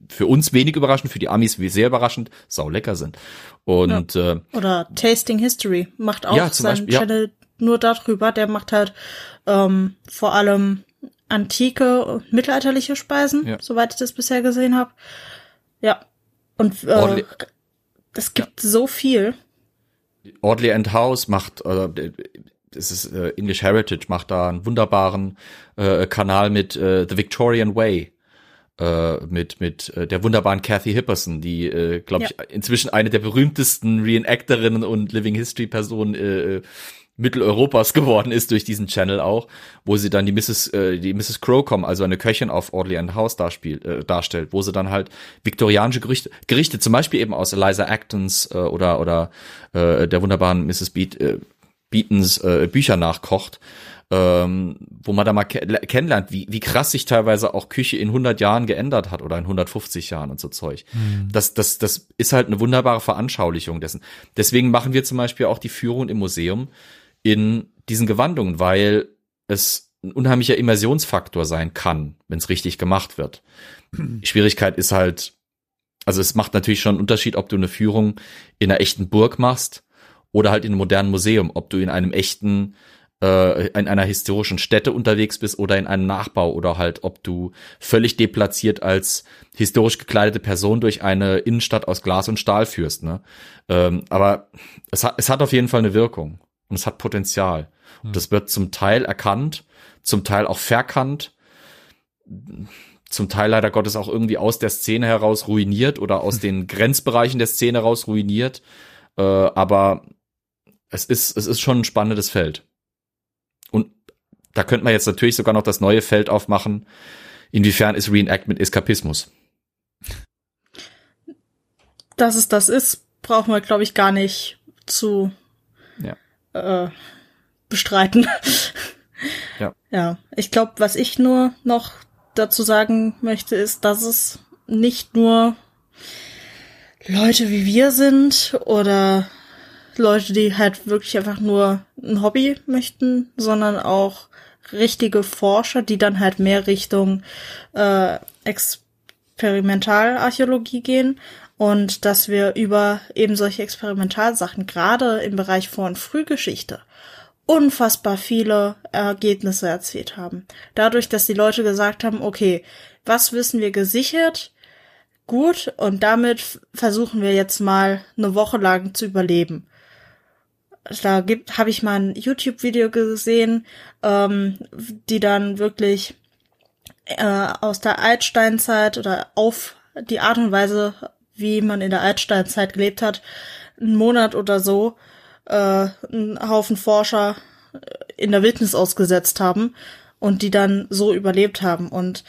[SPEAKER 1] für uns wenig überraschend, für die Amis sehr überraschend, sau lecker sind. Und ja. äh,
[SPEAKER 2] oder Tasting History macht auch
[SPEAKER 1] ja, zum
[SPEAKER 2] seinen
[SPEAKER 1] Beispiel,
[SPEAKER 2] Channel ja. nur darüber. Der macht halt ähm, vor allem antike und mittelalterliche Speisen, ja. soweit ich das bisher gesehen habe. Ja. Und äh, es gibt ja. so viel.
[SPEAKER 1] Audley and House macht, äh, das ist äh, English Heritage, macht da einen wunderbaren äh, Kanal mit äh, The Victorian Way. Äh, mit mit äh, der wunderbaren Kathy Hipperson, die, äh, glaube ich, ja. inzwischen eine der berühmtesten Reenactorinnen und Living History Personen äh, Mitteleuropas geworden ist durch diesen Channel auch, wo sie dann die Misses äh, die Misses Crowcombe, also eine Köchin auf Audley and House darspielt, äh, darstellt, wo sie dann halt viktorianische Gerichte, Gerichte zum Beispiel eben aus Eliza Actons äh, oder oder äh, der wunderbaren Misses Beat, äh, Beatons äh, Bücher nachkocht. Ähm, wo man da mal ke- kennenlernt, wie, wie krass sich teilweise auch Küche in hundert Jahren geändert hat oder in hundertfünfzig Jahren und so Zeug. Mhm. Das, das, das ist halt eine wunderbare Veranschaulichung dessen. Deswegen machen wir zum Beispiel auch die Führung im Museum in diesen Gewandungen, weil es ein unheimlicher Immersionsfaktor sein kann, wenn es richtig gemacht wird. Mhm. Die Schwierigkeit ist halt, also es macht natürlich schon einen Unterschied, ob du eine Führung in einer echten Burg machst oder halt in einem modernen Museum, ob du in einem echten in einer historischen Stätte unterwegs bist oder in einem Nachbau oder halt, ob du völlig deplatziert als historisch gekleidete Person durch eine Innenstadt aus Glas und Stahl führst, ne? Ähm, aber es hat, es hat auf jeden Fall eine Wirkung und es hat Potenzial. Mhm. Und das wird zum Teil erkannt, zum Teil auch verkannt, zum Teil leider Gottes auch irgendwie aus der Szene heraus ruiniert oder aus den Grenzbereichen der Szene heraus ruiniert. Äh, aber es ist, es ist schon ein spannendes Feld. Und da könnte man jetzt natürlich sogar noch das neue Feld aufmachen. Inwiefern ist Reenactment Eskapismus?
[SPEAKER 2] Dass es das ist, brauchen wir, glaube ich, gar nicht zu
[SPEAKER 1] ja.
[SPEAKER 2] äh, bestreiten.
[SPEAKER 1] Ja.
[SPEAKER 2] Ja, ich glaube, was ich nur noch dazu sagen möchte, ist, dass es nicht nur Leute wie wir sind oder Leute, die halt wirklich einfach nur ein Hobby möchten, sondern auch richtige Forscher, die dann halt mehr Richtung äh, Experimentalarchäologie gehen und dass wir über eben solche Experimentalsachen, gerade im Bereich Vor- und Frühgeschichte, unfassbar viele Ergebnisse erzielt haben. Dadurch, dass die Leute gesagt haben, okay, was wissen wir gesichert? Gut, und damit versuchen wir jetzt mal eine Woche lang zu überleben. Da gibt, habe ich mal ein YouTube-Video gesehen, ähm, die dann wirklich äh, aus der Altsteinzeit oder auf die Art und Weise, wie man in der Altsteinzeit gelebt hat, einen Monat oder so äh, einen Haufen Forscher in der Wildnis ausgesetzt haben und die dann so überlebt haben. Und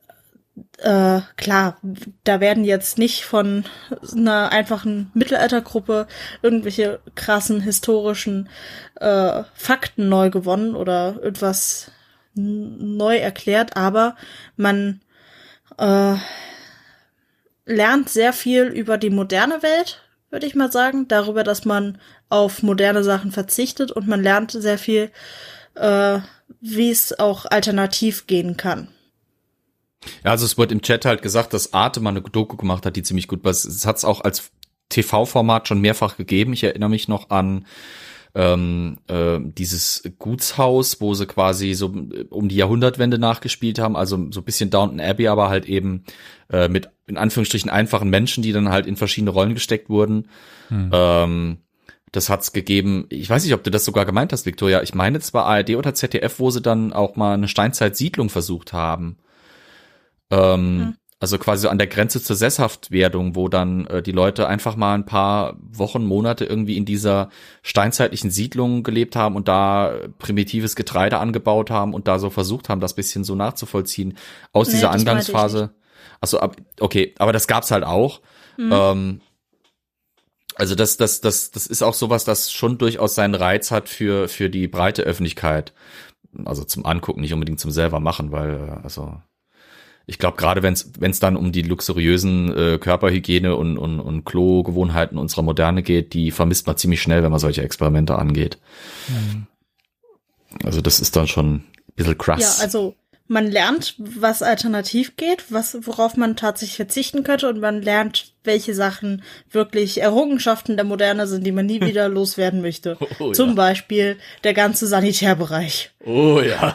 [SPEAKER 2] Äh, klar, da werden jetzt nicht von einer einfachen Mittelaltergruppe irgendwelche krassen historischen äh, Fakten neu gewonnen oder etwas n- neu erklärt, aber man äh, lernt sehr viel über die moderne Welt, würde ich mal sagen, darüber, dass man auf moderne Sachen verzichtet und man lernt sehr viel, äh, wie es auch alternativ gehen kann.
[SPEAKER 1] Ja, also es wurde im Chat halt gesagt, dass Arte mal eine Doku gemacht hat, die ziemlich gut war. Es hat es auch als T V-Format schon mehrfach gegeben. Ich erinnere mich noch an ähm, äh, dieses Gutshaus, wo sie quasi so um die Jahrhundertwende nachgespielt haben, also so ein bisschen Downton Abbey, aber halt eben äh, mit in Anführungsstrichen einfachen Menschen, die dann halt in verschiedene Rollen gesteckt wurden. Hm. Ähm, das hat's gegeben. Ich weiß nicht, ob du das sogar gemeint hast, Victoria. Ich meine, es war A R D oder Z D F, wo sie dann auch mal eine Steinzeit-Siedlung versucht haben. Ähm, mhm. Also quasi so an der Grenze zur Sesshaftwerdung, wo dann äh, die Leute einfach mal ein paar Wochen, Monate irgendwie in dieser steinzeitlichen Siedlung gelebt haben und da primitives Getreide angebaut haben und da so versucht haben, das bisschen so nachzuvollziehen aus nee, dieser Angangsphase. Achso, okay, aber das gab's halt auch. Mhm. Ähm, also das, das, das, das ist auch sowas, das schon durchaus seinen Reiz hat für für die breite Öffentlichkeit. Also zum Angucken, nicht unbedingt zum selber machen, weil also ich glaube, gerade wenn es wenn es dann um die luxuriösen äh, Körperhygiene und, und, und Klogewohnheiten unserer Moderne geht, die vermisst man ziemlich schnell, wenn man solche Experimente angeht. Mhm. Also das ist dann schon ein bisschen krass.
[SPEAKER 2] Ja, also man lernt, was alternativ geht, was, worauf man tatsächlich verzichten könnte und man lernt, welche Sachen wirklich Errungenschaften der Moderne sind, die man nie wieder loswerden möchte.
[SPEAKER 1] Oh,
[SPEAKER 2] Zum
[SPEAKER 1] ja.
[SPEAKER 2] Beispiel der ganze Sanitärbereich.
[SPEAKER 1] Oh ja.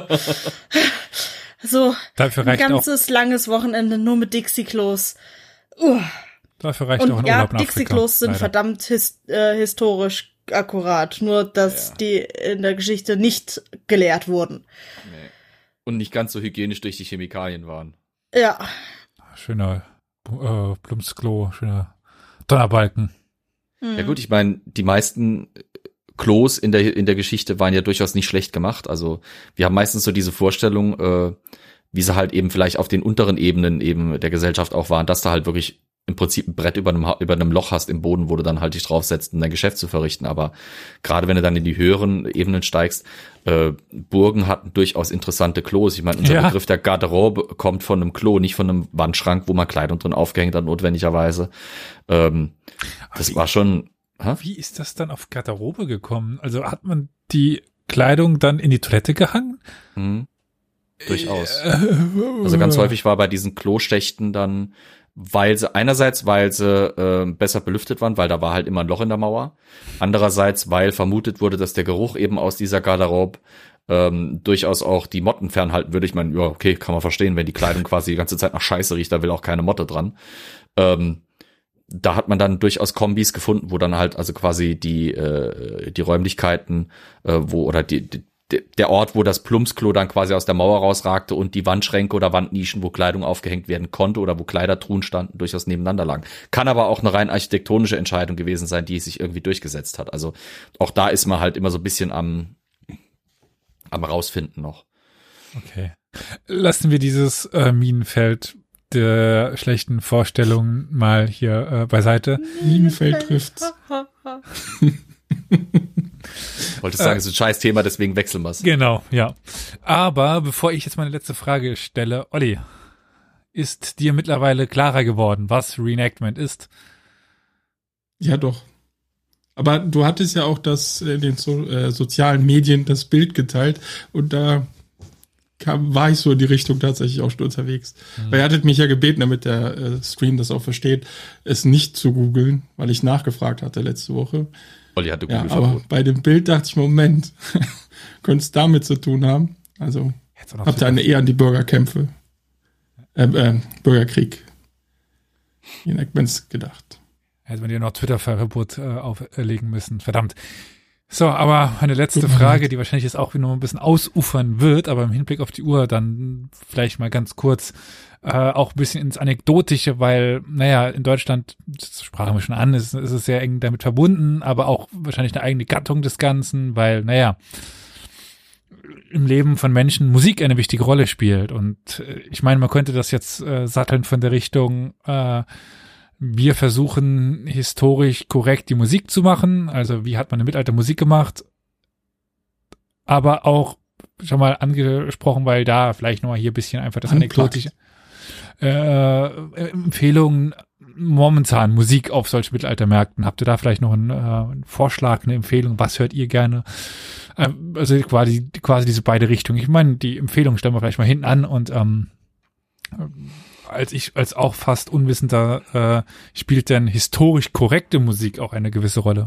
[SPEAKER 2] So,
[SPEAKER 3] Dafür
[SPEAKER 2] ein
[SPEAKER 3] reicht auch,
[SPEAKER 2] ganzes langes Wochenende nur mit Dixie-Klos. Uh.
[SPEAKER 3] dafür reicht auch
[SPEAKER 2] Und
[SPEAKER 3] ein
[SPEAKER 2] ja,
[SPEAKER 3] Urlaub nach
[SPEAKER 2] Dixie-Klos sind
[SPEAKER 3] leider.
[SPEAKER 2] verdammt his äh, historisch akkurat, nur dass
[SPEAKER 1] Ja.
[SPEAKER 2] die in der Geschichte nicht gelehrt wurden.
[SPEAKER 1] Nee. Und nicht ganz so hygienisch durch die Chemikalien waren.
[SPEAKER 2] Ja,
[SPEAKER 3] Schöner äh, Plumpsklo, schöner Donnerbalken.
[SPEAKER 2] hm.
[SPEAKER 1] Ja gut, ich meine, die meisten Klos in der in der Geschichte waren ja durchaus nicht schlecht gemacht. Also wir haben meistens so diese Vorstellung, äh, wie sie halt eben vielleicht auf den unteren Ebenen eben der Gesellschaft auch waren, dass da halt wirklich im Prinzip ein Brett über einem, Ha- über einem Loch hast im Boden, wo du dann halt dich draufsetzt, um dein Geschäft zu verrichten. Aber gerade wenn du dann in die höheren Ebenen steigst, äh, Burgen hatten durchaus interessante Klos. Ich meine, unser
[SPEAKER 3] Ja.
[SPEAKER 1] Begriff der Garderobe kommt von einem Klo, nicht von einem Wandschrank, wo man Kleidung drin aufgehängt hat, notwendigerweise. Ähm, das
[SPEAKER 3] wie-
[SPEAKER 1] war schon... Hä?
[SPEAKER 3] Wie ist das dann auf Garderobe gekommen? Also hat man die Kleidung dann in die Toilette gehangen?
[SPEAKER 1] Hm, durchaus.
[SPEAKER 3] Äh,
[SPEAKER 1] Also ganz häufig war bei diesen Kloschächten dann, weil sie, einerseits, weil sie äh, besser belüftet waren, weil da war halt immer ein Loch in der Mauer. Andererseits, weil vermutet wurde, dass der Geruch eben aus dieser Garderobe ähm, durchaus auch die Motten fernhalten würde. Ich meine, ja, okay, kann man verstehen, wenn die Kleidung quasi die ganze Zeit nach Scheiße riecht, da will auch keine Motte dran. Ähm, da hat man dann durchaus Kombis gefunden, wo dann halt also quasi die äh, die Räumlichkeiten, äh, wo oder die, die der Ort, wo das Plumpsklo dann quasi aus der Mauer rausragte und die Wandschränke oder Wandnischen, wo Kleidung aufgehängt werden konnte oder wo Kleidertruhen standen, durchaus nebeneinander lagen. Kann aber auch eine rein architektonische Entscheidung gewesen sein, die sich irgendwie durchgesetzt hat. Also auch da ist man halt immer so ein bisschen am am rausfinden noch.
[SPEAKER 3] Okay. Lassen wir dieses äh, Minenfeld der schlechten Vorstellungen mal hier äh, beiseite.
[SPEAKER 4] Minenfeld trifft's.
[SPEAKER 1] Wolltest sagen, es ist ein scheiß Thema, deswegen wechseln wir's.
[SPEAKER 3] Genau, ja. Aber bevor ich jetzt meine letzte Frage stelle, Olli, ist dir mittlerweile klarer geworden, was Reenactment ist?
[SPEAKER 4] Ja, doch. Aber du hattest ja auch das in den so, äh, sozialen Medien das Bild geteilt und da kam, war ich so in die Richtung tatsächlich auch schon unterwegs. Mhm. Weil ihr hattet mich ja gebeten, damit der äh, Stream das auch versteht, es nicht zu googeln, weil ich nachgefragt hatte letzte Woche.
[SPEAKER 1] Olli hatte
[SPEAKER 4] Ja,
[SPEAKER 1] Google
[SPEAKER 4] aber
[SPEAKER 1] verboten.
[SPEAKER 4] bei dem Bild dachte ich, Moment, könnte es damit zu tun haben? Also
[SPEAKER 3] Jetzt auch noch
[SPEAKER 4] habt
[SPEAKER 3] so-
[SPEAKER 4] ihr eine eher an die Bürgerkämpfe, äh, äh, Bürgerkrieg, Reenactments gedacht.
[SPEAKER 3] Hätte man dir noch Twitter-Verbot äh, auferlegen müssen. Verdammt. So, aber meine letzte Frage, die wahrscheinlich jetzt auch wieder noch ein bisschen ausufern wird, aber im Hinblick auf die Uhr dann vielleicht mal ganz kurz äh, auch ein bisschen ins Anekdotische, weil, naja, in Deutschland, das sprachen wir schon an, ist, ist es sehr eng damit verbunden, aber auch wahrscheinlich eine eigene Gattung des Ganzen, weil, naja, im Leben von Menschen Musik eine wichtige Rolle spielt. Und äh, ich meine, man könnte das jetzt äh, satteln von der Richtung, äh, wir versuchen historisch korrekt die Musik zu machen, also wie hat man im Mittelalter Musik gemacht, aber auch schon mal angesprochen, weil da vielleicht nochmal hier ein bisschen einfach das anekdotische äh, Empfehlungen momentan Musik auf solchen Mittelaltermärkten. Habt ihr da vielleicht noch einen, äh, einen Vorschlag, eine Empfehlung? Was hört ihr gerne? Ähm, also quasi quasi diese beide Richtungen. Ich meine, die Empfehlung stellen wir vielleicht mal hinten an und ähm, als ich als auch fast Unwissender äh, spielt denn historisch korrekte Musik auch eine gewisse Rolle?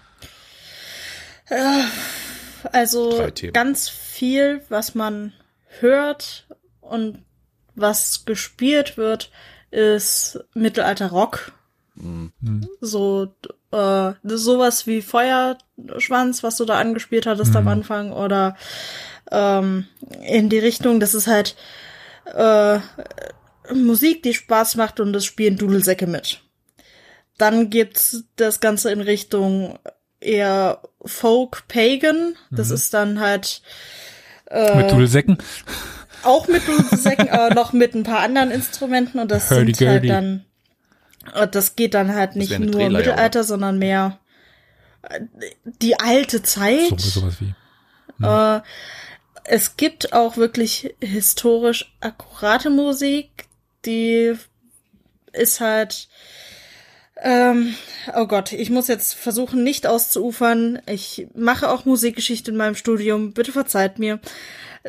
[SPEAKER 2] Also
[SPEAKER 1] Drei Themen.
[SPEAKER 2] ganz viel, was man hört und was gespielt wird, ist Mittelalter-Rock.
[SPEAKER 1] Mhm.
[SPEAKER 2] So äh, sowas wie Feuerschwanz, was du da angespielt hattest
[SPEAKER 3] Mhm.
[SPEAKER 2] am Anfang, oder ähm, in die Richtung, das ist halt äh, Musik, die Spaß macht und das spielen Dudelsäcke mit. Dann gibt's das Ganze in Richtung eher Folk Pagan. Das
[SPEAKER 3] Mhm.
[SPEAKER 2] ist dann halt äh,
[SPEAKER 3] Mit Dudelsäcken?
[SPEAKER 2] auch mit Dudelsäcken, aber noch mit ein paar anderen Instrumenten, und das sind
[SPEAKER 3] Hurdy-gurdy.
[SPEAKER 2] halt dann, und das geht dann halt nicht
[SPEAKER 1] wäre eine
[SPEAKER 2] nur
[SPEAKER 1] Drehleier,
[SPEAKER 2] Mittelalter, sondern mehr äh, die alte Zeit.
[SPEAKER 3] So, sowas wie.
[SPEAKER 2] Äh, es gibt auch wirklich historisch akkurate Musik, die ist halt, ähm, oh Gott, ich muss jetzt versuchen, nicht auszuufern. Ich mache auch Musikgeschichte in meinem Studium, bitte verzeiht mir.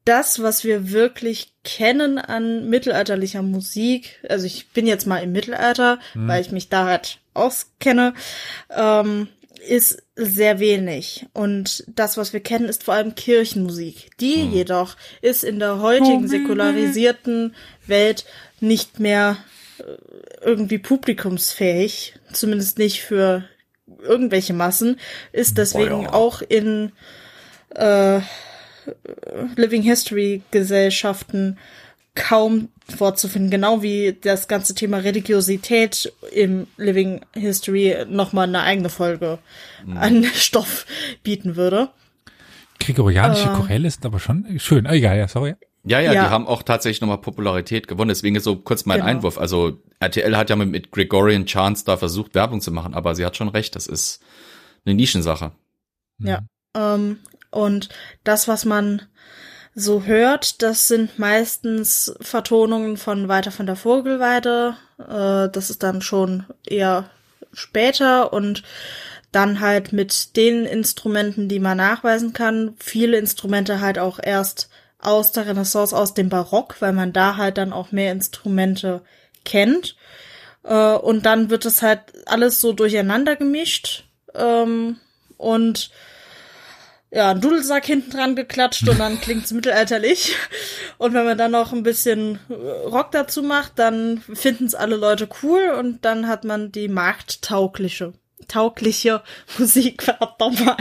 [SPEAKER 2] das, was wir wirklich kennen an mittelalterlicher Musik, also ich bin jetzt mal im Mittelalter, hm. weil ich mich da halt auskenne, ähm, ist sehr wenig. Und das, was wir kennen, ist vor allem Kirchenmusik. Die hm. jedoch ist in der heutigen säkularisierten Welt nicht mehr irgendwie publikumsfähig, zumindest nicht für irgendwelche Massen, ist deswegen oh ja. auch in äh, Living History Gesellschaften kaum vorzufinden, genau wie das ganze Thema Religiosität im Living History nochmal eine eigene Folge mhm. an Stoff bieten würde.
[SPEAKER 3] Gregorianische äh, Choräle ist aber schon schön. Oh, egal, ja, sorry.
[SPEAKER 1] Ja, ja, ja, die haben auch tatsächlich nochmal Popularität gewonnen. Deswegen ist so kurz mein genau. Einwurf. Also R T L hat ja mit, mit Gregorian Chants da versucht, Werbung zu machen, aber sie hat schon recht, das ist eine Nischensache.
[SPEAKER 2] Ja, mhm. ähm, und das, was man so hört, das sind meistens Vertonungen von Weiter von der Vogelweide. Äh, das ist dann schon eher später und dann halt mit den Instrumenten, die man nachweisen kann. Viele Instrumente halt auch erst aus der Renaissance, aus dem Barock, weil man da halt dann auch mehr Instrumente kennt. Äh, und dann wird es halt alles so durcheinander gemischt ähm, und ja, ein Dudelsack hinten dran geklatscht und dann klingt's mittelalterlich. Und wenn man dann noch ein bisschen Rock dazu macht, dann finden's alle Leute cool und dann hat man die markttaugliche, taugliche Musik, verdammt nochmal.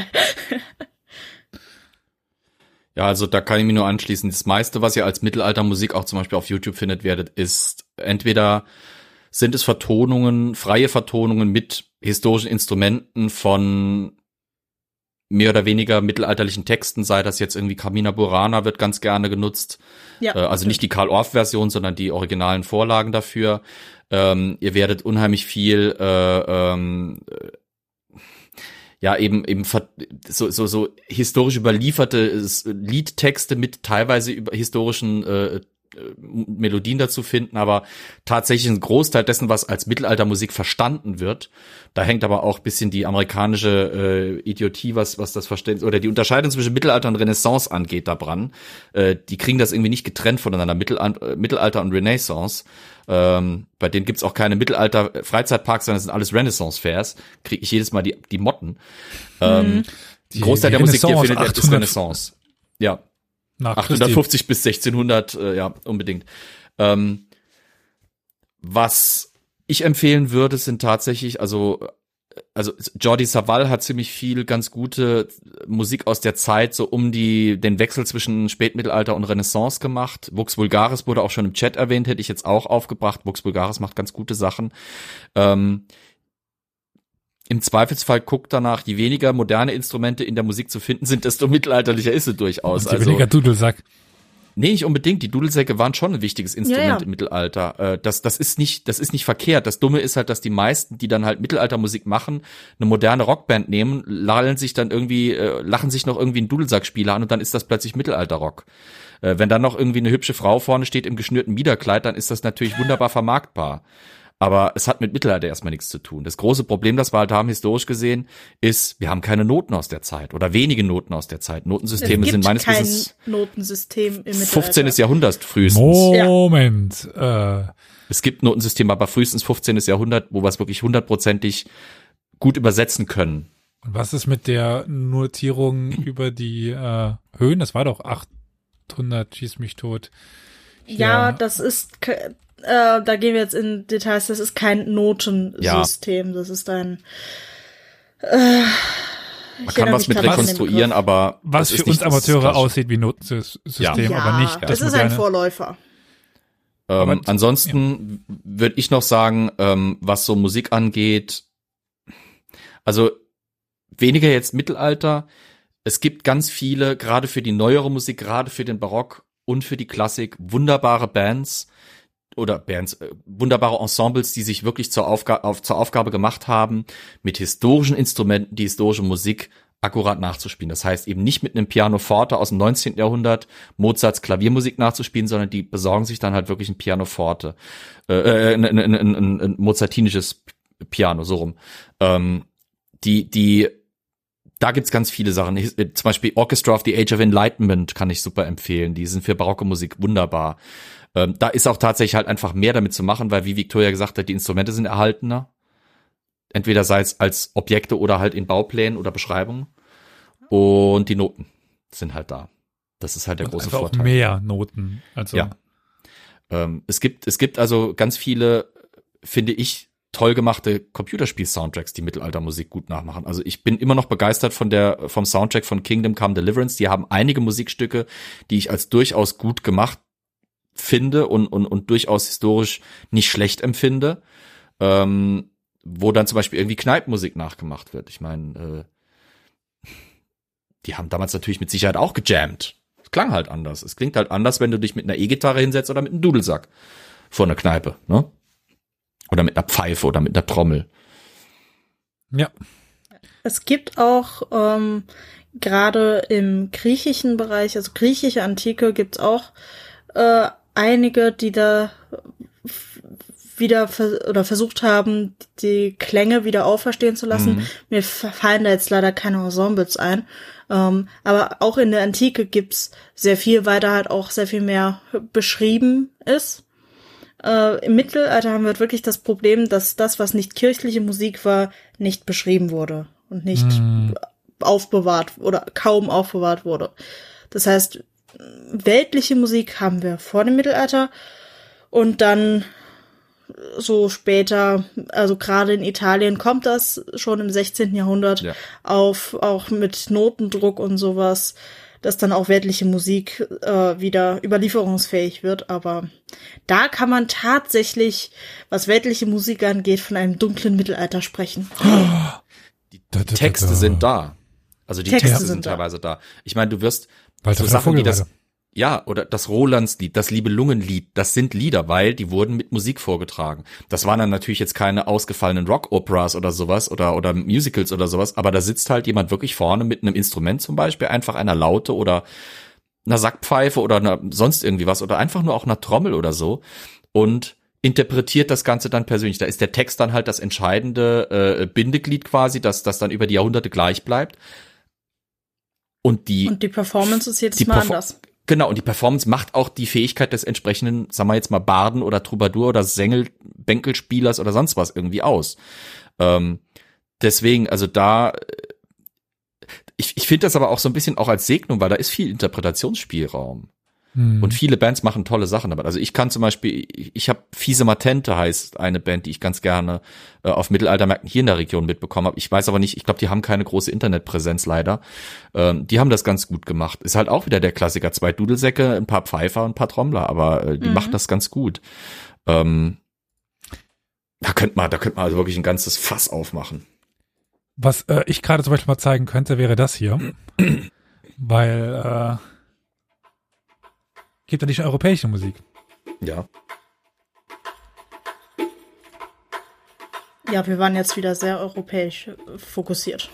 [SPEAKER 1] Ja, also da kann ich mich nur anschließen. Das meiste, was ihr als Mittelaltermusik auch zum Beispiel auf YouTube findet werdet, ist entweder sind es Vertonungen, freie Vertonungen mit historischen Instrumenten von mehr oder weniger mittelalterlichen Texten, sei das jetzt irgendwie Carmina Burana wird ganz gerne genutzt. Ja, äh, also nicht die Karl Orff-Version, sondern die originalen Vorlagen dafür. Ähm, ihr werdet unheimlich viel äh, ähm, ja eben eben so so so historisch überlieferte Liedtexte mit teilweise über historischen äh, Melodien dazu finden, aber tatsächlich ein Großteil dessen, was als Mittelaltermusik verstanden wird, da hängt aber auch ein bisschen die amerikanische äh, Idiotie, was was das Verständnis oder die Unterscheidung zwischen Mittelalter und Renaissance angeht, da dran. Äh, die kriegen das irgendwie nicht getrennt voneinander, Mittelalter, Mittelalter und Renaissance. Ähm, bei denen gibt's auch keine Mittelalter-Freizeitparks, sondern das sind alles Renaissance-Fairs. Kriege ich jedes Mal die die Motten. Ähm, mhm. die, Großteil die der Musik, die ihr findet, ist Renaissance. Ja. Nach achthundertfünfzig bis sechzehnhundert, äh, ja, unbedingt. Ähm, was ich empfehlen würde, sind tatsächlich, also, also Jordi Savall hat ziemlich viel ganz gute Musik aus der Zeit, so um die den Wechsel zwischen Spätmittelalter und Renaissance gemacht. Vux Vulgaris wurde auch schon im Chat erwähnt, hätte ich jetzt auch aufgebracht. Vux Vulgaris macht ganz gute Sachen. Ähm, Im Zweifelsfall guckt danach, je weniger moderne Instrumente in der Musik zu finden sind, desto mittelalterlicher ist sie durchaus.
[SPEAKER 3] Und je also, weniger Dudelsack.
[SPEAKER 1] Nee, nicht unbedingt. Die Dudelsäcke waren schon ein wichtiges Instrument ja, ja. im Mittelalter. Das, das ist nicht, das ist nicht verkehrt. Das Dumme ist halt, dass die meisten, die dann halt Mittelaltermusik machen, eine moderne Rockband nehmen, lallen sich dann irgendwie, lachen sich noch irgendwie einen Dudelsackspieler an und dann ist das plötzlich Mittelalterrock. Wenn dann noch irgendwie eine hübsche Frau vorne steht im geschnürten Miederkleid, dann ist das natürlich wunderbar vermarktbar. Aber es hat mit Mittelalter erstmal nichts zu tun. Das große Problem, das wir halt haben, historisch gesehen, ist, wir haben keine Noten aus der Zeit oder wenige Noten aus der Zeit. Notensysteme sind meines Wissens
[SPEAKER 2] kein Notensystem im Mittelalter.
[SPEAKER 1] fünfzehnten. Jahrhundert frühestens.
[SPEAKER 3] Moment. Ja. Äh.
[SPEAKER 1] Es gibt Notensysteme, aber frühestens fünfzehnten. Jahrhundert, wo wir es wirklich hundertprozentig gut übersetzen können.
[SPEAKER 3] Und was ist mit der Notierung über die äh, Höhen? Das war doch achthundert, schieß mich tot.
[SPEAKER 2] Ja, ja das ist... Äh, da gehen wir jetzt in Details, das ist kein Notensystem, ja. Das ist ein äh,
[SPEAKER 1] man kann was mit rekonstruieren, aber
[SPEAKER 3] was für uns Amateure aussieht wie Notensystem,
[SPEAKER 2] ja.
[SPEAKER 3] aber nicht
[SPEAKER 2] ja, das, das ist ein Vorläufer.
[SPEAKER 1] Ähm, ansonsten ja. würde ich noch sagen, ähm, was so Musik angeht, also weniger jetzt Mittelalter, es gibt ganz viele, gerade für die neuere Musik, gerade für den Barock und für die Klassik, wunderbare Bands, oder Bands, äh, wunderbare Ensembles, die sich wirklich zur, Aufga- auf, zur Aufgabe gemacht haben, mit historischen Instrumenten die historische Musik akkurat nachzuspielen. Das heißt eben nicht mit einem Pianoforte aus dem neunzehnten. Jahrhundert Mozarts Klaviermusik nachzuspielen, sondern die besorgen sich dann halt wirklich ein Pianoforte, äh, ein, ein, ein, ein, ein mozartinisches Piano, so rum. Ähm, die, die da gibt's ganz viele Sachen. Zum Beispiel Orchestra of the Age of Enlightenment kann ich super empfehlen. Die sind für barocke Musik wunderbar. Ähm, da ist auch tatsächlich halt einfach mehr damit zu machen, weil wie Victoria gesagt hat, die Instrumente sind erhaltener. Entweder sei es als Objekte oder halt in Bauplänen oder Beschreibungen. Und die Noten sind halt da. Das ist halt der
[SPEAKER 3] Und
[SPEAKER 1] große
[SPEAKER 3] einfach
[SPEAKER 1] Vorteil.
[SPEAKER 3] Auch mehr Noten. Also
[SPEAKER 1] Ja. Ähm, es gibt, es gibt also ganz viele, finde ich, toll gemachte Computerspiel-Soundtracks, die Mittelaltermusik gut nachmachen. Also ich bin immer noch begeistert von der, vom Soundtrack von Kingdom Come Deliverance. Die haben einige Musikstücke, die ich als durchaus gut gemacht finde und, und, und durchaus historisch nicht schlecht empfinde. Ähm, wo dann zum Beispiel irgendwie Kneipenmusik nachgemacht wird. Ich meine, äh, die haben damals natürlich mit Sicherheit auch gejammt. Es klang halt anders. Es klingt halt anders, wenn du dich mit einer E-Gitarre hinsetzt oder mit einem Dudelsack vor einer Kneipe, ne? Oder mit einer Pfeife oder mit einer Trommel.
[SPEAKER 3] ja.
[SPEAKER 2] Es gibt auch ähm, gerade im griechischen Bereich, also griechische Antike, gibt's auch äh, einige, die da wieder vers- oder versucht haben, die Klänge wieder auferstehen zu lassen.
[SPEAKER 1] Mhm.
[SPEAKER 2] Mir fallen da jetzt leider keine Ensembles ein. Ähm, aber auch in der Antike gibt's sehr viel, weil da halt auch sehr viel mehr beschrieben ist. Äh, im Mittelalter haben wir wirklich das Problem, dass das, was nicht kirchliche Musik war, nicht beschrieben wurde und nicht
[SPEAKER 3] Hm.
[SPEAKER 2] aufbewahrt oder kaum aufbewahrt wurde. Das heißt, weltliche Musik haben wir vor dem Mittelalter und dann so später, also gerade in Italien kommt das schon im sechzehnten Jahrhundert
[SPEAKER 1] Ja.
[SPEAKER 2] auf, auch mit Notendruck und sowas, dass dann auch weltliche Musik äh, wieder überlieferungsfähig wird. Aber da kann man tatsächlich, was weltliche Musik angeht, von einem dunklen Mittelalter sprechen.
[SPEAKER 1] Die
[SPEAKER 3] Da, da, da,
[SPEAKER 1] Texte
[SPEAKER 3] da.
[SPEAKER 1] sind da. Also die
[SPEAKER 2] Texte
[SPEAKER 1] Texte,
[SPEAKER 2] sind
[SPEAKER 1] sind
[SPEAKER 2] da.
[SPEAKER 1] teilweise da. Ich meine, du wirst
[SPEAKER 3] Walter
[SPEAKER 1] so
[SPEAKER 3] von der
[SPEAKER 1] Sachen wie das,
[SPEAKER 3] Vogelweide.
[SPEAKER 1] ja, oder das Rolandslied, das Liebe-Lungen-Lied, das sind Lieder, weil die wurden mit Musik vorgetragen. Das waren dann natürlich jetzt keine ausgefallenen Rock-Operas oder sowas oder, oder Musicals oder sowas, aber da sitzt halt jemand wirklich vorne mit einem Instrument zum Beispiel, einfach einer Laute oder einer Sackpfeife oder einer, sonst irgendwie was oder einfach nur auch einer Trommel oder so und interpretiert das Ganze dann persönlich. Da ist der Text dann halt das entscheidende äh, Bindeglied quasi, dass das dann über die Jahrhunderte gleich bleibt. Und die,
[SPEAKER 2] Und die Performance ist jedes
[SPEAKER 1] die
[SPEAKER 2] Mal
[SPEAKER 1] Perfor-
[SPEAKER 2] anders.
[SPEAKER 1] Genau, und die Performance macht auch die Fähigkeit des entsprechenden, sagen wir jetzt mal Barden oder Troubadour oder Sängel, Bänkelspielers oder sonst was irgendwie aus. Ähm, deswegen, also da, ich, ich finde das aber auch so ein bisschen auch als Segnung, weil da ist viel Interpretationsspielraum.
[SPEAKER 3] Hm.
[SPEAKER 1] Und viele Bands machen tolle Sachen damit. Also ich kann zum Beispiel, ich, ich habe Fiese Matente heißt eine Band, die ich ganz gerne äh, auf Mittelaltermärkten hier in der Region mitbekommen habe. Ich weiß aber nicht, ich glaube, die haben keine große Internetpräsenz leider. Ähm, die haben das ganz gut gemacht. Ist halt auch wieder der Klassiker. Zwei Dudelsäcke, ein paar Pfeifer und ein paar Trommler, aber äh, die
[SPEAKER 2] Mhm.
[SPEAKER 1] machen das ganz gut. Ähm, da könnte man, da könnte man also wirklich ein ganzes Fass aufmachen.
[SPEAKER 3] Was äh, ich gerade zum Beispiel mal zeigen könnte, wäre das hier. Weil äh, gibt ja nicht europäische Musik.
[SPEAKER 1] Ja.
[SPEAKER 2] Ja, wir waren jetzt wieder sehr europäisch äh, fokussiert.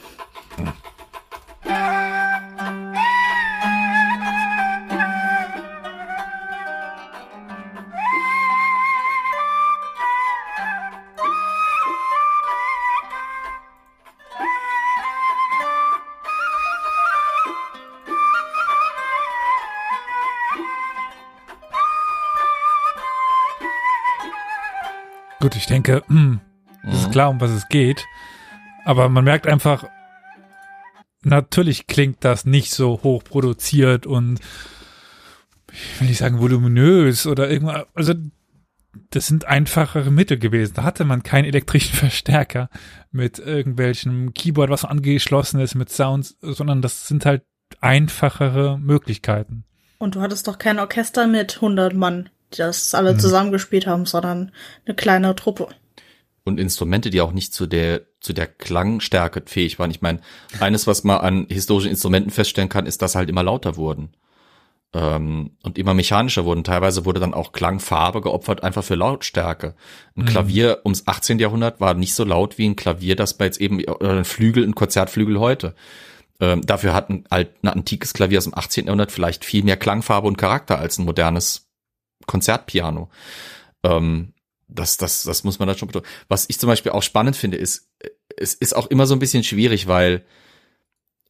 [SPEAKER 3] Gut, ich denke, hm, es ist klar, um was es geht. Aber man merkt einfach, natürlich klingt das nicht so hoch produziert und, ich will nicht sagen voluminös oder irgendwas. Also, das sind einfachere Mittel gewesen. Da hatte man keinen elektrischen Verstärker mit irgendwelchem Keyboard, was angeschlossen ist mit Sounds, sondern das sind halt einfachere Möglichkeiten.
[SPEAKER 2] Und du hattest doch kein Orchester mit hundert Mann, die das alle
[SPEAKER 3] Mhm.
[SPEAKER 2] zusammengespielt haben, sondern eine kleine Truppe.
[SPEAKER 1] Und Instrumente, die auch nicht zu der zu der Klangstärke fähig waren. Ich meine, eines, was man an historischen Instrumenten feststellen kann, ist, dass sie halt immer lauter wurden ähm, und immer mechanischer wurden. Teilweise wurde dann auch Klangfarbe geopfert, einfach für Lautstärke. Ein
[SPEAKER 3] Mhm.
[SPEAKER 1] Klavier ums achtzehnten Jahrhundert war nicht so laut wie ein Klavier, das bei jetzt eben oder ein Flügel, ein Konzertflügel heute. Ähm, dafür hat ein, alt, ein antikes Klavier aus dem achtzehnten Jahrhundert vielleicht viel mehr Klangfarbe und Charakter als ein modernes Konzertpiano. Ähm, Das, das, das muss man da schon betonen. Was ich zum Beispiel auch spannend finde, ist, es ist auch immer so ein bisschen schwierig, weil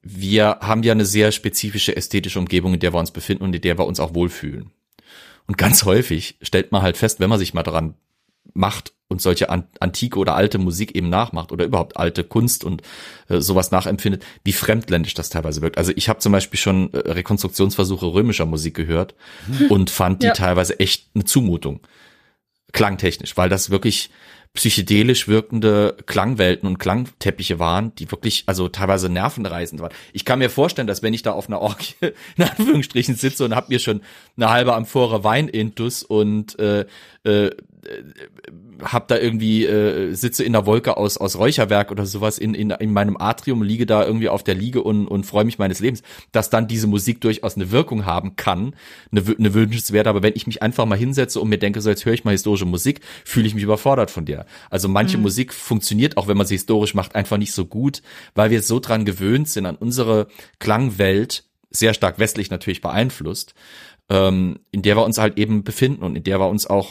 [SPEAKER 1] wir haben ja eine sehr spezifische ästhetische Umgebung, in der wir uns befinden und in der wir uns auch wohlfühlen. Und ganz häufig stellt man halt fest, wenn man sich mal daran macht und solche an, antike oder alte Musik eben nachmacht oder überhaupt alte Kunst und äh, sowas nachempfindet, wie fremdländisch das teilweise wirkt. Also ich habe zum Beispiel schon äh, Rekonstruktionsversuche römischer Musik gehört und fand die
[SPEAKER 2] Ja.
[SPEAKER 1] teilweise echt eine Zumutung, klangtechnisch, weil das wirklich psychedelisch wirkende Klangwelten und Klangteppiche waren, die wirklich, also teilweise nervenreißend waren. Ich kann mir vorstellen, dass wenn ich da auf einer Orgie in Anführungsstrichen sitze und hab mir schon eine halbe Amphore Wein intus und äh, äh, hab da irgendwie, äh, sitze in der Wolke aus aus Räucherwerk oder sowas in in in meinem Atrium, liege da irgendwie auf der Liege und und freue mich meines Lebens, dass dann diese Musik durchaus eine Wirkung haben kann, eine, eine wünschenswerte, aber wenn ich mich einfach mal hinsetze und mir denke, so jetzt höre ich mal historische Musik, fühle ich mich überfordert von der. Also manche mhm. Musik funktioniert, auch wenn man sie historisch macht, einfach nicht so gut, weil wir so dran gewöhnt sind, an unsere Klangwelt, sehr stark westlich natürlich beeinflusst, ähm, in der wir uns halt eben befinden und in der wir uns auch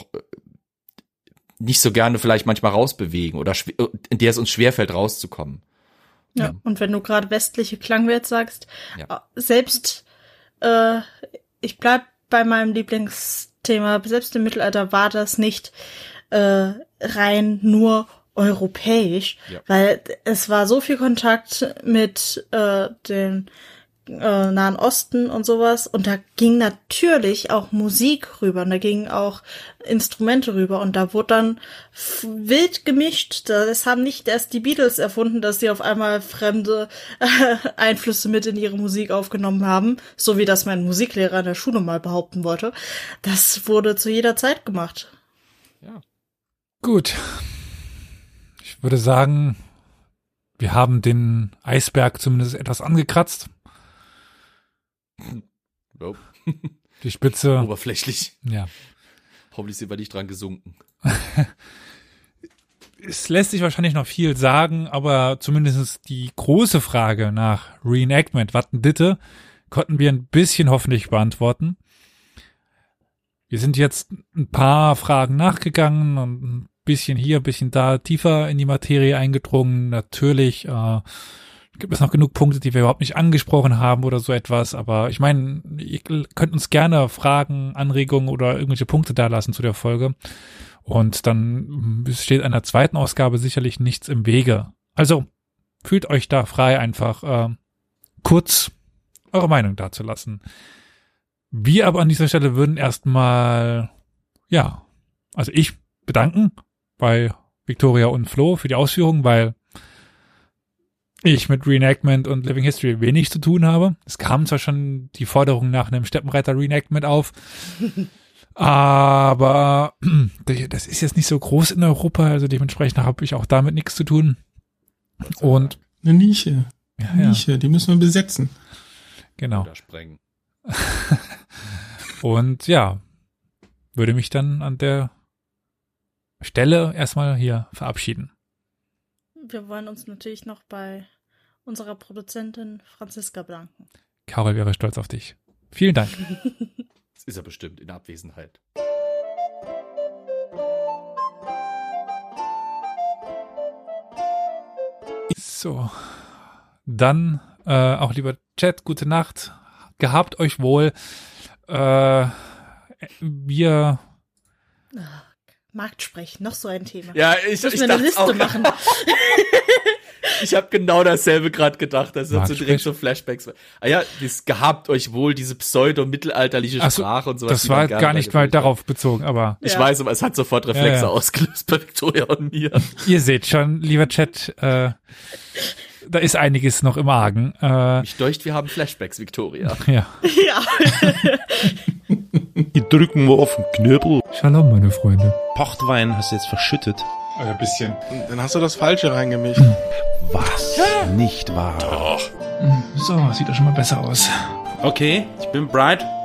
[SPEAKER 1] nicht so gerne vielleicht manchmal rausbewegen oder schw- in der es uns schwerfällt, rauszukommen.
[SPEAKER 2] Ja,
[SPEAKER 1] Ja.
[SPEAKER 2] und wenn du gerade westliche Klangwelt sagst,
[SPEAKER 1] Ja.
[SPEAKER 2] selbst, äh, ich bleib bei meinem Lieblingsthema, selbst im Mittelalter war das nicht äh, rein nur europäisch,
[SPEAKER 1] Ja.
[SPEAKER 2] weil es war so viel Kontakt mit äh, den äh, Nahen Osten und sowas und da ging natürlich auch Musik rüber und da gingen auch Instrumente rüber und da wurde dann f- wild gemischt. Das haben nicht erst die Beatles erfunden, dass sie auf einmal fremde äh, Einflüsse mit in ihre Musik aufgenommen haben, so wie das mein Musiklehrer in der Schule mal behaupten wollte. Das wurde zu jeder Zeit gemacht.
[SPEAKER 1] Ja.
[SPEAKER 3] Gut. Ich würde sagen, wir haben den Eisberg zumindest etwas angekratzt.
[SPEAKER 1] Oh.
[SPEAKER 3] Die Spitze,
[SPEAKER 1] Oberflächlich.
[SPEAKER 3] ja.
[SPEAKER 1] Hoffentlich sind wir nicht dran gesunken.
[SPEAKER 3] Es lässt sich wahrscheinlich noch viel sagen, aber zumindest die große Frage nach Reenactment, was denn Ditte, konnten wir ein bisschen hoffentlich beantworten. Wir sind jetzt ein paar Fragen nachgegangen und ein bisschen hier, ein bisschen da tiefer in die Materie eingedrungen. Natürlich äh, gibt es noch genug Punkte, die wir überhaupt nicht angesprochen haben oder so etwas. Aber ich meine, ihr könnt uns gerne Fragen, Anregungen oder irgendwelche Punkte dalassen zu der Folge. Und dann steht einer zweiten Ausgabe sicherlich nichts im Wege. Also fühlt euch da frei, einfach äh, kurz eure Meinung dazulassen. Wir aber an dieser Stelle würden erstmal, ja, also ich bedanken bei Victoria und Flo für die Ausführungen, weil ich mit Reenactment und Living History wenig zu tun habe. Es kam zwar schon die Forderung nach einem Steppenreiter-Reenactment auf, aber das ist jetzt nicht so groß in Europa, also dementsprechend habe ich auch damit nichts zu tun. Und
[SPEAKER 4] Eine Nische.
[SPEAKER 3] ja,
[SPEAKER 4] Eine
[SPEAKER 3] ja,
[SPEAKER 4] Nische, die müssen wir besetzen.
[SPEAKER 3] genau.
[SPEAKER 1] Oder sprengen.
[SPEAKER 3] Und ja, würde mich dann an der Stelle erstmal hier verabschieden.
[SPEAKER 2] Wir wollen uns natürlich noch bei unserer Produzentin Franziska bedanken.
[SPEAKER 3] Carol wäre stolz auf dich. Vielen Dank.
[SPEAKER 1] Das ist er bestimmt in der Abwesenheit.
[SPEAKER 3] So, dann äh, auch lieber Chat, gute Nacht. Gehabt euch wohl. Äh, wir
[SPEAKER 2] Marktsprech, noch so ein Thema.
[SPEAKER 1] Ja, ich,
[SPEAKER 2] Muss
[SPEAKER 1] ich
[SPEAKER 2] mir eine
[SPEAKER 1] dachte
[SPEAKER 2] Liste
[SPEAKER 1] auch,
[SPEAKER 2] machen.
[SPEAKER 1] Ich habe genau dasselbe gerade gedacht. Das sind so
[SPEAKER 3] Markt
[SPEAKER 1] direkt so Flashbacks. Ah ja, das gehabt euch wohl, diese pseudo-mittelalterliche
[SPEAKER 3] Ach so,
[SPEAKER 1] Sprache und sowas.
[SPEAKER 3] das
[SPEAKER 1] die
[SPEAKER 3] war
[SPEAKER 1] man gerne
[SPEAKER 3] gar
[SPEAKER 1] da
[SPEAKER 3] nicht mal
[SPEAKER 1] gefühlt hat.
[SPEAKER 3] darauf bezogen, aber
[SPEAKER 1] Ich
[SPEAKER 2] Ja.
[SPEAKER 1] weiß, aber es hat sofort Reflexe
[SPEAKER 3] Ja, ja.
[SPEAKER 1] ausgelöst bei Victoria und mir.
[SPEAKER 3] ihr seht schon, lieber Chat, äh, da ist einiges noch im Argen. Äh,
[SPEAKER 1] Mich deucht, wir haben Flashbacks, Victoria.
[SPEAKER 3] ja.
[SPEAKER 2] Ja.
[SPEAKER 5] Ich drücken wir auf den Knöbel.
[SPEAKER 3] Shalom, meine Freunde.
[SPEAKER 5] Pochtwein hast du jetzt verschüttet.
[SPEAKER 3] Also ein bisschen.
[SPEAKER 6] Dann hast du das Falsche reingemischt.
[SPEAKER 5] Was? Nicht wahr?
[SPEAKER 3] So, sieht doch schon mal besser aus.
[SPEAKER 5] Okay, ich bin Bright.